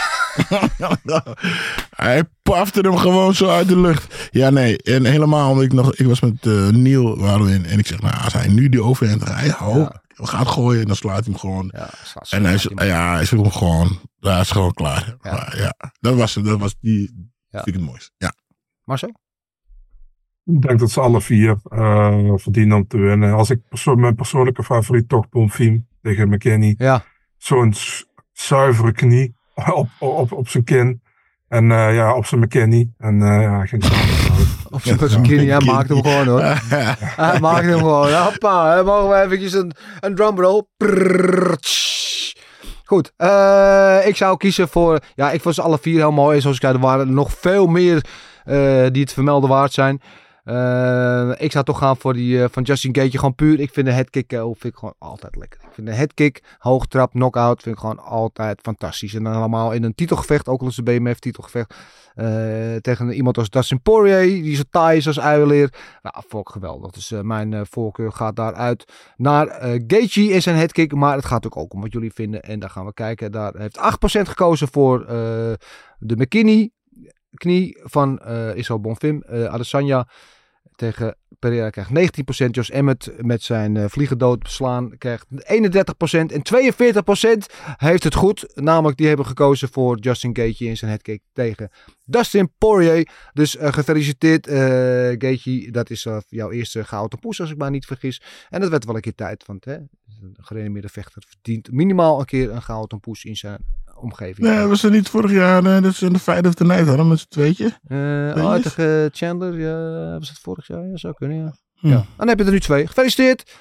Speaker 7: Hij pafte hem gewoon zo uit de lucht. Ja, nee. En helemaal, omdat ik was met Neil, waren we in. En ik zeg, als hij nu die overhand gaat gooien, dan slaat hij hem gewoon. Ja, en hij sloeg hem gewoon. Hij is gewoon klaar. Ja. Maar, ja, dat was die. Vind ik het mooiste. Ja.
Speaker 8: Marcel?
Speaker 9: Ik denk dat ze alle 4 verdienen om te winnen. Als ik mijn persoonlijke favoriet toch Bonfim tegen McKinney. Ja. Zo'n zuivere knie op zijn kin. En op zijn McKinney. En ging
Speaker 8: op zijn knie, hij maakte hem gewoon hoor. Hij maakte hem gewoon. Hoppa, mogen we eventjes een drumroll. Goed, ik zou kiezen voor... Ja, ik vond ze alle 4 heel mooi. En zoals ik zei, er waren nog veel meer die het vermelden waard zijn. Ik zou toch gaan voor die van Justin Gaethje. Gewoon puur, ik vind de headkick vind ik gewoon altijd lekker. Ik vind de headkick, hoogtrap, knockout vind ik gewoon altijd fantastisch. En dan allemaal in een titelgevecht, ook al is de BMF titelgevecht. Tegen iemand als Dustin Poirier, die zo taai is als uilenleer. Nou, vond ik geweldig. Dus mijn voorkeur gaat daaruit naar Gaethje en zijn headkick. Maar het gaat ook om wat jullie vinden. En daar gaan we kijken. Daar heeft 8% gekozen voor de McKinney knie van Israel Bonfim. Adesanya tegen Pereira krijgt 19%. Josh Emmett met zijn vliegendood beslaan krijgt 31%. En 42% heeft het goed. Namelijk die hebben gekozen voor Justin Gaethje in zijn headkick tegen Dustin Poirier. Dus gefeliciteerd Gaethje. Dat is jouw eerste gouden poes als ik me niet vergis. En dat werd wel een keer tijd. Want een gerenommeerde vechter verdient minimaal een keer een gouden poes in zijn omgeving. Nee,
Speaker 7: was er niet vorig jaar dat ze de Fight of the Night hadden met z'n tweetje?
Speaker 8: Tegen Chandler, was het vorig jaar? Ja, zou kunnen, ja. Ja. Dan heb je er nu 2. Gefeliciteerd!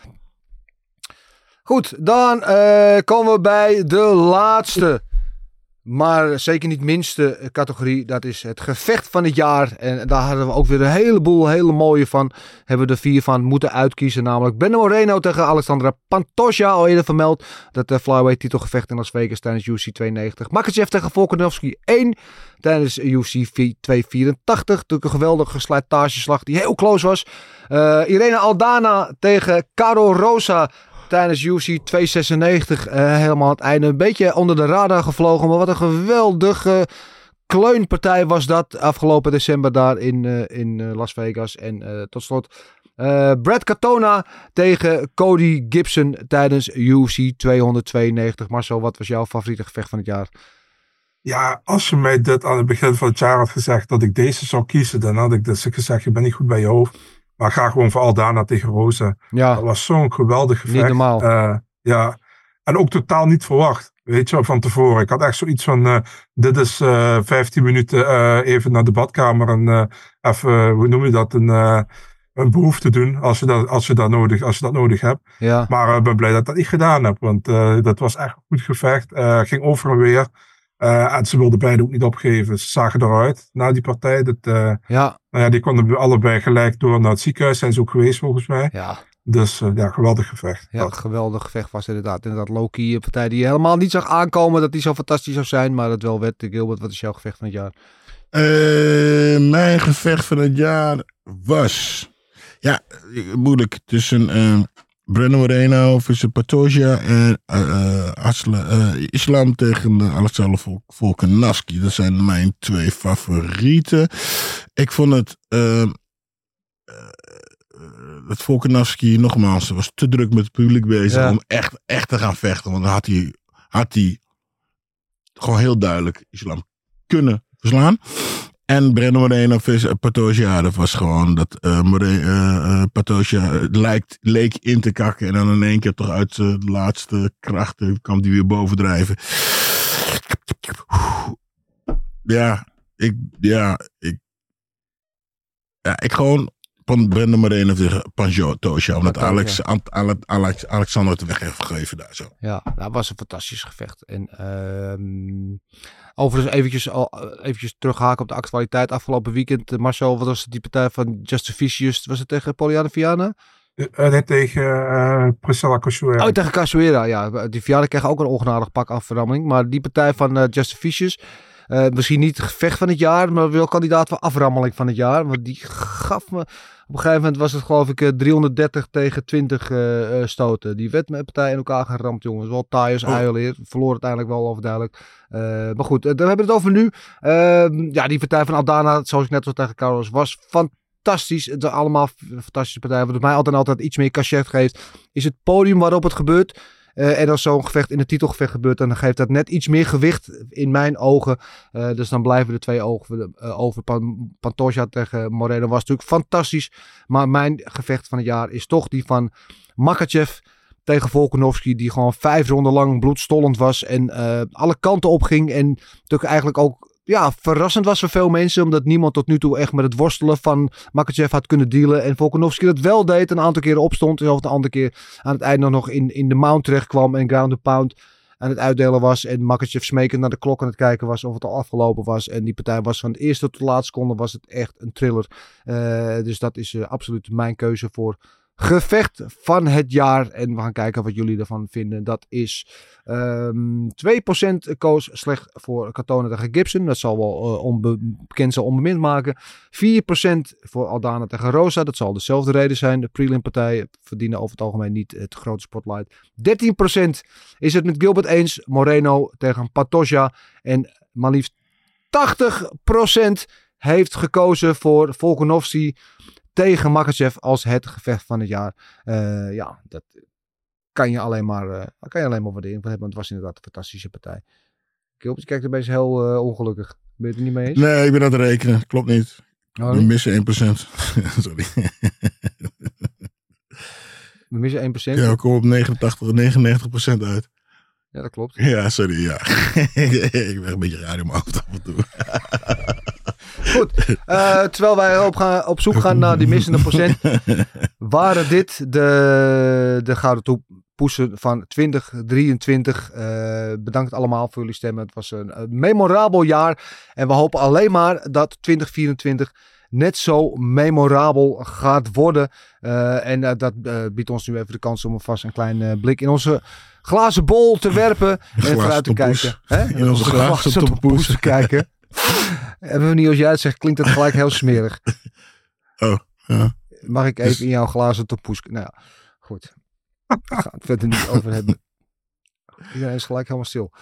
Speaker 8: Goed, dan komen we bij de laatste, maar zeker niet minste categorie. Dat is het gevecht van het jaar. En daar hadden we ook weer een heleboel hele mooie van. Hebben we er 4 van moeten uitkiezen. Namelijk Brandon Moreno tegen Alexandra Pantoja. Al eerder vermeld. Dat flyweight titelgevecht in Las Vegas tijdens UFC 290. Makhachev tegen Volkanovski 1. Tijdens UFC 284. Natuurlijk een geweldige slijtageslag die heel close was. Irene Aldana tegen Caro Rosa. Tijdens UFC 296 helemaal aan het einde een beetje onder de radar gevlogen. Maar wat een geweldige kleunpartij was dat afgelopen december daar in Las Vegas. En tot slot Brad Katona tegen Cody Gibson tijdens UFC 292. Marcel, wat was jouw favoriete gevecht van het jaar?
Speaker 9: Ja, als je mij dit aan het begin van het jaar had gezegd dat ik deze zou kiezen, dan had ik dus gezegd, je bent niet goed bij je hoofd. Maar ga gewoon voor Aldana tegen Rosa. Ja. Dat was zo'n geweldig gevecht.
Speaker 8: Niet normaal.
Speaker 9: Ja. En ook totaal niet verwacht. Weet je, van tevoren. Ik had echt zoiets van, dit is 15 minuten even naar de badkamer en even, hoe noem je dat, een behoefte doen als je dat nodig hebt. Ja. Maar ik ben blij dat ik dat niet gedaan heb. Want dat was echt een goed gevecht. Ging over en weer. En ze wilden beide ook niet opgeven. Ze zagen eruit na die partij. Die konden allebei gelijk door naar het ziekenhuis. Zijn ze ook geweest volgens mij. Ja. Dus geweldig gevecht.
Speaker 8: Ja, geweldig gevecht was inderdaad. Inderdaad, Loki, een partij die je helemaal niet zag aankomen dat die zo fantastisch zou zijn. Maar dat wel werd. Gilbert, wat is jouw gevecht van het jaar?
Speaker 7: Mijn gevecht van het jaar was... Ja, moeilijk tussen... Brandon Moreno versus Pantoja en Islam tegen Alexander Volkanovski. Dat zijn mijn 2 favorieten. Ik vond het Volkanovski, nogmaals, was te druk met het publiek bezig om echt te gaan vechten. Want dan had hij gewoon heel duidelijk Islam kunnen verslaan. En Brandon Moreno versus Pantoja, dat was gewoon dat Pantoja leek in te kakken. En dan in één keer toch uit de laatste krachten kwam die weer bovendrijven. Ik gewoon van Brandon Moreno tegen Pantoja. Omdat Alexander het weg heeft gegeven daar zo.
Speaker 8: Ja, dat was een fantastisch gevecht. En overigens eventjes terughaken op de actualiteit. Afgelopen weekend, Marcel, wat was die partij van Justin Vicious? Was het tegen Poliana Viana?
Speaker 9: Net tegen Priscilla Cachoeira.
Speaker 8: Oh, tegen Cachoeira, ja. Die Viana kreeg ook een ongenadig pak aframmeling. Maar die partij van Justin Vicious, misschien niet het gevecht van het jaar, maar wel kandidaat voor aframmeling van het jaar. Want die gaf me... Op een gegeven moment was het geloof ik 330 tegen 20 stoten. Die werd met partij in elkaar geramd, jongens. Wel taai als eierleer. Verloor uiteindelijk wel overduidelijk. Maar goed, daar hebben we het over nu. Die partij van Aldana, zoals ik net al tegen Carlos, was fantastisch. Het zijn allemaal fantastische partijen. Wat mij altijd iets meer cachet geeft, is het podium waarop het gebeurt. En als zo'n gevecht in een titelgevecht gebeurt, dan geeft dat net iets meer gewicht in mijn ogen. Dus dan blijven de twee ogen over. Pantoja tegen Moreno was natuurlijk fantastisch. Maar mijn gevecht van het jaar is toch die van Makhachev tegen Volkanovski. Die gewoon 5 ronden lang bloedstollend was. En alle kanten opging. En natuurlijk eigenlijk ook verrassend was voor veel mensen. Omdat niemand tot nu toe echt met het worstelen van Makhachev had kunnen dealen. En Volkanovski dat wel deed. Een aantal keren opstond. En een andere keer aan het einde nog in de mount terecht kwam. En ground and pound aan het uitdelen was. En Makhachev smekend naar de klok aan het kijken was. Of het al afgelopen was. En die partij was van de eerste tot de laatste seconde was het echt een thriller. Dus dat is absoluut mijn keuze voor gevecht van het jaar. En we gaan kijken wat jullie ervan vinden. Dat is 2% koos slecht voor Katona tegen Gibson. Dat zal wel bekend zal onbemind maken. 4% voor Aldana tegen Rosa. Dat zal dezelfde reden zijn. De prelim partijen verdienen over het algemeen niet het grote spotlight. 13% is het met Gilbert eens. Moreno tegen Pantoja. En maar liefst 80% heeft gekozen voor Volkanovski tegen Makhachev als het gevecht van het jaar. Dat kan je alleen maar waarderen. Want het was inderdaad een fantastische partij. Gilbert, je kijkt er best heel ongelukkig. Ben je het er niet mee eens?
Speaker 7: Nee, ik ben aan het rekenen. Klopt niet. We missen 1%. Sorry.
Speaker 8: We missen 1%?
Speaker 7: Ja, we komen op 99% uit.
Speaker 8: Ja, dat klopt.
Speaker 7: Ja, sorry. Ja. Ik ben een beetje raar in mijn hoofd af en toe.
Speaker 8: Goed, terwijl wij op zoek gaan naar die missende procent, waren dit de gouden poesen van 2023. Bedankt allemaal voor jullie stemmen. Het was een memorabel jaar en we hopen alleen maar dat 2024 net zo memorabel gaat worden. Dat biedt ons nu even de kans om alvast een klein blik in onze glazen bol te werpen en vooruit te kijken.
Speaker 7: In onze glazen toppoes
Speaker 8: te kijken. Hebben we niet als jij het zegt, klinkt dat gelijk heel smerig.
Speaker 7: Oh, ja.
Speaker 8: Mag ik even in jouw glazen toppoes? Nou ja, goed. Ik ga het verder niet over hebben. Iedereen is gelijk helemaal stil.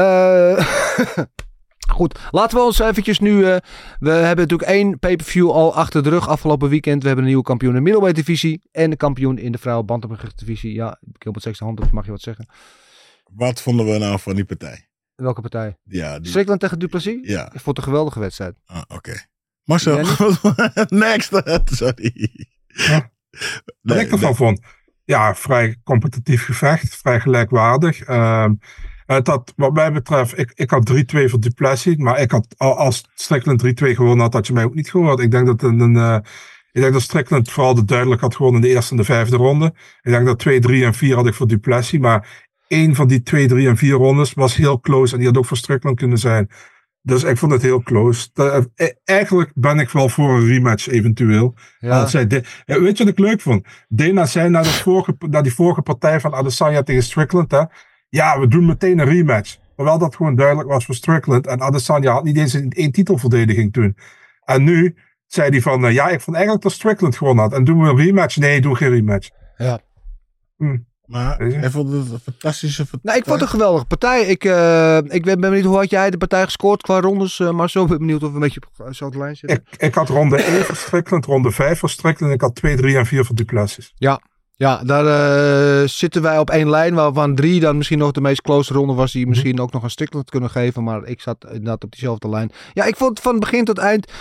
Speaker 8: Goed, laten we ons eventjes nu... we hebben natuurlijk 1 pay-per-view al achter de rug afgelopen weekend. We hebben een nieuwe kampioen in de middleweight divisie. En een kampioen in de vrouwen bantamgewicht divisie. Ja, Gilbert steekt zijn hand op, mag je wat zeggen?
Speaker 7: Wat vonden we nou van die partij?
Speaker 8: Welke partij?
Speaker 7: Ja,
Speaker 8: Strickland tegen Duplessis?
Speaker 7: Ja.
Speaker 8: Ik vond het een geweldige wedstrijd.
Speaker 7: Oké. Marcel, next. Sorry.
Speaker 9: Wat ik ervan vond? Ja, vrij competitief gevecht. Vrij gelijkwaardig. Wat mij betreft, ik had 3-2 voor Duplessis. Maar ik had, als Strickland 3-2 gewonnen had je mij ook niet gehoord. Ik denk dat Strickland vooral de duidelijk had gewonnen in de eerste en de vijfde ronde. Ik denk dat 2, 3 en 4 had ik voor Duplessis. Maar 1 van die 2, 3 en 4 rondes was heel close. En die had ook voor Strickland kunnen zijn. Dus ik vond het heel close. Eigenlijk ben ik wel voor een rematch eventueel.
Speaker 8: Ja.
Speaker 9: Weet je wat ik leuk vond? Dana zei na die vorige partij van Adesanya tegen Strickland. Hè, ja, we doen meteen een rematch. Terwijl dat gewoon duidelijk was voor Strickland. En Adesanya had niet eens één titelverdediging toen. En nu zei hij van... ik vond eigenlijk dat Strickland gewonnen had. En doen we een rematch? Nee, doe geen rematch.
Speaker 8: Ja.
Speaker 7: Maar hij vond het een fantastische partij.
Speaker 8: Nou, ik vond het een geweldige partij. Ik ben benieuwd, hoe had jij de partij gescoord qua rondes? Maar zo ben ik benieuwd of we een beetje op zo'n lijn zitten.
Speaker 9: Ik had ronde 1 voor Strickland, ronde 5 voor Strickland. En ik had 2, 3 en 4 voor Duplessis.
Speaker 8: Ja, Ja, daar zitten wij op 1 lijn, waarvan 3 dan misschien nog de meest close ronde was, die misschien ook nog een Strickland kunnen geven, maar ik zat inderdaad op diezelfde lijn. Ja, ik vond van begin tot eind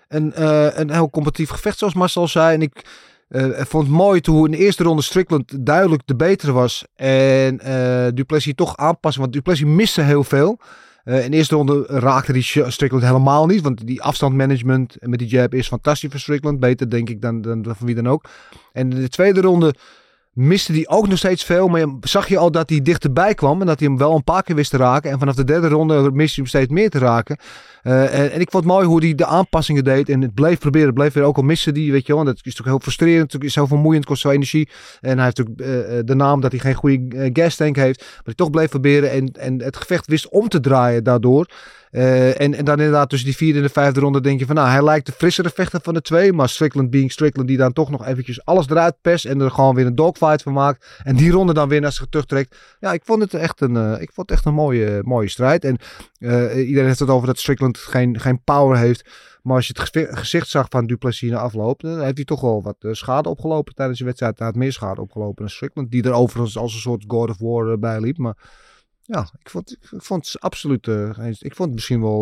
Speaker 8: een heel competitief gevecht, zoals Marcel zei. En ik vond het mooi hoe in de eerste ronde Strickland duidelijk de betere was en Du Plessis toch aanpassen, want Du Plessis miste heel veel. In de eerste ronde raakte die Strickland helemaal niet. Want die afstandmanagement met die jab is fantastisch voor Strickland. Beter denk ik dan van wie dan ook. En in de tweede ronde miste hij ook nog steeds veel. Maar zag je al dat hij dichterbij kwam. En dat hij hem wel een paar keer wist te raken. En vanaf de derde ronde miste hij hem steeds meer te raken. En ik vond het mooi hoe hij de aanpassingen deed. En het bleef proberen. Het bleef weer ook al missen die, weet je wel. Dat is natuurlijk heel frustrerend. Het is heel vermoeiend. Het kost zo energie. En hij heeft natuurlijk de naam dat hij geen goede gastank heeft. Maar hij toch bleef proberen. En het gevecht wist om te draaien daardoor. En dan inderdaad tussen die 4e en de 5e ronde denk je van nou, hij lijkt de frissere vechter van de 2. Maar Strickland being Strickland die dan toch nog eventjes alles eruit pest. En er gewoon weer een dogfight van maakt. En die ronde dan weer naar zich terugtrekt. Ja, ik vond het echt een mooie strijd. En iedereen heeft het over dat Strickland geen power heeft. Maar als je het gezicht zag van Du Plessis na afloop, dan heeft hij toch wel wat schade opgelopen tijdens de wedstrijd. Hij had meer schade opgelopen dan Strickland. Die er overigens als een soort God of War bij liep. Maar ja, ik vond het absoluut. Ik vond het misschien wel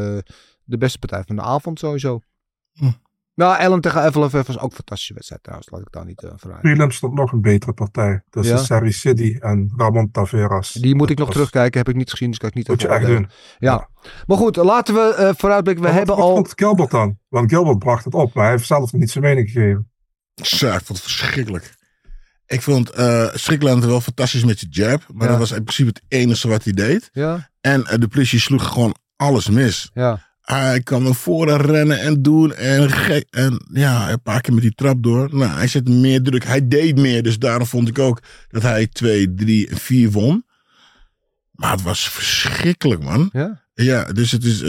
Speaker 8: de beste partij van de avond sowieso. Nou, Allen tegen Evloev was ook een fantastische wedstrijd trouwens. Laat ik daar niet vooruit.
Speaker 9: Prelim stond nog een betere partij. Dat is Sari Sidi en Ramon Taveras.
Speaker 8: Die moet ik nog terugkijken. Heb ik niet gezien, dus kan ik niet.
Speaker 9: Moet je echt doen.
Speaker 8: Ja. Maar goed, laten we vooruitblikken. Wat
Speaker 9: vond Gilbert dan? Want Gilbert bracht het op, maar hij heeft zelf niet zijn mening gegeven.
Speaker 7: Zo, ik vond het verschrikkelijk. Ik vond Strickland wel fantastisch met zijn jab. Maar dat was in principe het enige wat hij deed.
Speaker 8: Ja.
Speaker 7: En Du Plessis sloeg gewoon alles mis.
Speaker 8: Ja.
Speaker 7: Hij kwam naar voren rennen en doen. En een paar keer met die trap door. Nou, hij zette meer druk. Hij deed meer. Dus daarom vond ik ook dat hij 2, 3 en 4 won. Maar het was verschrikkelijk, man.
Speaker 8: Ja?
Speaker 7: Ja, dus het is...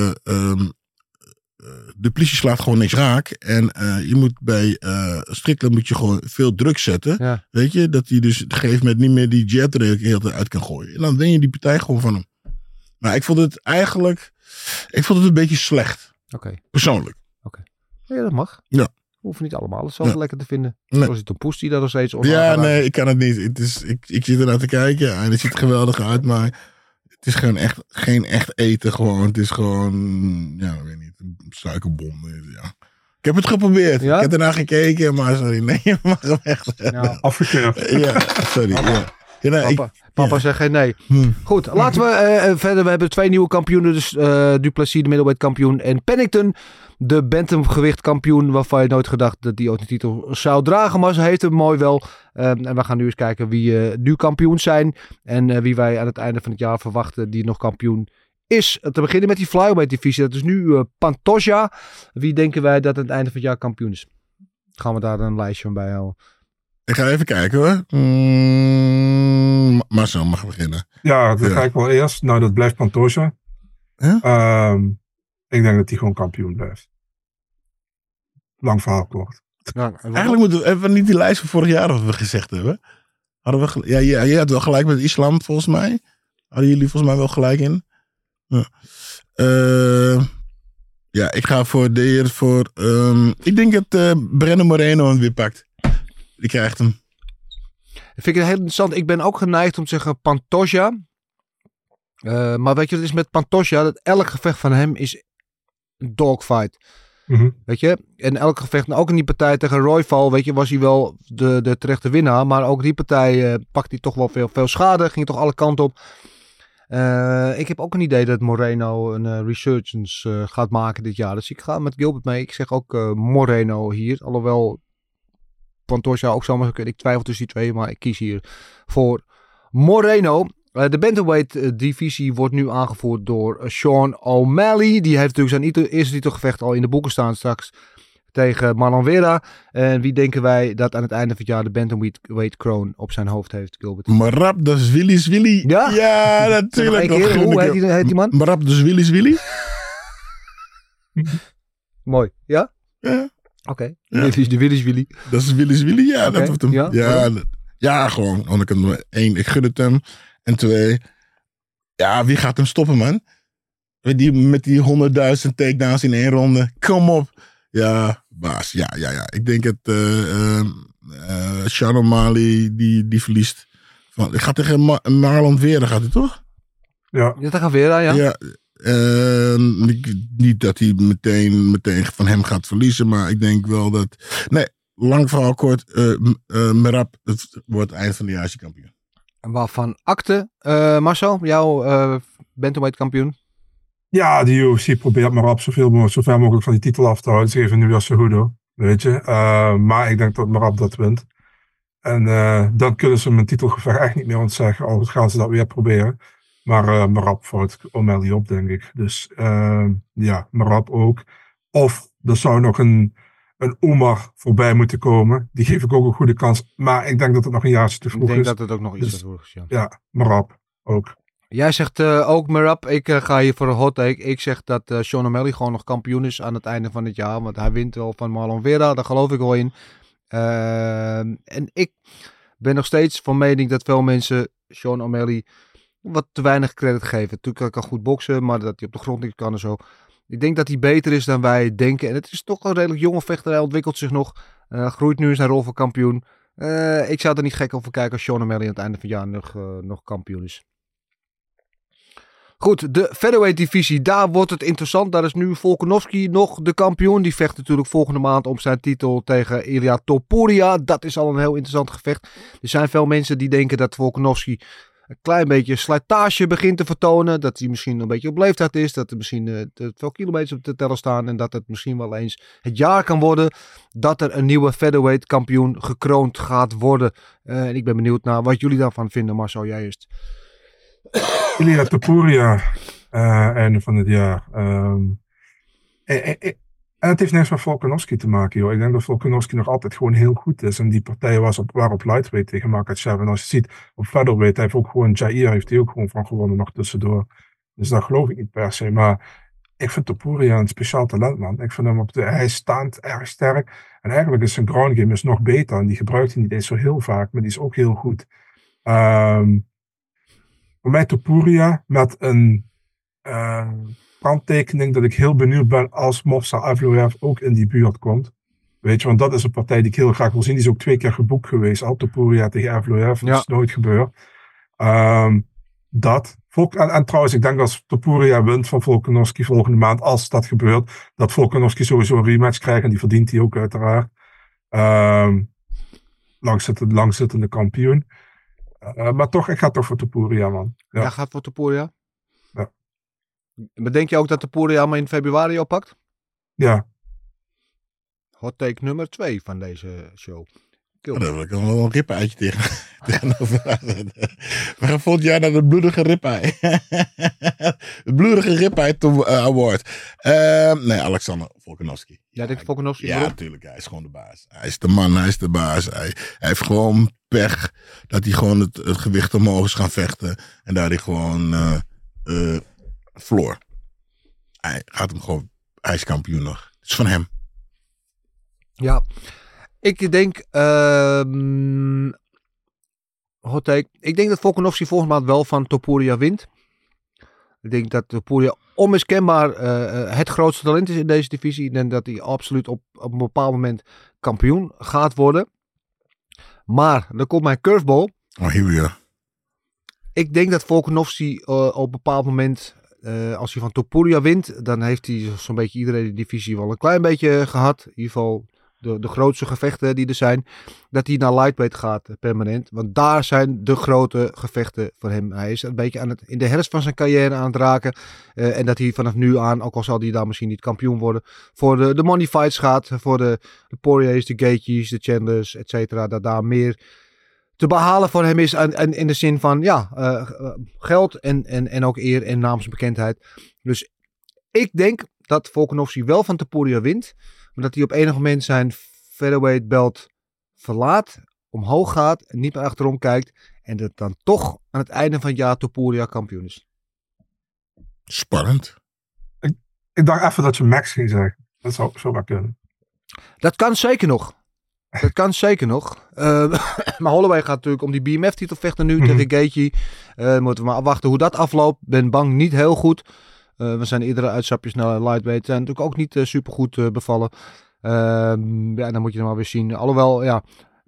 Speaker 7: Du Plessis slaat gewoon niks raak. En je moet bij Strickland moet je gewoon veel druk zetten.
Speaker 8: Ja.
Speaker 7: Weet je? Dat hij dus op een gegeven moment niet meer die jab er heel uit kan gooien. En dan win je die partij gewoon van hem. Maar ik vond het eigenlijk... Ik vond het een beetje slecht.
Speaker 8: Oké.
Speaker 7: Persoonlijk.
Speaker 8: Oké. Ja, dat mag.
Speaker 7: Ja.
Speaker 8: Hoeven niet allemaal hetzelfde lekker te vinden.
Speaker 7: Nee.
Speaker 8: Zoals het poest die daar nog steeds
Speaker 7: nee, ik kan het niet. Het is, ik zit er naar te kijken en het ziet er geweldig uit, maar het is gewoon echt geen echt eten gewoon. Het is gewoon, ja, ik weet niet, een suikerbom. Ja. Ik heb het geprobeerd. Ja? Ik heb ernaar gekeken, maar sorry, nee, je mag hem echt.
Speaker 9: Ja, afgekeurd.
Speaker 7: Ja, sorry. Ja. Ja, nee,
Speaker 8: Papa zegt geen nee. Goed, laten we verder. We hebben 2 nieuwe kampioenen. Dus Du Plessis, de middleweight kampioen. En Pennington, de bantamgewicht kampioen. Waarvan je nooit gedacht dat die ook de titel zou dragen. Maar ze heeft hem mooi wel. En we gaan nu eens kijken wie nu kampioen zijn. En wie wij aan het einde van het jaar verwachten die nog kampioen is. Te beginnen met die flyweight divisie. Dat is nu Pantoja. Wie denken wij dat aan het einde van het jaar kampioen is? Gaan we daar een lijstje van bij houden.
Speaker 7: Ik ga even kijken hoor. Marcel mag beginnen.
Speaker 9: Ja, dat ga ik wel eerst. Nou, dat blijft Pantoja.
Speaker 7: Huh?
Speaker 9: Ik denk dat hij gewoon kampioen blijft. Lang verhaal kort.
Speaker 7: Ja, eigenlijk hebben we niet die lijst van vorig jaar wat we gezegd hebben. Hadden we je had wel gelijk met islam volgens mij. Hadden jullie volgens mij wel gelijk in. Ja, ik ga voor de heer voor... ik denk dat Brandon Moreno hem weer pakt. Die krijgt hem.
Speaker 8: Dat vind ik heel interessant. Ik ben ook geneigd om te zeggen Pantoja. Maar weet je, het is met Pantoja dat elk gevecht van hem is een dogfight.
Speaker 9: Mm-hmm.
Speaker 8: Weet je? En elk gevecht, ook in die partij tegen Royval, weet je, was hij wel de terechte winnaar. Maar ook die partij pakte hij toch wel veel schade. Ging toch alle kanten op. Ik heb ook een idee dat Moreno een resurgence gaat maken dit jaar. Dus ik ga met Gilbert mee. Ik zeg ook Moreno hier. Alhoewel Pantoja ook zomaar kunnen. Ik twijfel tussen die twee, maar ik kies hier voor Moreno. De bantamweight divisie wordt nu aangevoerd door Sean O'Malley. Die heeft natuurlijk zijn eerste titelgevecht al in de boeken staan straks tegen Marlon Vera. En wie denken wij dat aan het einde van het jaar de bantamweight crown op zijn hoofd heeft, Gilbert?
Speaker 7: Marab de Zwilly.
Speaker 8: Ja?
Speaker 7: Ja, natuurlijk.
Speaker 8: Hoe heet die man?
Speaker 7: Marab de Zwilly.
Speaker 8: Mooi. Ja?
Speaker 7: Ja.
Speaker 8: Oké. Dit is de Willy.
Speaker 7: Dat is Willy. Ja,
Speaker 8: okay.
Speaker 7: Dat wordt hem. Ja, gewoon. Want ik gun het hem. En 2. Ja, wie gaat hem stoppen, man? Met die 100.000 takedowns in 1 ronde. Kom op. Ja, baas. Ja. Ik denk het Sean O'Malley, die verliest. Ik ga tegen Marlon Vera, gaat hij toch?
Speaker 9: Ja.
Speaker 8: Ja, tegen Vera, ja.
Speaker 7: Ja. Niet dat hij meteen van hem gaat verliezen, maar ik denk wel dat... Nee, lang verhaal kort. Merab wordt eind van de jaar kampioen.
Speaker 8: En waarvan akte, Marcel, jouw bantamweight kampioen?
Speaker 9: Ja, de UFC probeert Merab zo ver mogelijk van die titel af te houden. Ze geven nu weer Cejudo, weet je. Maar ik denk dat Merab dat wint. En dan kunnen ze mijn titelgevecht echt niet meer ontzeggen. Al gaan ze dat weer proberen. Maar Merab valt O'Malley op, denk ik. Dus ja, Merab ook. Of er zou nog een Omar voorbij moeten komen. Die geef ik ook een goede kans. Maar ik denk dat het nog een jaartje te vroeg is.
Speaker 8: Ik denk dat het ook nog iets te vroeg is, ja.
Speaker 9: Ja, Merab ook.
Speaker 8: Jij zegt ook Merab. Ik ga hier voor een hot take. Ik zeg dat Sean O'Malley gewoon nog kampioen is aan het einde van het jaar. Want hij wint wel van Marlon Vera. Daar geloof ik wel in. En ik ben nog steeds van mening dat veel mensen Sean O'Malley wat te weinig credit geven. Natuurlijk kan goed boksen, maar dat hij op de grond niet kan en zo. Ik denk dat hij beter is dan wij denken. En het is toch een redelijk jonge vechter. Hij ontwikkelt zich nog. Groeit nu in zijn rol van kampioen. Ik zou er niet gek over kijken als Sean O'Malley aan het einde van het jaar nog kampioen is. Goed, de featherweight divisie, daar wordt het interessant. Daar is nu Volkanovski nog de kampioen. Die vecht natuurlijk volgende maand om zijn titel tegen Ilia Topuria. Dat is al een heel interessant gevecht. Er zijn veel mensen die denken dat Volkanovski een klein beetje slijtage begint te vertonen. Dat hij misschien een beetje op leeftijd is. Dat er misschien veel kilometers op te tellen staan. En dat het misschien wel eens het jaar kan worden dat er een nieuwe featherweight kampioen gekroond gaat worden. En ik ben benieuwd naar wat jullie daarvan vinden. Marcel, jij eerst.
Speaker 9: Ilia Topuria, einde van het jaar. En het heeft niks met Volkanovski te maken, joh. Ik denk dat Volkanovski nog altijd gewoon heel goed is. En die partij waren op lightweight tegen Makhachev. En als je ziet, op featherweight, hij heeft ook gewoon Jair, heeft hij ook gewoon van gewonnen nog tussendoor. Dus dat geloof ik niet per se. Maar ik vind Topuria een speciaal talent, man. Ik vind hem hij staat erg sterk. En eigenlijk is zijn ground game nog beter. En die gebruikt hij niet eens zo heel vaak, maar die is ook heel goed. Voor mij Topuria met een kanttekening dat ik heel benieuwd ben als Movsar Evloev ook in die buurt komt. Weet je, want dat is een partij die ik heel graag wil zien. Die is ook 2 keer geboekt geweest. Al Topuria tegen Evloev. Dat is nooit gebeurd. En trouwens, ik denk als Topuria wint van Volkanovski volgende maand, als dat gebeurt, dat Volkanovski sowieso een rematch krijgt. En die verdient hij ook uiteraard. Langzittende kampioen. Maar toch, ik ga toch voor Topuria, man. Ja.
Speaker 8: Jij gaat voor Topuria?
Speaker 9: Ja.
Speaker 8: Maar denk je ook dat Topuria maar in februari oppakt?
Speaker 9: Ja.
Speaker 8: Hot take nummer 2 van deze show.
Speaker 7: Daar wil ik wel een ribbeitje tegenover. We gaan volgend jaar naar de bloedige ribeye. De bloedige ribeye award. Nee, Alexander Volkanovski.
Speaker 8: Ja, dit Volkanovski?
Speaker 7: Ja, natuurlijk. Hij is gewoon de baas. Hij is de man, hij is de baas. Hij heeft gewoon pech dat hij gewoon het gewicht omhoog is gaan vechten. En daar hij gewoon verloor. Hij gaat hem gewoon, hij is kampioen nog. Het is van hem.
Speaker 8: Ja. Ik denk, hot take. Ik denk dat Volkanovski volgende maand wel van Topuria wint. Ik denk dat Topuria onmiskenbaar het grootste talent is in deze divisie. Ik denk dat hij absoluut op een bepaald moment kampioen gaat worden. Maar, dan komt mijn curveball.
Speaker 7: Oh, hier weer.
Speaker 8: Ik denk dat Volkanovski op een bepaald moment, als hij van Topuria wint, dan heeft hij zo'n beetje iedereen in de divisie wel een klein beetje gehad. In ieder geval de grootste gevechten die er zijn, dat hij naar lightweight gaat permanent. Want daar zijn de grote gevechten voor hem. Hij is een beetje in de herfst van zijn carrière aan het raken. En dat hij vanaf nu aan, ook al zal hij daar misschien niet kampioen worden, voor de money fights gaat. Voor de Poiriers, de Gaethjes, de Chandlers, et cetera. Dat daar meer te behalen voor hem is. En in de zin van geld en ook eer en naamsbekendheid. Dus ik denk dat Volkanovski wel van Topuria wint. Maar dat hij op enig moment zijn featherweight belt verlaat, omhoog gaat en niet meer achterom kijkt. En dat dan toch aan het einde van het jaar Topuria kampioen is.
Speaker 7: Spannend.
Speaker 9: Ik dacht even dat je Max ging zeggen. Dat zou wel kunnen.
Speaker 8: Dat kan zeker nog. Dat kan zeker nog. Maar Holloway gaat natuurlijk om die BMF-titel vechten nu tegen Gaethje. Moeten we maar afwachten hoe dat afloopt. Ben bang niet heel goed. We zijn iedere uitstapjes naar lightweight. Zijn natuurlijk ook niet supergoed bevallen. Dan moet je hem maar weer zien. Alhoewel, ja,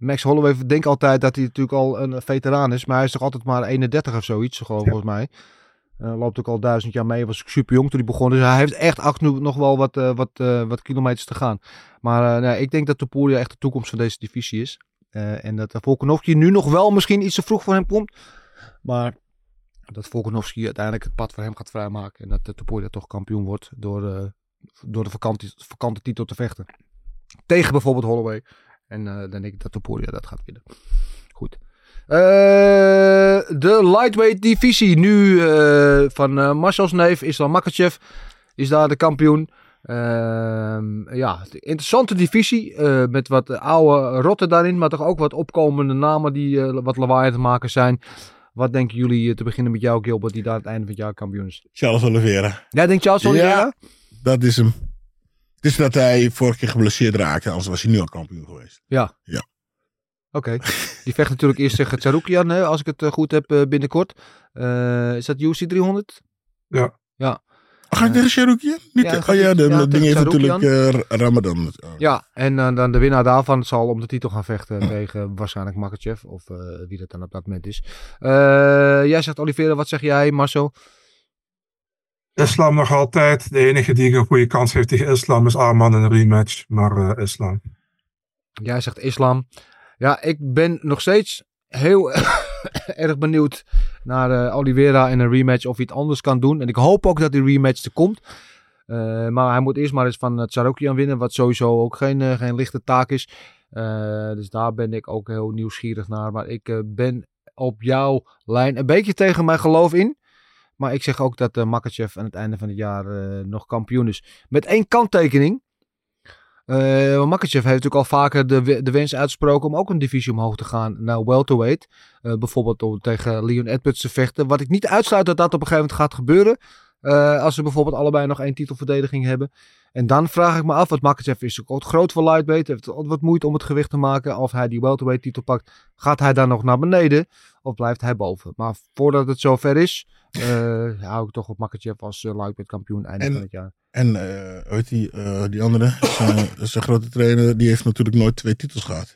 Speaker 8: Max Holloway denkt altijd dat hij natuurlijk al een veteraan is. Maar hij is toch altijd maar 31 of zoiets, volgens mij. Loopt ook al 1000 jaar mee. Was super jong toen hij begon. Dus hij heeft echt nog wel wat kilometers te gaan. Maar ik denk dat Topuria echt de toekomst van deze divisie is. En dat Volkanovski nu nog wel misschien iets te vroeg voor hem komt. Maar dat Volkanovski uiteindelijk het pad voor hem gaat vrijmaken. En dat Topuria toch kampioen wordt door de vakante titel te vechten. Tegen bijvoorbeeld Holloway. En dan denk ik dat Topuria dat gaat winnen. Goed. De lightweight divisie nu van Marcel's neef Islam Makhachev is daar de kampioen. Interessante divisie met wat oude rotten daarin, maar toch ook wat opkomende namen die wat lawaai te maken zijn. Wat denken jullie te beginnen met jou, Gilbert, die daar aan het einde van het jaar kampioen is?
Speaker 7: Charles Oliveira.
Speaker 8: Jij denkt Charles Oliveira?
Speaker 7: Ja, dat is hem. Het is dat hij vorige keer geblesseerd raakte, anders was hij nu al kampioen geweest.
Speaker 8: Ja. Oké. Die vecht natuurlijk eerst tegen Tsarukyan, als ik het goed heb, binnenkort. Is dat UFC 300?
Speaker 9: Ja.
Speaker 7: Ga je tegen Tsarukyan? De ding heeft natuurlijk Ramadan.
Speaker 8: Ja, en dan de winnaar daarvan zal om de titel gaan vechten tegen waarschijnlijk Makhachev. Of wie dat dan op dat moment is. Jij zegt Oliveira, wat zeg jij, Marcel?
Speaker 9: Islam nog altijd. De enige die een goede kans heeft tegen Islam is Arman in een rematch. Maar Islam.
Speaker 8: Jij zegt Islam. Ja, ik ben nog steeds heel erg benieuwd naar Oliveira in een rematch of hij het anders kan doen. En ik hoop ook dat die rematch er komt. Maar hij moet eerst maar eens van Tsarukyan winnen, wat sowieso ook geen lichte taak is. Dus daar ben ik ook heel nieuwsgierig naar. Maar ik ben op jouw lijn een beetje tegen mijn geloof in. Maar ik zeg ook dat Makhachev aan het einde van het jaar nog kampioen is. Met 1 kanttekening. Makhachev heeft natuurlijk al vaker de wens uitgesproken om ook een divisie omhoog te gaan naar welterweight. Bijvoorbeeld om tegen Leon Edwards te vechten. Wat ik niet uitsluit dat op een gegeven moment gaat gebeuren. Als ze bijvoorbeeld allebei nog 1 titelverdediging hebben. En dan vraag ik me af, want Makhachev is ook groot voor lightweight. Heeft wat moeite om het gewicht te maken. Als hij die welterweight titel pakt, gaat hij dan nog naar beneden? Of blijft hij boven? Maar voordat het zover is, hou ik toch op Makhachev als lightweight kampioen einde van het jaar.
Speaker 7: En weet die andere, zijn grote trainer, die heeft natuurlijk nooit 2 titels gehad.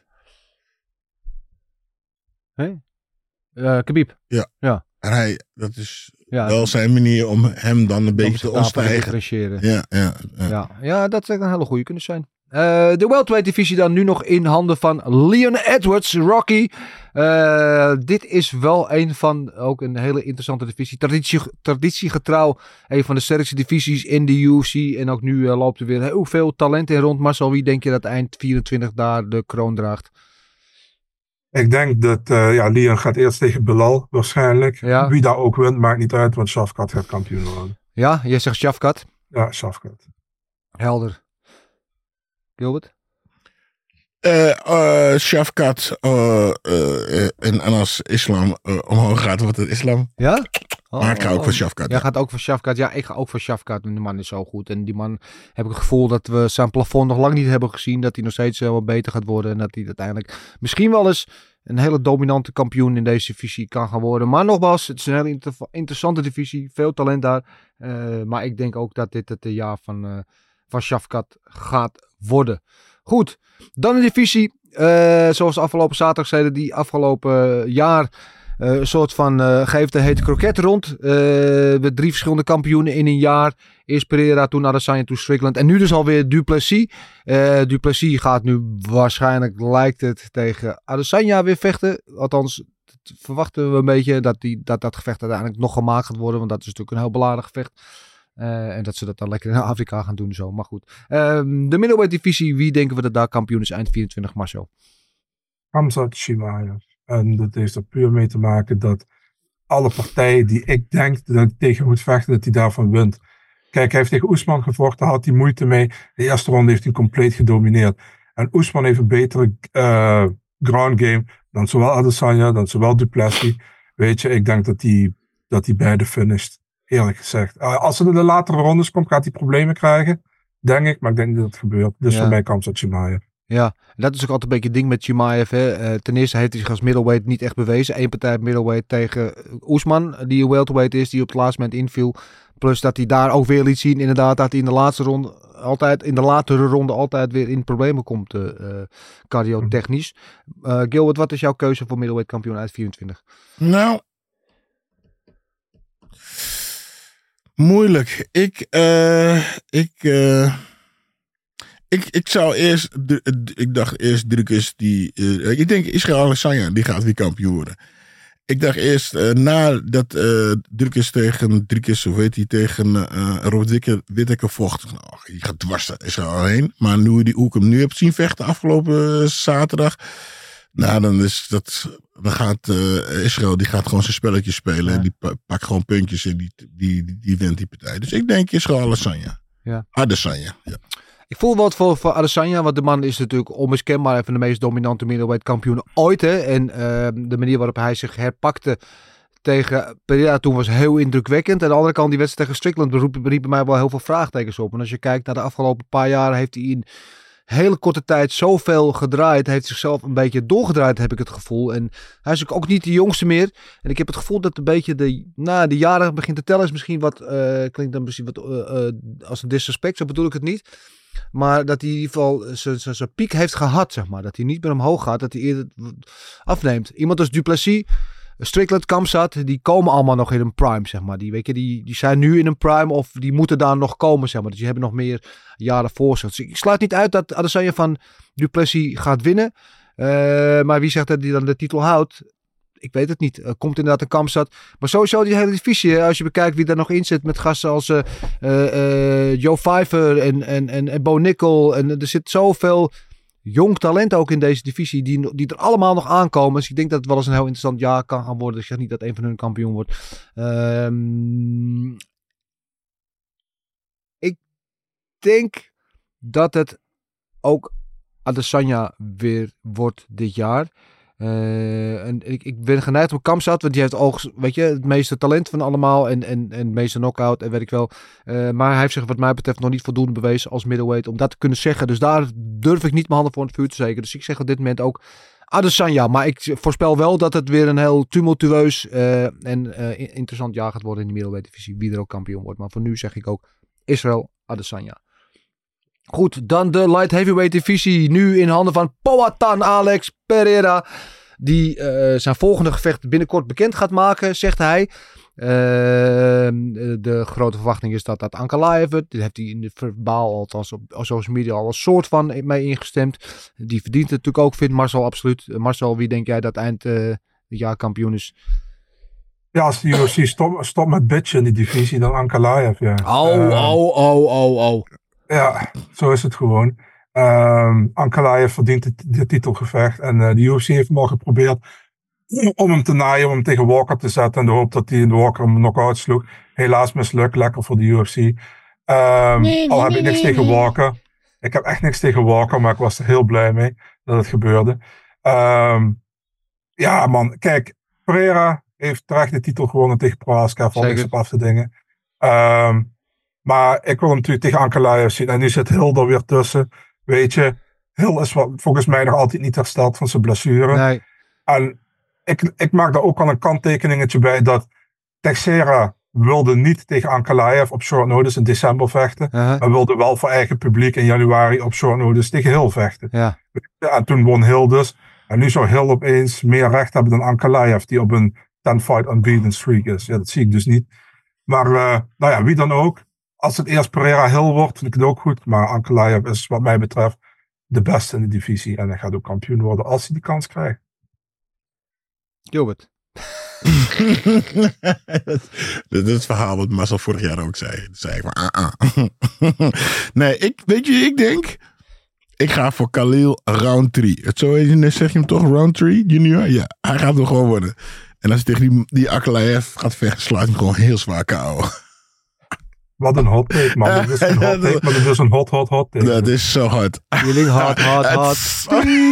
Speaker 8: Khabib.
Speaker 7: Ja. En dat is wel zijn manier om hem dan een beetje te ontstijgen.
Speaker 8: Ja, dat zou een hele goede kunnen zijn. De welterweight divisie dan nu nog in handen van Leon Edwards, Rocky. Dit is wel ook een hele interessante divisie. Traditiegetrouw, een van de sterkste divisies in de UFC. En ook nu loopt er weer heel veel talent in rond. Marcel, wie denk je dat eind 24 daar de kroon draagt?
Speaker 9: Ik denk dat Leon gaat eerst tegen Belal waarschijnlijk. Ja. Wie daar ook wint, maakt niet uit, want Shavkat gaat kampioen worden. Ja,
Speaker 8: jij zegt Shavkat?
Speaker 9: Ja, Shavkat.
Speaker 8: Helder. Gilbert?
Speaker 7: Shavkat en als Islam omhoog gaat, wordt het Islam.
Speaker 8: Ja?
Speaker 7: Maar ik ga ook voor Shavkat.
Speaker 8: Jij gaat ook voor Shavkat. Ja, ik ga ook voor Shavkat. Die man is zo goed. En die man heb ik het gevoel dat we zijn plafond nog lang niet hebben gezien. Dat hij nog steeds wat beter gaat worden. En dat hij uiteindelijk misschien wel eens een hele dominante kampioen in deze divisie kan gaan worden. Maar nogmaals, het is een hele interessante divisie. Veel talent daar. Maar ik denk ook dat dit het jaar van Shavkat gaat worden. Goed, dan de divisie. Zoals afgelopen zaterdag zeiden, die afgelopen jaar een soort van geeft de hete kroket rond. Met 3 verschillende kampioenen in een jaar. Eerst Pereira, toen Adesanya, toen Strickland. En nu dus alweer Duplessis. Duplessis gaat nu waarschijnlijk, lijkt het, tegen Adesanya weer vechten. Althans, verwachten we een beetje dat gevecht uiteindelijk nog gemaakt gaat worden. Want dat is natuurlijk een heel belangrijk gevecht. En dat ze dat dan lekker in Afrika gaan doen. Zo. Maar goed. De middleweight divisie. Wie denken we dat daar kampioen is eind 24, Marcel?
Speaker 9: Khamzat Chimaev. En dat heeft er puur mee te maken dat alle partijen die ik denk dat ik tegen moet vechten, dat hij daarvan wint. Kijk, hij heeft tegen Oesman gevochten, daar had hij moeite mee. De eerste ronde heeft hij compleet gedomineerd. En Oesman heeft een betere ground game dan zowel Adesanya, dan zowel Duplessis. Weet je, ik denk dat hij beide finisht. Eerlijk gezegd. Als het in de latere rondes komt, gaat hij problemen krijgen. Denk ik, maar ik denk niet dat het gebeurt. Dus voor mij Khamzat Chimaev.
Speaker 8: Ja, dat is ook altijd een beetje het ding met Chimaev. Ten eerste heeft hij zich als middleweight niet echt bewezen. 1 partij middleweight tegen Oesman, die welterweight is, die op het laatste moment inviel. Plus dat hij daar ook weer liet zien, inderdaad, dat hij in de laatste ronde altijd in de latere ronde altijd weer in problemen komt, cardio-technisch. Gilbert, wat is jouw keuze voor middleweight kampioen uit 24?
Speaker 7: Nou, moeilijk. Ik zou eerst, ik dacht eerst Dricus ik denk Israël Adesanya, die gaat weer kampioen worden. Ik dacht eerst, nadat Dricus tegen Robert Whittaker vocht. Nou, die gaat dwars Israël heen. Maar hoe ik hem nu heb zien vechten afgelopen zaterdag. Nou, dan gaat Israël, die gaat gewoon zijn spelletje spelen. Ja. En die pakt gewoon puntjes en die wint die partij. Dus ik denk Israël Adesanya.
Speaker 8: Ja.
Speaker 7: Adesanya, ja.
Speaker 8: Ik voel wat voor Adesanya, want de man is natuurlijk onmiskenbaar even de meest dominante middleweight kampioen ooit. Hè? En de manier waarop hij zich herpakte tegen Pereira toen was heel indrukwekkend. Aan de andere kant, die wedstrijd tegen Strickland beriepen mij wel heel veel vraagtekens op. En als je kijkt naar de afgelopen paar jaren, heeft hij in hele korte tijd zoveel gedraaid. Hij heeft zichzelf een beetje doorgedraaid, heb ik het gevoel. En hij is ook niet de jongste meer. En ik heb het gevoel dat een beetje de jaren begint te tellen. Is misschien wat, klinkt dan misschien wat als een disrespect, zo bedoel ik het niet. Maar dat hij in ieder geval zijn piek heeft gehad, zeg maar. Dat hij niet meer omhoog gaat, dat hij eerder afneemt. Iemand als Duplessis, Strickland, Khamzat, die komen allemaal nog in een prime, zeg maar. Die zijn nu in een prime of die moeten daar nog komen, zeg maar. Dus die hebben nog meer jaren voor zich. Dus ik sluit niet uit dat Adesanya van Duplessis gaat winnen. Maar wie zegt dat hij dan de titel houdt? Ik weet het niet. Komt inderdaad een Khamzat. Maar sowieso die hele divisie. Als je bekijkt wie daar nog in zit. Met gasten als Joe Pfeiffer en Bo Nickel. En er zit zoveel jong talent ook in deze divisie. Die er allemaal nog aankomen. Dus ik denk dat het wel eens een heel interessant jaar kan gaan worden. Ik zeg niet dat een van hun kampioen wordt. Ik denk dat het ook Adesanya weer wordt dit jaar. En ik ben geneigd op Khamzat, want die heeft ook, weet je, het meeste talent van allemaal en het meeste knockout en weet ik wel. Maar hij heeft zich wat mij betreft nog niet voldoende bewezen als middleweight om dat te kunnen zeggen. Dus daar durf ik niet mijn handen voor in het vuur te steken. Dus ik zeg op dit moment ook Adesanya. Maar ik voorspel wel dat het weer een heel tumultueus en interessant jaar gaat worden in de middleweight divisie. Wie er ook kampioen wordt. Maar voor nu zeg ik ook Israël Adesanya. Goed, dan de light heavyweight divisie. Nu in handen van Poatan Alex Pereira. Die zijn volgende gevecht binnenkort bekend gaat maken, zegt hij. De grote verwachting is dat Ankalaev wordt. Dit heeft hij in de verbaal, althans op social media, al een soort van mee ingestemd. Die verdient het natuurlijk ook, vindt Marcel absoluut. Marcel, wie denk jij dat eind het jaar kampioen is?
Speaker 9: Ja, als de UFC stopt met bitchen in die divisie, dan Ankalaev, ja.
Speaker 8: Oh.
Speaker 9: Ja, zo is het gewoon. Ankalaev verdient dit titelgevecht. En de UFC heeft hem al geprobeerd om hem te naaien, om hem tegen Walker te zetten. En de hoop dat hij in de Walker hem knock-out sloeg. Helaas mislukt, lekker voor de UFC. Al heb ik niks tegen Walker. Ik heb echt niks tegen Walker, maar ik was er heel blij mee dat het gebeurde. Ja man, kijk, Pereira heeft terecht de titel gewonnen tegen Prohaska. Valt niks op af te dingen. Maar ik wil hem natuurlijk tegen Ankalaev zien. En nu zit Hill er weer tussen. Weet je, Hill is volgens mij nog altijd niet hersteld van zijn blessure.
Speaker 8: Nee.
Speaker 9: En ik maak daar ook al een kanttekeningetje bij dat Teixeira wilde niet tegen Ankalaev op short notice in december vechten. Maar wilde wel voor eigen publiek in januari op short notice tegen Hill vechten.
Speaker 8: Ja.
Speaker 9: En toen won Hill dus. En nu zou Hill opeens meer recht hebben dan Ankalaev, die op een 10-fight unbeaten streak is. Ja, dat zie ik dus niet. Maar nou ja, wie dan ook. Als het eerst Pereira Hill wordt, vind ik het ook goed. Maar Ankalaev is wat mij betreft de beste in de divisie. En hij gaat ook kampioen worden als hij die kans krijgt.
Speaker 8: Gilbert.
Speaker 7: Dat is het verhaal wat Marcel vorig jaar ook zei. Dat zei ik maar Nee, ik denk... Ik ga voor Khalil Roundtree. Zo zeg je hem toch? Roundtree junior? Ja, hij gaat hem gewoon worden. En als hij tegen die Ankalaev gaat vechten, sluit hem gewoon heel zwaar KO.
Speaker 9: Wat een hot take, man. Dat is een hot take, maar dat is een hot take.
Speaker 7: Dat is zo hard.
Speaker 8: Feeling hot.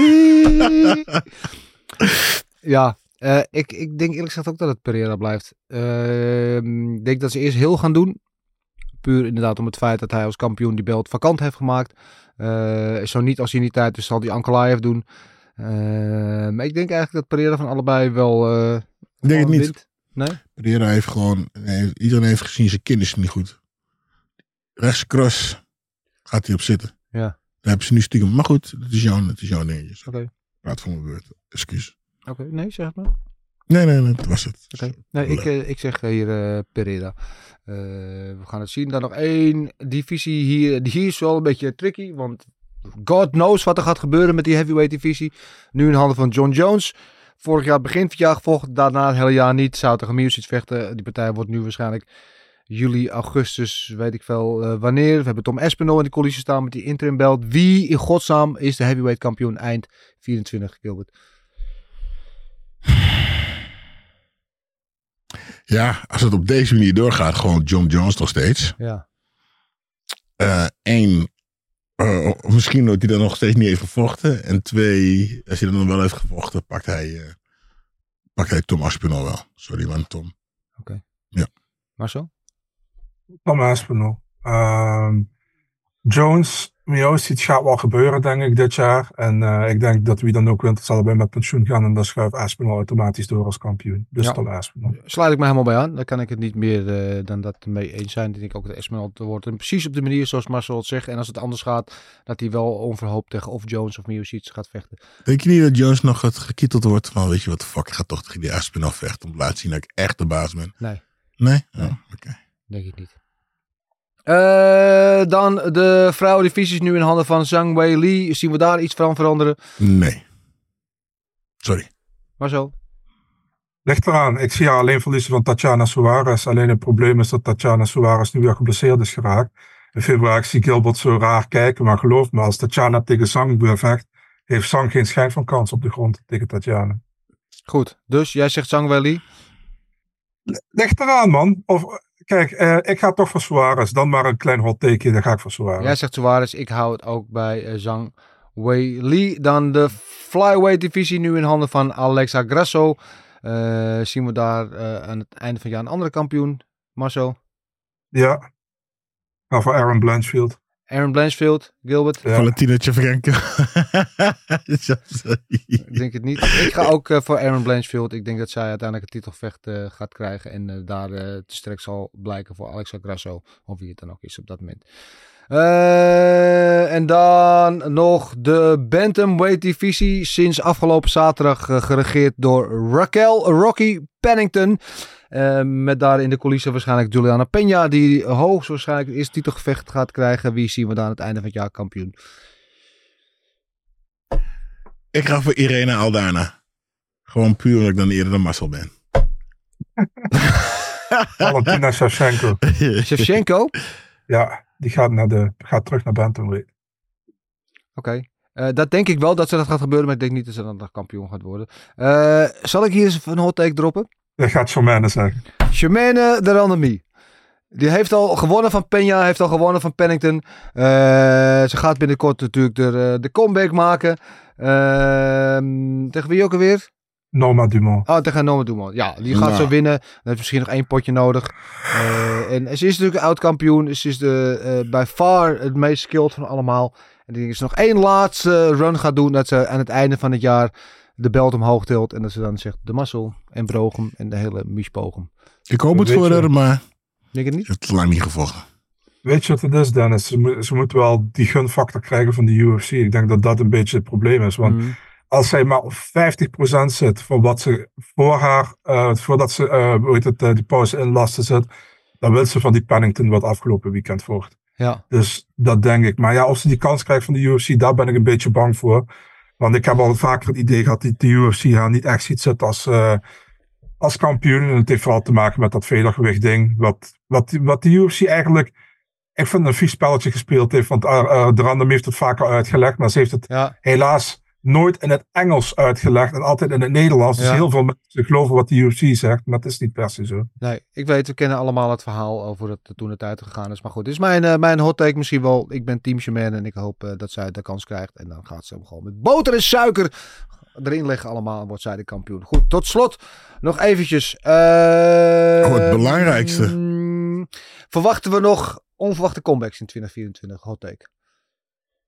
Speaker 8: Ja, ik denk eerlijk gezegd ook dat het Pereira blijft. Ik denk dat ze eerst heel gaan doen. Puur inderdaad om het feit dat hij als kampioen die belt vakant heeft gemaakt. Zo niet als hij niet tijd is, zal die Ankalaev doen. Maar ik denk eigenlijk dat Pereira van allebei wel
Speaker 7: ik denk het niet.
Speaker 8: wint. Nee?
Speaker 7: Pereira heeft gewoon... iedereen heeft gezien, zijn kin is niet goed. Rechtscross Gaat hij op zitten.
Speaker 8: Ja.
Speaker 7: Daar hebben ze nu stiekem. Maar goed, het is jouw dingetje.
Speaker 8: Oké.
Speaker 7: Praat voor mijn beurt. Excuus.
Speaker 8: Oké, nee, zeg het maar.
Speaker 7: Nee, dat was het.
Speaker 8: Oké. Nee, ik zeg hier Pereira. We gaan het zien. Dan nog 1 divisie hier. Die is wel een beetje tricky, want God knows wat er gaat gebeuren met die heavyweight divisie. Nu in handen van John Jones. Vorig jaar begin van het jaar gevochten, daarna het hele jaar niet. Zou tegen Miocic vechten. Die partij wordt nu waarschijnlijk juli, augustus, weet ik veel wanneer. We hebben Tom Aspinall in de coulissen staan met die interim belt. Wie in godsnaam is de heavyweight kampioen eind 24, Gilbert?
Speaker 7: Ja, als het op deze manier doorgaat, gewoon John Jones nog steeds.
Speaker 8: Ja.
Speaker 7: Misschien dat hij dan nog steeds niet heeft gevochten. En 2, als hij dan wel heeft gevochten, pakt hij Tom Aspinall wel. Sorry man, Tom.
Speaker 8: Oké.
Speaker 7: Ja.
Speaker 8: Marcel?
Speaker 9: Tom Aspinall. Jones, Miocic gaat wel gebeuren, denk ik, dit jaar. En ik denk dat wie dan ook wint, zal erbij met pensioen gaan. En dan schuift Aspinall automatisch door als kampioen. Dus Tom Aspinall.
Speaker 8: Sluit ik me helemaal bij aan. Daar kan ik het niet meer dan dat mee eens zijn. Ik denk ook dat Aspinall wordt. En precies op de manier zoals Marcel het zegt. En als het anders gaat, dat hij wel onverhoopt tegen of Jones of Miocic gaat vechten.
Speaker 7: Denk je niet dat Jones nog gekieteld wordt van, weet je wat de fuck, ik ga toch tegen die Aspinall vechten om te laten zien dat ik echt de baas ben?
Speaker 8: Nee?
Speaker 7: Oh, oké.
Speaker 8: Denk ik niet. Dan de vrouwendivisies nu in handen van Zhang Weili. Zien we daar iets van veranderen?
Speaker 7: Nee. Sorry.
Speaker 8: Marcel?
Speaker 9: Ligt eraan. Ik zie haar alleen verliezen van Tatiana Suarez. Alleen het probleem is dat Tatiana Suarez nu weer geblesseerd is geraakt. In februari zie ik Gilbert zo raar kijken. Maar geloof me, als Tatiana tegen Zhang weer vecht, heeft Zhang geen schijn van kans op de grond tegen Tatiana.
Speaker 8: Goed, dus jij zegt Zhang Weili?
Speaker 9: Ligt eraan, man. Kijk, ik ga toch voor Suarez. Dan maar een klein hot take, dan ga ik voor Suarez.
Speaker 8: Jij zegt Suarez, ik hou het ook bij Zhang Weili. Dan de flyweight divisie nu in handen van Alexa Grasso. Zien we daar aan het einde van het jaar een andere kampioen, Marcel?
Speaker 9: Ja. Ga voor Aaron Blanchfield.
Speaker 8: Aaron Blanchfield, Gilbert?
Speaker 7: Ja. Valentina Shevchenko.
Speaker 8: Ik denk het niet. Ik ga ook voor Aaron Blanchfield. Ik denk dat zij uiteindelijk het titelgevecht gaat krijgen. En daar te sterk zal blijken voor Alexa Grasso. Of wie het dan ook is op dat moment. En dan nog de Bantamweight divisie. Sinds afgelopen zaterdag geregeerd door Rocky Pennington. Met daar in de coulissen waarschijnlijk Juliana Peña. Die hoogstwaarschijnlijk het eerste titelgevecht gaat krijgen. Wie zien we dan aan het einde van het jaar kampioen?
Speaker 7: Ik ga voor Irene Aldana. Gewoon puur omdat ik dan eerder de Marcel ben.
Speaker 9: Valentina Shevchenko.
Speaker 8: Shevchenko?
Speaker 9: Ja, die gaat terug naar Bantamweight.
Speaker 8: Oké. Dat denk ik wel dat ze dat gaat gebeuren. Maar ik denk niet dat ze dan kampioen gaat worden. Zal ik hier eens een hot take droppen?
Speaker 9: Dat gaat Charmaine zeggen.
Speaker 8: Charmaine de Randamie. Die heeft al gewonnen van Peña. Heeft al gewonnen van Pennington. Ze gaat binnenkort natuurlijk de comeback maken. Tegen wie ook alweer?
Speaker 9: Norma Dumont.
Speaker 8: Oh, tegen Norma Dumont. Ja, die gaat zo winnen. Dan heeft misschien nog 1 potje nodig. En ze is natuurlijk een oud kampioen. Ze is by far het meest skilled van allemaal. En ik denk dat ze nog 1 laatste run gaat doen. Dat ze aan het einde van het jaar de belt omhoog tilt. En dat ze dan zegt de Marcel en Brogem en de hele mischpogem.
Speaker 7: Ik hoop het voor haar, maar
Speaker 8: denk het niet?
Speaker 7: Het lang niet gevochten.
Speaker 9: Weet je wat het is, Dennis? Ze moet wel die gunfactor krijgen van de UFC. Ik denk dat dat een beetje het probleem is. Want als zij maar op 50% zit van wat ze voor haar, voordat ze die pauze inlasten zit, dan wil ze van die Pennington wat afgelopen weekend vocht.
Speaker 8: Ja.
Speaker 9: Dus dat denk ik. Maar ja, of ze die kans krijgt van de UFC, daar ben ik een beetje bang voor. Want ik heb al vaker het idee gehad dat de UFC haar niet echt ziet zitten als kampioen. En het heeft vooral te maken met dat vedergewicht ding. Wat de UFC eigenlijk, ik vind een vies spelletje gespeeld heeft. Want de Random heeft het vaker uitgelegd. Maar ze heeft het helaas nooit in het Engels uitgelegd. En altijd in het Nederlands. Dus heel veel mensen geloven wat de UFC zegt. Maar het is niet per se zo.
Speaker 8: Nee, ik weet, we kennen allemaal het verhaal over het toen het uitgegaan is. Maar goed, dit is mijn hot take misschien wel. Ik ben team Charmaine en ik hoop dat zij de kans krijgt. En dan gaat ze hem gewoon met boter en suiker erin leggen allemaal. En wordt zij de kampioen. Goed, tot slot nog eventjes.
Speaker 7: Het belangrijkste.
Speaker 8: Verwachten we nog onverwachte comebacks in 2024? Hot take.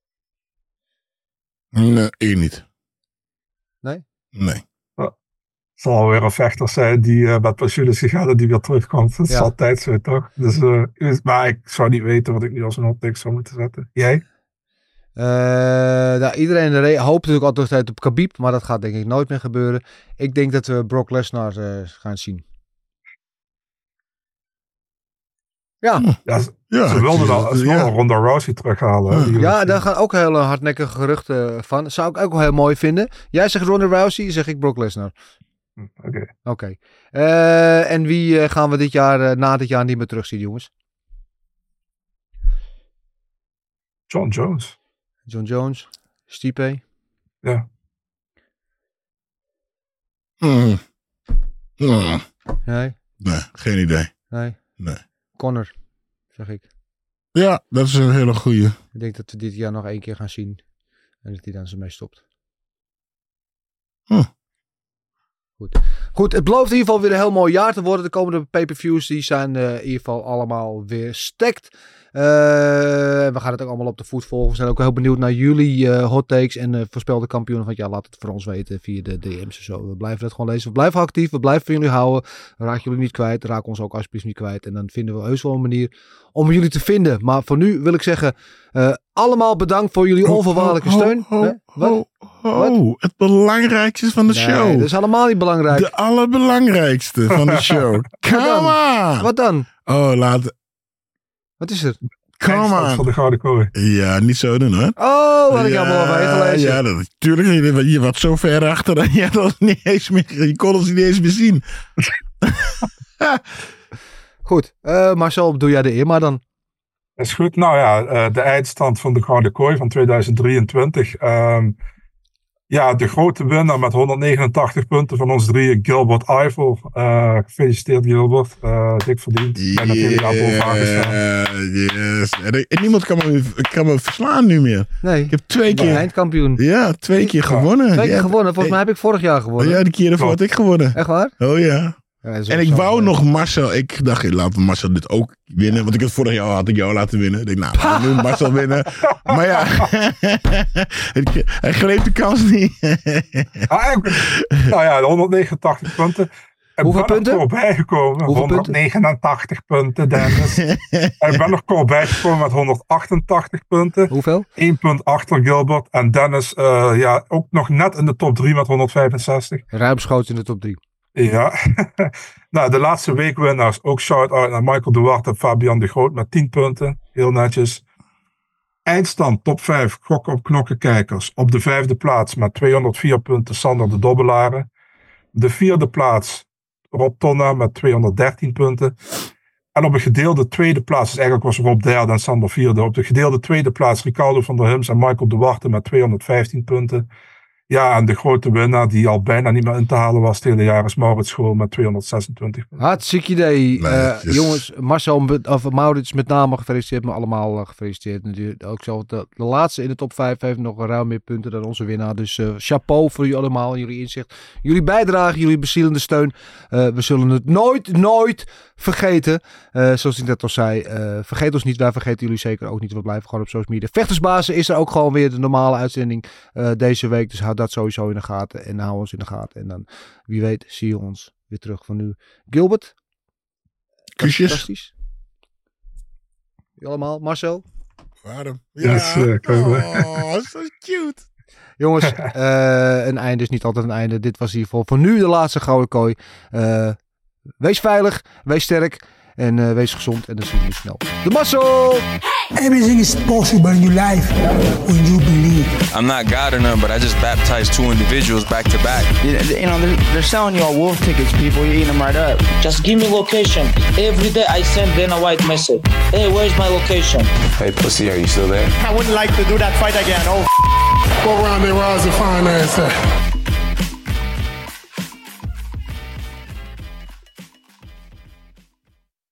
Speaker 7: Nee, niet.
Speaker 8: Nee?
Speaker 7: Nee.
Speaker 9: zal weer een vechter zijn die met pensioen is gegaan en die weer terugkomt. Dat is altijd zo, toch? Dus, maar ik zou niet weten wat ik nu als een hot take zou moeten zetten. Jij?
Speaker 8: Iedereen hoopt natuurlijk altijd op Khabib, maar dat gaat denk ik nooit meer gebeuren. Ik denk dat we Brock Lesnar gaan zien.
Speaker 9: Ze wilden wel Ronda Rousey terughalen.
Speaker 8: Daar gaan ook hele hardnekkige geruchten van. Zou ik ook wel heel mooi vinden. Jij zegt Ronda Rousey, zeg ik Brock Lesnar. Oké. En wie gaan we na dit jaar niet meer terugzien, jongens?
Speaker 9: John Jones. Stipe.
Speaker 7: Ja.
Speaker 8: Nee,
Speaker 7: geen idee.
Speaker 8: Nee. Conor, zeg ik.
Speaker 7: Ja, dat is een hele goeie.
Speaker 8: Ik denk dat we dit jaar nog 1 keer gaan zien. En dat hij dan ermee stopt. Goed, het belooft in ieder geval weer een heel mooi jaar te worden. De komende pay-per-views die zijn in ieder geval allemaal weer stacked. We gaan het ook allemaal op de voet volgen. We zijn ook heel benieuwd naar jullie hot takes en voorspelde kampioenen van het jaar. Laat het voor ons weten via de DM's en zo. We blijven het gewoon lezen. We blijven actief. We blijven van jullie houden. Raak jullie niet kwijt. Raak ons ook alsjeblieft niet kwijt. En dan vinden we heus wel een manier om jullie te vinden. Maar voor nu wil ik zeggen, allemaal bedankt voor jullie onvoorwaardelijke steun. Wat?
Speaker 7: Het belangrijkste van de show.
Speaker 8: Dat is allemaal niet belangrijk.
Speaker 7: De allerbelangrijkste van de show. Come on!
Speaker 8: Wat dan? Wat is er?
Speaker 7: Come on.
Speaker 9: Van de Gouden Kooi.
Speaker 7: Ja, niet zo doen hoor.
Speaker 8: Had ik allemaal overheen gelezen.
Speaker 7: Ja, natuurlijk. Je was zo ver achter dat je dat niet eens meer, je kon ons niet eens meer zien.
Speaker 8: Goed, Marcel, doe jij de eer maar dan.
Speaker 9: Is goed. Nou ja, de eindstand van de Gouden Kooi van 2023. De grote winnaar met 189 punten van ons drieën, Gilbert Eiffel. Gefeliciteerd Gilbert. Dik verdiend. En natuurlijk bovenaan gestaan.
Speaker 7: Yes. En niemand kan me verslaan nu meer.
Speaker 8: Nee.
Speaker 7: Ik heb 2 keer...
Speaker 8: eindkampioen.
Speaker 7: Ja, 2 keer gewonnen.
Speaker 8: 2 keer gewonnen. Volgens mij heb ik vorig jaar gewonnen.
Speaker 7: Ja, die keer ervoor had ik gewonnen.
Speaker 8: Echt waar?
Speaker 7: Oh ja. En ik wou nog Marcel. Ik dacht, laten we Marcel dit ook winnen. Want vorig jaar had ik jou laten winnen. Ik denk, we doen Marcel winnen. Maar ja, hij greep de kans niet.
Speaker 9: 189 punten.
Speaker 8: Hoeveel punten?
Speaker 9: Ik ben nog bijgekomen. 189 punten, Dennis. Ik ben nog bijgekomen met 188 punten.
Speaker 8: Hoeveel?
Speaker 9: 1 punt achter Gilbert. En Dennis ook nog net in de top 3 met 165.
Speaker 8: Ruimschoots in de top 3.
Speaker 9: Ja, de laatste weekwinnaars. Ook shout-out naar Michael Duarte en Fabian de Groot met 10 punten. Heel netjes. Eindstand top 5, gokken op knokkenkijkers. Op de 5e plaats met 204 punten Sander de Dobbelaren. De 4e plaats Rob Tonna met 213 punten. En op een gedeelde 2e plaats, dus eigenlijk was Rob 3e en Sander 4e. Op de gedeelde 2e plaats Ricardo van der Hims en Michael Duarte met 215 punten. Ja, en de grote winnaar die al bijna niet meer in te halen was het hele jaar is Maurits School met 226 punten.
Speaker 8: Hartstikke idee. Jongens, Marcel of Maurits met name gefeliciteerd, maar allemaal gefeliciteerd natuurlijk. Ook zelf de laatste in de top 5 heeft nog ruim meer punten dan onze winnaar. Dus chapeau voor jullie allemaal, jullie inzicht, jullie bijdrage, jullie bezielende steun. We zullen het nooit vergeten. Zoals ik net al zei, vergeet ons niet, wij vergeten jullie zeker ook niet. We blijven gewoon op social media. Vechtersbazen is er ook gewoon weer de normale uitzending deze week. Dus houd dat sowieso in de gaten en hou ons in de gaten. En dan, wie weet, zie je ons weer terug van nu. Gilbert.
Speaker 7: Kusjes.
Speaker 8: Fantastisch. Jullie allemaal. Marcel.
Speaker 7: Waarom?
Speaker 9: Ja.
Speaker 7: So cute.
Speaker 8: Jongens, een einde is niet altijd een einde. Dit was in ieder geval voor nu de laatste Gouden Kooi. Wees veilig, wees sterk en wees gezond. En dan zien we je snel. De Marcel!
Speaker 10: Everything is possible in your life when you believe.
Speaker 11: I'm not God or none, but I just baptized 2 individuals back to back.
Speaker 12: They're selling you all wolf tickets, people. You're eating them right up.
Speaker 13: Just give me location. Every day I send Dana White message. Hey, where's my location?
Speaker 11: Hey, pussy, are you still there?
Speaker 5: I wouldn't like to do that fight again. Oh,
Speaker 3: What round they rise to finance that?